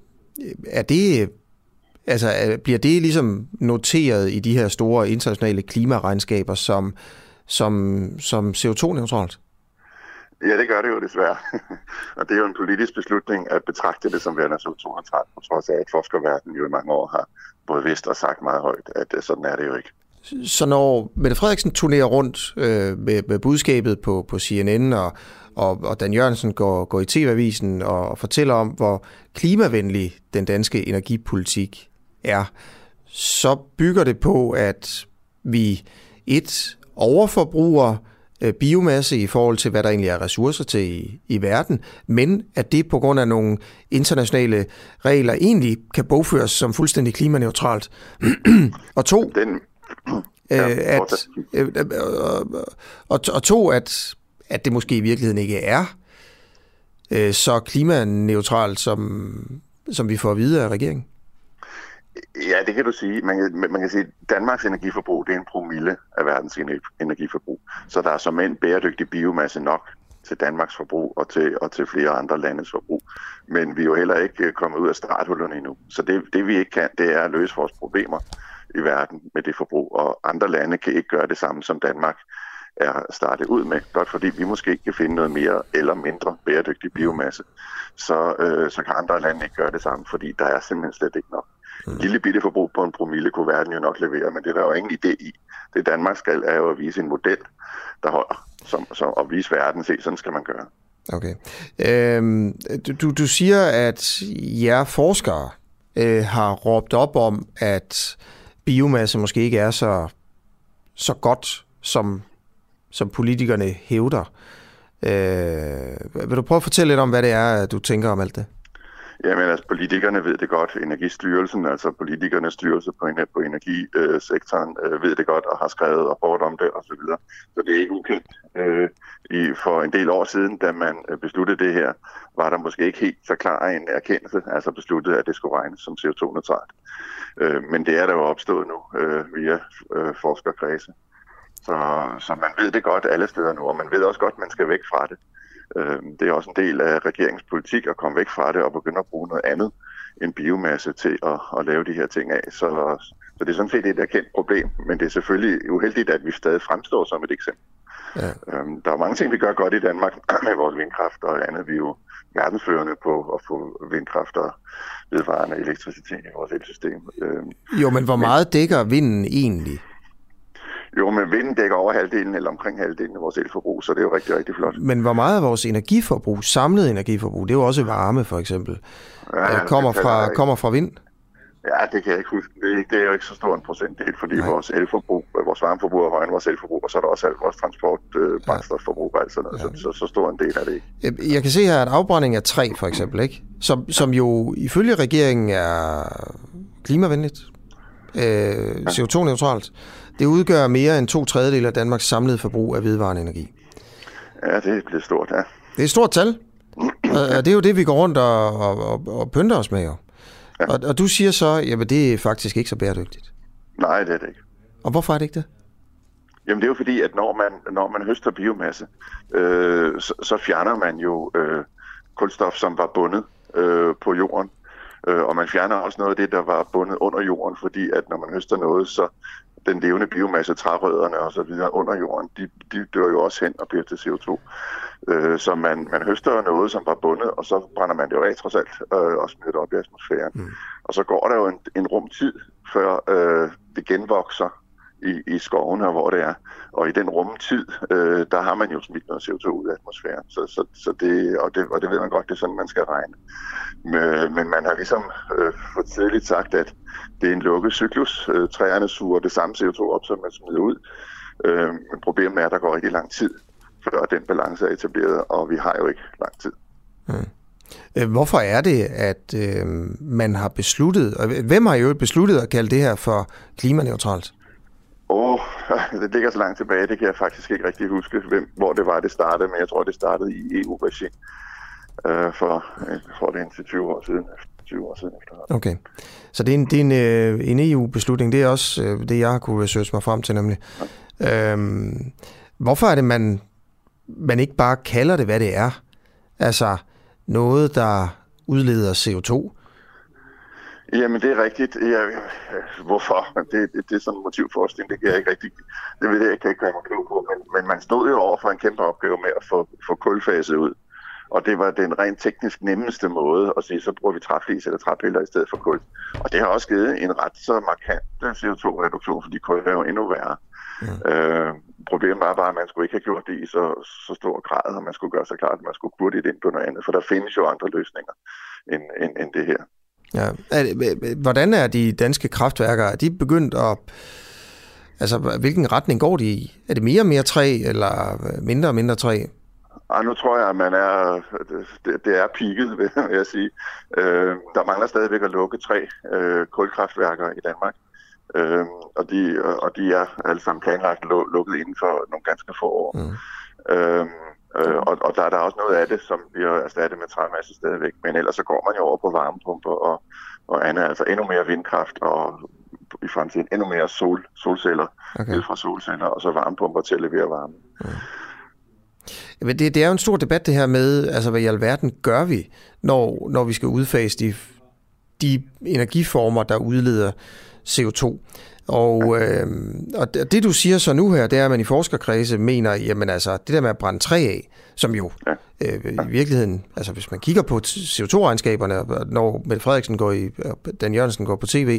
er det... Altså, bliver det ligesom noteret i de her store internationale klimaregnskaber som, som, som C O to neutralt? Ja, det gør det jo desværre. Og det er jo en politisk beslutning at betragte det som værende C O to neutralt, på trods af at forskerverdenen jo i mange år har både vidst og sagt meget højt, at sådan er det jo ikke. Så når Mette Frederiksen turnerer rundt øh, med, med budskabet på, på C N N, og, og, og Dan Jørgensen går, går i T V-avisen og, og fortæller om, hvor klimavenlig den danske energipolitik er, så bygger det på, at vi et overforbruger biomasse i forhold til, hvad der egentlig er ressourcer til i, i verden, men at det på grund af nogle internationale regler egentlig kan bogføres som fuldstændig klimaneutralt. og to, Den, ja, øh, at, øh, og, og to at, at det måske i virkeligheden ikke er øh, så klimaneutralt, som, som vi får at vide af regeringen. Ja, det kan du sige. Man kan, man kan sige, at Danmarks energiforbrug det er en promille af verdens energiforbrug. Så der er som en bæredygtig biomasse nok til Danmarks forbrug og til, og til flere andre landes forbrug. Men vi er jo heller ikke kommet ud af starthullerne endnu. Så det, det vi ikke kan, det er at løse vores problemer i verden med det forbrug. Og andre lande kan ikke gøre det samme, som Danmark er startet ud med. Blot fordi vi måske ikke kan finde noget mere eller mindre bæredygtig biomasse, så, øh, så kan andre lande ikke gøre det samme, fordi der er simpelthen slet ikke nok. Et lille bitte forbrug på en promille kunne verden jo nok levere, men det er der jo ingen idé i. Det Danmark skal er jo at vise en model, der holder, som, som, og vise verden, se, sådan skal man gøre. Okay. Øhm, du, du siger, at jer forskere øh, har råbt op om, at biomasse måske ikke er så, så godt, som, som politikerne hævder. Øh, vil du prøve at fortælle lidt om, hvad det er, du tænker om alt det? Jamen altså, politikerne ved det godt. Energistyrelsen, altså politikernes styrelse på, på energisektoren, øh, ved det godt og har skrevet rapport om det osv. Så, så det er ikke ukendt. Øh, i, for en del år siden, da man besluttede det her, var der måske ikke helt så klar en erkendelse, altså besluttede, at det skulle regnes som C O to neutralt. Øh, men det er der jo opstået nu øh, via øh, forskerkredse. Så, så man ved det godt alle steder nu, og man ved også godt, at man skal væk fra det. Det er også en del af regeringens politik at komme væk fra det og begynde at bruge noget andet end biomasse til at, at lave de her ting af. Så, så det er sådan set et erkendt problem, men det er selvfølgelig uheldigt, at vi stadig fremstår som et eksempel. Ja. Der er mange ting, vi gør godt i Danmark med vores vindkraft og andet. Vi er jo verdensførende på at få vindkraft og vedvarende elektricitet i vores elsystem. Jo, men hvor meget dækker vinden egentlig? Jo, men vinden dækker over halvdelen eller omkring halvdelen af vores elforbrug, så det er jo rigtig, rigtig flot. Men hvor meget af vores energiforbrug, samlet energiforbrug, det er jo også varme for eksempel, ja, kommer, fra, kommer fra vind? Ja, det kan jeg ikke huske. Det er, ikke, det er jo ikke så stor en procentdel, fordi Nej. vores elforbrug, vores varmeforbrug er højere end vores elforbrug, og så er der også alt vores transport, øh, brændstofforbrug og alt sådan noget, ja. så, så, så stor en del af det ikke. Jeg kan se her, at afbrænding af træ for eksempel, ikke? Som, som jo ifølge regeringen er klimavenligt, øh, C O to neutralt. Det udgør mere end to tredjedel af Danmarks samlede forbrug af vedvarende energi. Ja, det er blevet stort, ja. Det er et stort tal. Og det er jo det, vi går rundt og, og, og pynter os med. Jo. Ja. Og, og du siger så, at det er faktisk ikke så bæredygtigt. Nej, det er det ikke. Og hvorfor er det ikke det? Jamen det er jo fordi, at når man, når man høster biomasse, øh, så, så fjerner man jo øh, kulstof, som var bundet øh, på jorden. Øh, og man fjerner også noget af det, der var bundet under jorden, fordi at når man høster noget, så den levende biomasse, trærødderne og så videre under jorden, de, de dør jo også hen og bliver til C O to. Øh, så man, man høster noget, som var bundet, og så brænder man det jo af trods alt øh, og smider det op i atmosfæren. Mm. Og så går der jo en, en rum tid, før øh, det genvokser i, i skovene, hvor det er. Og i den rum tid, øh, der har man jo smidt noget C O to ud af atmosfæren. Så, så, så det, og, det, og det ved man godt, det er sådan, man skal regne. Men, men man har ligesom øh, for tidligt sagt, at det er en lukket cyklus. Øh, træerne suger det samme C O to op, som man smider ud. Øh, men problemet er, at der går rigtig lang tid, før den balance er etableret, og vi har jo ikke lang tid. Hmm. Hvorfor er det, at øh, man har besluttet, og hvem har jo besluttet at kalde det her for klimaneutralt? Åh, oh, det ligger så langt tilbage, det kan jeg faktisk ikke rigtig huske, hvem, hvor det var, det startede, men jeg tror, det startede i E U-regi øh, for, jeg tror, det er indtil tyve år siden, tyve år siden efterhånden. Okay, så det er en, det er en, øh, en E U-beslutning, det er også øh, det, jeg har kunne researche mig frem til, nemlig. Ja. Øhm, hvorfor er det, man, man ikke bare kalder det, hvad det er? Altså noget, der udleder C O to? Jamen, det er rigtigt. Jeg, hvorfor? Det, det, det er sådan en motivforskning, det kan jeg ikke rigtig... Det ved jeg, jeg kan ikke gøre mig klog på, men, men man stod jo over for en kæmpe opgave med at få, få kulfaset ud. Og det var den rent teknisk nemmeste måde at sige, så bruger vi træflis eller træpiller i stedet for kul. Og det har også givet en ret så markant C O to reduktion, fordi kul er jo endnu værre. Ja. Øh, problemet var bare, at man skulle ikke have gjort det i så, så stor grad, og man skulle gøre sig klart, at man skulle kurte det ind på noget andet, for der findes jo andre løsninger end, end, end det her. Ja. Hvordan er de danske kraftværker? Er de begyndt at... Altså, hvilken retning går de i? Er det mere og mere træ, eller mindre og mindre træ? Ej, nu tror jeg, at man er, det, det er peaket, vil jeg sige. Øh, der mangler stadigvæk at lukke tre øh, kulkraftværker i Danmark. Øh, og, de, og de er alle sammen planlagt lukket inden for nogle ganske få år. Mm. Øh, øh, og, og der er der også noget af det, som bliver erstattet med træmasse stadigvæk. Men ellers så går man jo over på varmepumper og, og andet, altså endnu mere vindkraft og i fremtiden endnu mere sol, solceller, okay. fra solceller, og så varmepumper til at levere varme. Mm. Det, det er jo en stor debat det her med, altså hvad i alverden gør vi, når, når vi skal udfase de, de energiformer, der udleder C O to. Og, øh, og det du siger så nu her, det er, at man i forskerkredse mener, jamen altså, det der med at brænde træ af, som jo øh, i virkeligheden, altså hvis man kigger på C O to-regnskaberne, når Mette Frederiksen går i, Dan Jørgensen går på tv,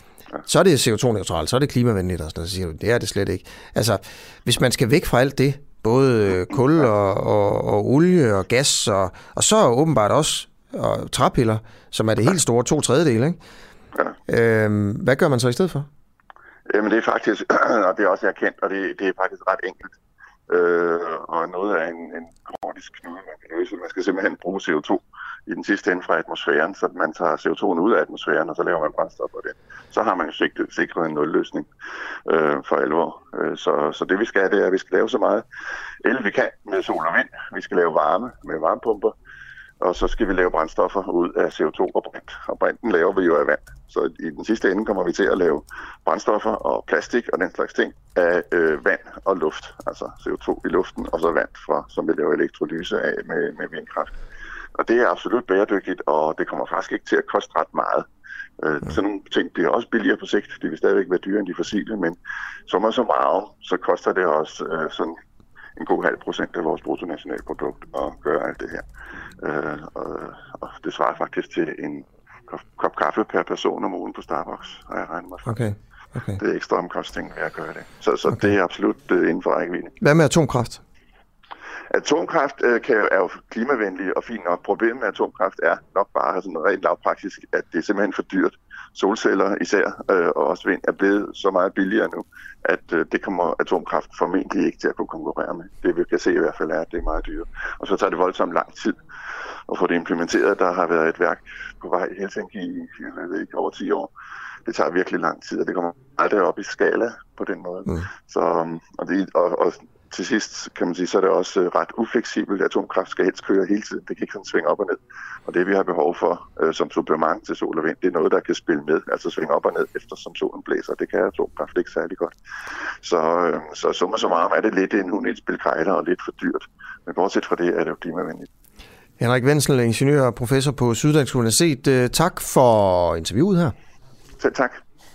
så er det C O to-neutralt, så er det klimavenligt, og sådan noget, så siger du, det er det slet ikke. Altså, hvis man skal væk fra alt det, både kul og, og, og olie og gas, og, og så åbenbart også og træpiller, som er det helt store to tredjedele, ikke? Ja. Øhm, hvad gør man så i stedet for? Jamen det er faktisk, og det er også erkendt, og det, det er faktisk ret enkelt. Øh, og noget af en, en gordisk knude, man kan løse. Man skal simpelthen bruge C O to i den sidste ende fra atmosfæren, så man tager C O to'en ud af atmosfæren, og så laver man brændstof på det. Så har man jo sikret, sikret en nulløsning øh, for alvor. Øh, så, så det vi skal, det er, at vi skal lave så meget el vi kan med sol og vind. Vi skal lave varme med varmepumper, og så skal vi lave brændstoffer ud af C O to og brint. Og brinten laver vi jo af vand. Så i den sidste ende kommer vi til at lave brændstoffer og plastik og den slags ting af øh, vand og luft. Altså C O to i luften, og så vand, fra, som vi laver elektrolyse af med, med vindkraft. Og det er absolut bæredygtigt, og det kommer faktisk ikke til at koste ret meget. Øh, sådan nogle ting bliver også billigere på sigt. Det vil stadigvæk være dyrere end de fossile, men som er så meget, så koster det også øh, sådan en god halv procent af vores bruttonationalprodukt at gøre alt det her. Øh, og, og det svarer faktisk til en kop kaffe per person om ugen på Starbucks, har jeg regnet mig for. Okay. Okay. Det er ekstra omkostning ved at gøre det. Så, så okay. Det er absolut uh, inden for rækkevidde. Hvad med atomkraft? Atomkraft uh, kan jo, er jo klimavenlig og fint nok. Problemet med atomkraft er nok bare sådan rent lavpraktisk, at det er simpelthen for dyrt. Solceller især, uh, og også vind, er blevet så meget billigere nu, at uh, det kommer atomkraft formentlig ikke til at kunne konkurrere med. Det vi kan se i hvert fald er, at det er meget dyrt. Og så tager det voldsomt lang tid at få det implementeret. Der har været et værk på vej i Helsinki i jeg ved ikke, over ti år. Det tager virkelig lang tid, og det kommer aldrig op i skala på den måde. Mm. Så, og, det, og, og til sidst kan man sige, så er det også ret ufleksibelt. Atomkraft skal helst køre hele tiden. Det kan ikke sådan svinge op og ned. Og det vi har behov for øh, som supplement til sol og vind, det er noget, der kan spille med, altså svinge op og ned, eftersom solen blæser. Det kan atomkraft ikke særlig godt. Så, øh, så summa summarum er det lidt en hund, et spil krejler og lidt for dyrt. Men bortset fra det er det jo klimavenligt. Henrik Wenzel, ingeniør og professor på Syddansk Universitet. Tak for interviewet her. Selv tak.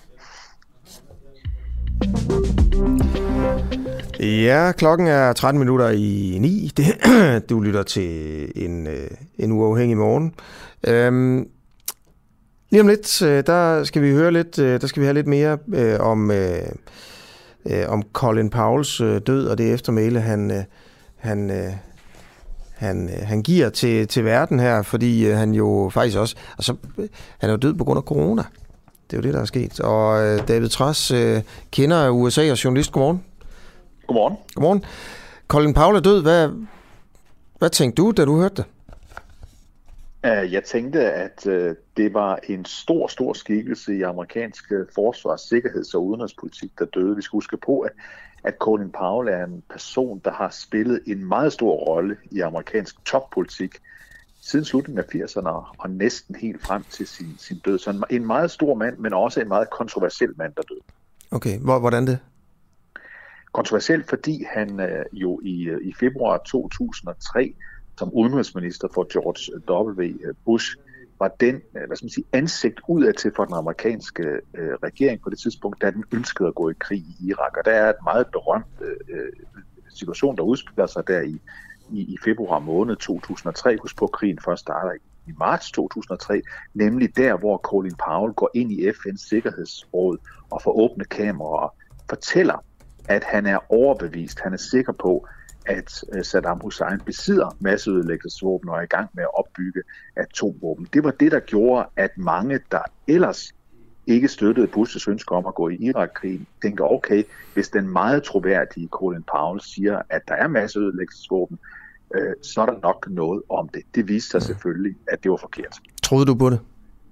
Ja, klokken er tretten minutter i ni. Du lytter til en, en uafhængig morgen. Øhm, lige om lidt, der skal vi høre lidt, der skal vi have lidt mere øh, om, øh, om Colin Powells død, og det eftermæle, han, han, øh, han, han giver til, til verden her, fordi han jo faktisk også, altså, han er jo død på grund af corona. Det er jo det, der er sket. Og David Trads øh, kender af U S A og journalist. Godmorgen. Godmorgen. Godmorgen. Colin Powell er død. Hvad, hvad tænkte du, da du hørte det? Uh, jeg tænkte, at uh, det var en stor, stor skikkelse i amerikansk forsvars-, sikkerheds- og udenrigspolitik, der døde. Vi skal huske på, at, at Colin Powell er en person, der har spillet en meget stor rolle i amerikansk toppolitik siden slutningen af firserne og næsten helt frem til sin, sin død. Så en, en meget stor mand, men også en meget kontroversiel mand, der døde. Okay, hvordan det? Kontroversielt, fordi han øh, jo i, i februar to tusind og tre som udenrigsminister for George W. Bush var den hvad skal man sige, ansigt udadtil for den amerikanske øh, regering på det tidspunkt, da den ønskede at gå i krig i Irak. Og der er et meget berømt øh, situation, der udspiller sig der i, i, i februar måned to tusind og tre. Husk på, krigen først starter i marts to tusind og tre, nemlig der, hvor Colin Powell går ind i F N's Sikkerhedsråd og får åbne kameraer og fortæller, at han er overbevist, han er sikker på, at Saddam Hussein besidder masseødelæggelsesvåben og er i gang med at opbygge atomvåben. Det var det, der gjorde, at mange, der ellers ikke støttede Bush's ønske om at gå i Irak-krigen, tænker, okay, hvis den meget troværdige Colin Powell siger, at der er masseødelæggelsesvåben, øh, så er der nok noget om det. Det viste sig selvfølgelig, at det var forkert. Troede du på det?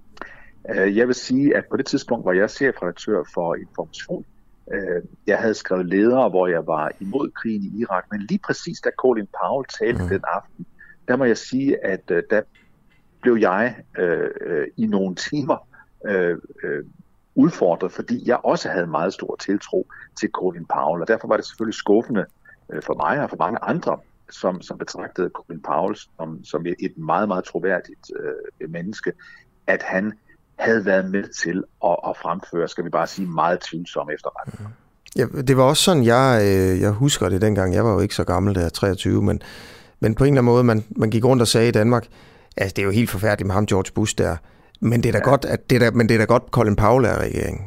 Jeg vil sige, at på det tidspunkt var jeg chefredaktør for Information. Jeg havde skrevet ledere, hvor jeg var imod krigen i Irak, men lige præcis da Colin Powell talte mm. den aften, der må jeg sige, at der blev jeg øh, i nogle timer øh, øh, udfordret, fordi jeg også havde meget stor tiltro til Colin Powell, og derfor var det selvfølgelig skuffende øh, for mig og for mange andre, som, som betragtede Colin Powell som, som et meget, meget troværdigt øh, menneske, at han havde været med til at, at fremføre, skal vi bare sige, meget tvivlsomme efterretninger. Ja, det var også sådan, jeg, øh, jeg husker det dengang. Jeg var jo ikke så gammel, der treogtyve, men, men på en eller anden måde, man, man gik rundt og sagde i Danmark, altså det er jo helt forfærdeligt med ham, George Bush der, men det er da ja. godt, at det er da, men det er da godt, Colin Powell er regeringen.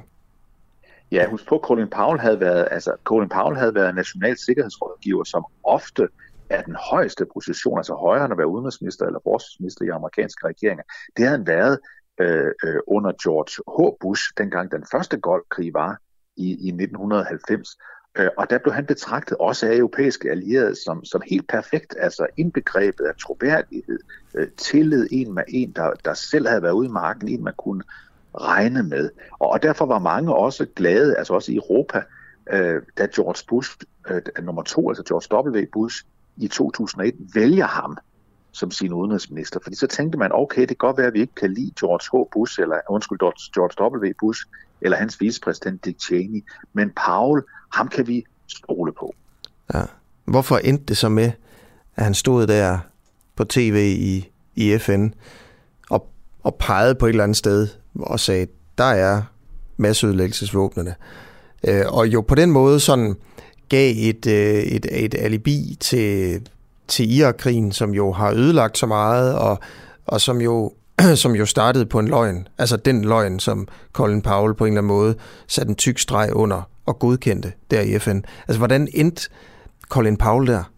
Ja, husk på, Colin Powell havde været, altså Colin Powell havde været national sikkerhedsrådgiver, som ofte er den højeste position, altså højere end at være udenrigsminister eller forsvarsminister i amerikanske regeringer. Det havde han været øh, øh, under George H. Bush, dengang den første Golfkrig var i, i nitten halvfems. Øh, og der blev han betragtet også af europæiske allierede som, som helt perfekt, altså indbegrebet af troværdighed, øh, tillid en med en, der, der selv havde været ude i marken, en man kunne regne med. Og, og derfor var mange også glade, altså også i Europa, øh, da George Bush, øh, nummer to, altså George W. Bush, i to tusind og et vælger ham som sin udenrigsminister. Fordi så tænkte man, okay, det kan godt være, at vi ikke kan lide George H. Bush, eller undskyld, George W. Bush, eller hans vicepræsident Dick Cheney, men Powell, ham kan vi stole på. Ja. Hvorfor endte det så med, at han stod der på tv i, i F N og, og pegede på et eller andet sted og sagde, der er masseødelæggelsesvåbnene. Øh, og jo på den måde sådan gav et, et, et alibi til, til Irak-krigen, som jo har ødelagt så meget, og, og som, jo, som jo startede på en løgn. Altså den løgn, som Colin Powell på en eller anden måde satte en tyk streg under og godkendte der i F N. Altså hvordan endte Colin Powell der?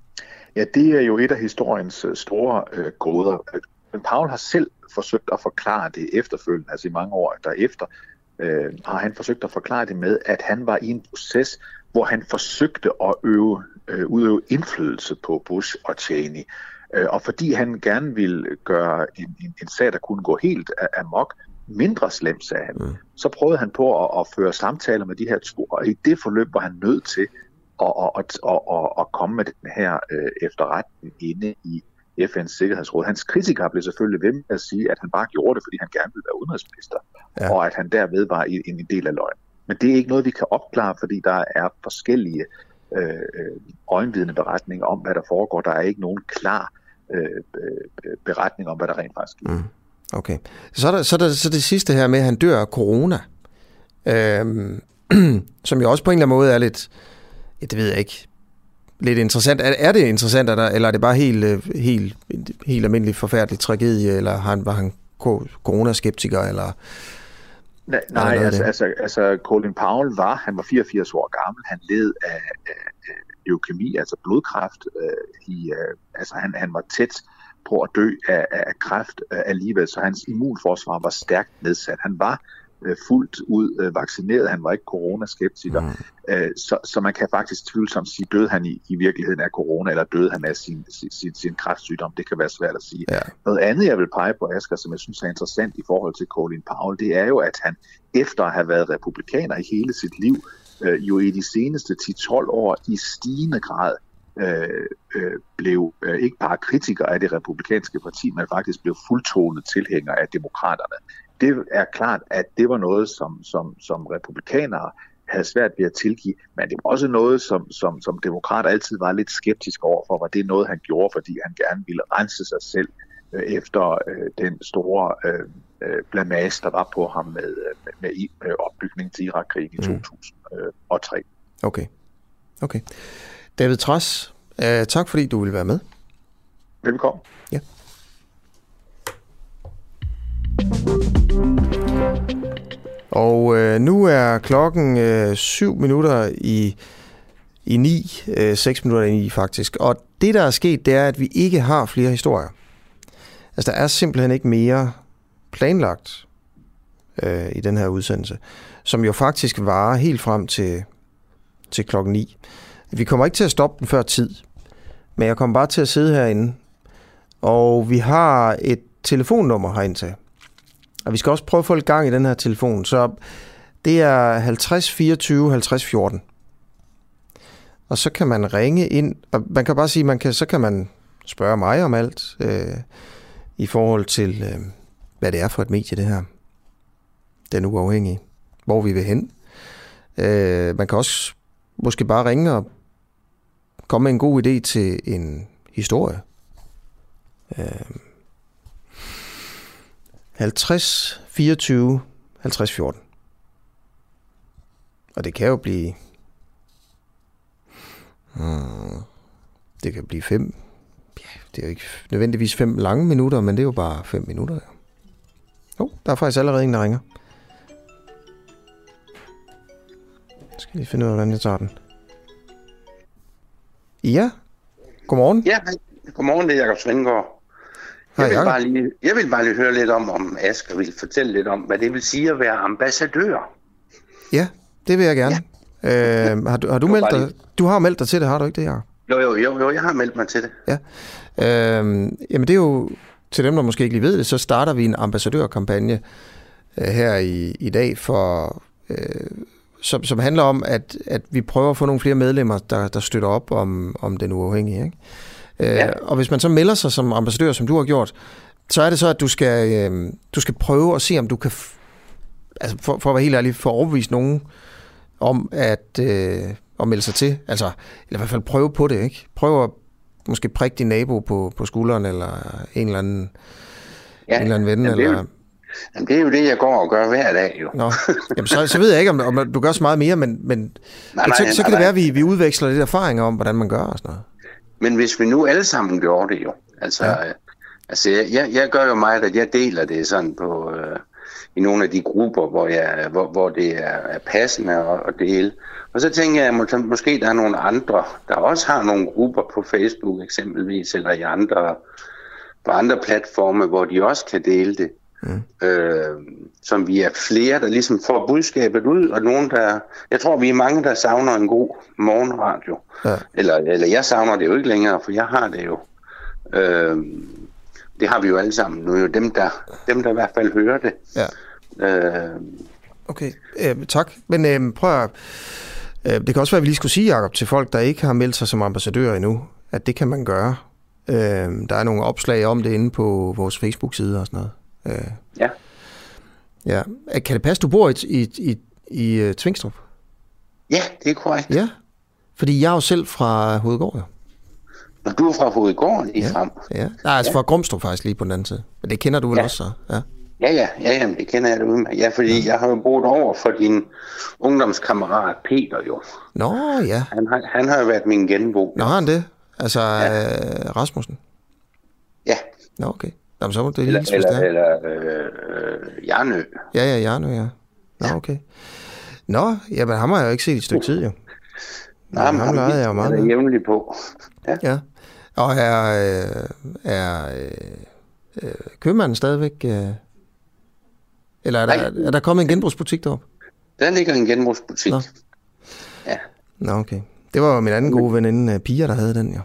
Ja, det er jo et af historiens store øh, gåder. Men Powell har selv forsøgt at forklare det efterfølgende, altså i mange år derefter, øh, har han forsøgt at forklare det med, at han var i en proces, hvor han forsøgte at øve, øh, udøve indflydelse på Bush og Cheney. Øh, og fordi han gerne ville gøre en, en, en sag, der kunne gå helt amok, mindre slemt, sagde han, mm. så prøvede han på at, at føre samtaler med de her to, og i det forløb var han nødt til at, at, at, at, at komme med den her øh, efterretning inde i F N's Sikkerhedsråd. Hans kritikere blev selvfølgelig ved med at sige, at han bare gjorde det, fordi han gerne ville være udenrigsminister, ja. Og at han derved var en, en del af løgn. Men det er ikke noget, vi kan opklare, fordi der er forskellige øh, øjenvidende beretninger om, hvad der foregår. Der er ikke nogen klar øh, beretning om, hvad der rent faktisk sker. Mm. Okay. Så er der, så er der så det sidste her med, at han dør af corona, øhm, som jo også på en eller anden måde er lidt, ja, det ved jeg ikke, lidt interessant. Er, er det interessant, eller er det bare helt, helt, helt almindelig forfærdelig tragedie, eller han, var han coronaskeptiker, eller... Nej, nej altså, altså, altså Colin Powell var, han var fireogfirs år gammel, han led af, af, af leukemi, altså blodkræft, øh, i, øh, altså han, han var tæt på at dø af, af kræft øh, alligevel, så hans immunforsvar var stærkt nedsat. Han var øh, fuldt ud øh, vaccineret, han var ikke coronaskeptiker, mm. øh, så, så man kan faktisk tvivlsomt sige, døde han i, i virkeligheden af corona, eller døde han af sin, sin, sin, sin kræftsygdom, det kan være svært at sige. Ja. Noget andet, jeg vil pege på, Asger, som jeg synes er interessant i forhold til Colin Powell, det er jo, at han efter at have været republikaner i hele sit liv, øh, jo i de seneste ti til tolv år i stigende grad Øh, øh, blev øh, ikke bare kritiker af det republikanske parti, men faktisk blev fuldtonet tilhænger af demokraterne. Det er klart, at det var noget, som, som, som republikanere havde svært ved at tilgive, men det var også noget, som, som, som demokrater altid var lidt skeptiske overfor, var det noget, han gjorde, fordi han gerne ville rense sig selv øh, efter øh, den store øh, øh, blamage, der var på ham med, med, med, med opbygningen til Irak-krigen i mm. to tusind og tre. Okay. Okay. David Trads, øh, tak fordi du ville være med. Velkommen. Ja. Og øh, nu er klokken øh, syv minutter i i ni, øh, seks minutter i ni faktisk. Og det, der er sket, det er, at vi ikke har flere historier. Altså, der er simpelthen ikke mere planlagt øh, i den her udsendelse, som jo faktisk varer helt frem til, til klokken ni. Vi kommer ikke til at stoppe den før tid, men jeg kommer bare til at sidde herinde, og vi har et telefonnummer herind til. Og vi skal også prøve at få lidt gang i den her telefon, så det er halvtreds fireogtyve halvtreds fjorten. Og så kan man ringe ind, og man kan bare sige, man kan, så kan man spørge mig om alt, øh, i forhold til, øh, hvad det er for et medie, det her. Den Uafhængige. Hvor vi vil hen. Øh, man kan også måske bare ringe og komme med en god idé til en historie. Øh, halvtreds fireogtyve halvtreds fjorten. Og det kan jo blive... Hmm, det kan blive fem... Ja, det er jo ikke nødvendigvis fem lange minutter, men det er jo bare fem minutter. Jo, oh, der er faktisk allerede en, der ringer. Jeg skal lige finde ud af, hvordan jeg tager den. Ja, godmorgen. Ja, godmorgen, det er Jakob Svendgaard. Jeg, Hej, vil bare lige, jeg vil bare lige høre lidt om, om Asger vil fortælle lidt om, hvad det vil sige at være ambassadør. Ja, det vil jeg gerne. Ja. Øh, har du, har du meldt dig? Du har meldt dig til det, har du ikke det, Jakob? Jo, jo, jo, jo, jeg har meldt mig til det. Ja. Øh, jamen det er jo, til dem, der måske ikke lige ved det, så starter vi en ambassadørkampagne øh, her i, i dag, for, øh, som, som handler om, at, at vi prøver at få nogle flere medlemmer, der, der støtter op om, om Den Uafhængige, ikke? Ja. Og hvis man så melder sig som ambassadør, som du har gjort, så er det så, at du skal, øh, du skal prøve at se, om du kan, f- altså for, for at være helt ærlig, få overbevist nogen om at, øh, at melde sig til. Altså, eller i hvert fald prøve på det, ikke? Prøve at måske prikke din nabo på, på skulderen, eller en eller anden, ja, en eller anden ven. Jamen, det, er eller... jo, jamen, det er jo det, jeg går og gør hver dag, jo. Nå, jamen, så, så ved jeg ikke, om, om du gør så meget mere, men, men, nej, men så, nej, så kan nej, det være, at vi, vi udveksler lidt erfaringer om, hvordan man gør og sådan noget. Men hvis vi nu alle sammen gjorde det jo, altså, ja. øh, altså jeg, jeg gør jo meget, at jeg deler det sådan på, øh, i nogle af de grupper, hvor, jeg, hvor, hvor det er, er passende at, at dele. Og så tænker jeg, at måske der er nogle andre, der også har nogle grupper på Facebook eksempelvis, eller i andre, på andre platforme, hvor de også kan dele det. Mm. Øh, som vi er flere, der ligesom får budskabet ud, og nogen, der... Jeg tror, vi er mange, der savner en god morgenradio. Ja. Eller, eller jeg savner det jo ikke længere, for jeg har det jo. Øh, det har vi jo alle sammen. Nu er jo dem, der, dem, der i hvert fald hører det. Ja. Øh, okay, øh, tak. Men øh, prøv at... Øh, det kan også være, at vi lige skulle sige, Jacob, til folk, der ikke har meldt sig som ambassadør endnu, at det kan man gøre. Øh, der er nogle opslag om det inde på vores Facebook-side og sådan noget. Øh, ja. Ja. Kan det passe, du bor i, i, i, i uh, Tvingstrup? Ja, det er korrekt. Ja, fordi jeg er jo selv fra Hovedgård, jo. Når du er fra Hovedgård lige ja. frem? Ja, nej, altså ja. Fra Grumstrup faktisk lige på den anden side. Men det kender du vel ja. også så? Ja, ja, ja, ja, ja det kender jeg det ud med. Ja, fordi ja. jeg har jo boet over for din ungdomskammerat Peter jo. Nå, ja. Han har, han har jo været min genbo. Nå, har han det? Altså ja. øh, Rasmussen? Ja. Nå, okay. Jamen, så må det lige eller, eller, eller øh, øh, Jarnø. Ja, ja, Jarnø, ja. Nå, okay. Nå, jamen ham har jeg jo ikke set i et stykke tid, jo. Nej, men ham lejede jeg jo meget med. Jævnligt på. Ja. ja. Og er, øh, er øh, købmanden stadigvæk... Øh, eller er der, er der kommet en genbrugsbutik deroppe? Der ligger en genbrugsbutik. Nå. Ja. Nå, okay. Det var jo min anden gode veninde, Pia, der havde den, jo.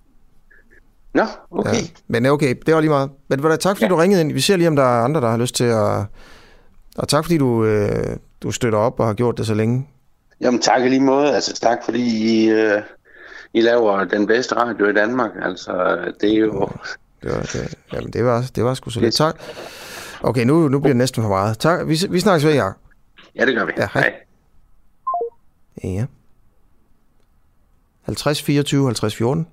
Nå, okay. Ja. Men okay, det var lige meget. Men tak fordi ja. du ringede ind. Vi ser lige, om der er andre, der har lyst til at... Og tak fordi du, øh, du støtter op og har gjort det så længe. Jamen tak i lige måde. Altså tak fordi I, øh, I laver den bedste radio i Danmark. Altså det er jo... Det var, det, jamen det var, det var sgu så lidt. Tak. Okay, nu, nu bliver det næsten for meget. Tak. Vi, vi snakkes ved, Jacob. Ja, det gør vi. Ja, hej. hej. Ja. halvtreds fireogtyve halvtreds fjorten.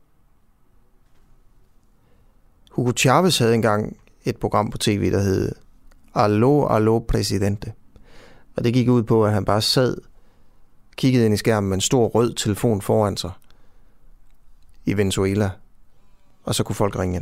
Hugo Chavez havde engang et program på tv, der hed Allo, Allo, Presidente. Og det gik ud på, at han bare sad, kiggede ind i skærmen med en stor rød telefon foran sig i Venezuela. Og så kunne folk ringe ind.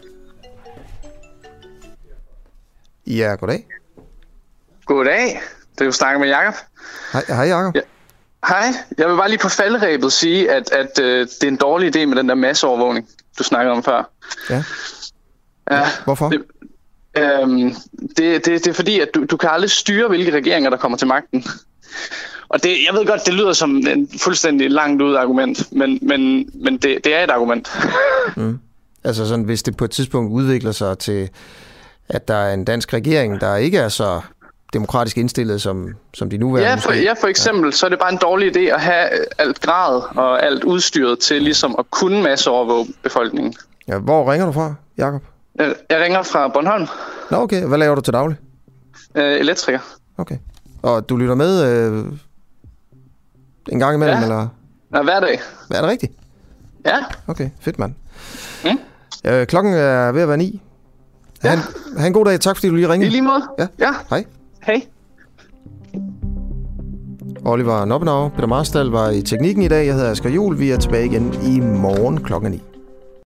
Ja, goddag. Goddag. Det er jo snakke med Jakob. Hej, hej Jakob. Ja. Hej, jeg vil bare lige på falderæbet sige, at, at øh, det er en dårlig idé med den der masseovervågning, du snakkede om før. Ja. Ja. Hvorfor? Det, øhm, det, det, det er fordi, at du, du kan aldrig styre, hvilke regeringer, der kommer til magten. Og det, jeg ved godt, det lyder som en fuldstændig langt ud argument, men, men, men det, det er et argument. Mm. Altså sådan, hvis det på et tidspunkt udvikler sig til, at der er en dansk regering, der ikke er så demokratisk indstillet, som, som de nuværende. Ja, for, ja, for eksempel, ja. Så er det bare en dårlig idé at have alt grad og alt udstyret til ligesom at kunne masseovervåge befolkningen. Ja, hvor ringer du fra, Jakob? Jeg, jeg ringer fra Bornholm. Nå, okay. Hvad laver du til daglig? Øh, elektriker. Okay. Og du lytter med øh, en gang imellem, ja. eller? Ja, hver dag. Er det rigtigt? Ja. Okay, fedt mand. Mm. Øh, klokken er ved at være ni. Ha' en, ha' en god dag. Tak fordi du lige ringede. I lige måde. Ja. Ja. Hej. Hej. Oliver Noppenau, Peter Marstal var i teknikken i dag. Jeg hedder Asger Juhl. Vi er tilbage igen i morgen klokken ni.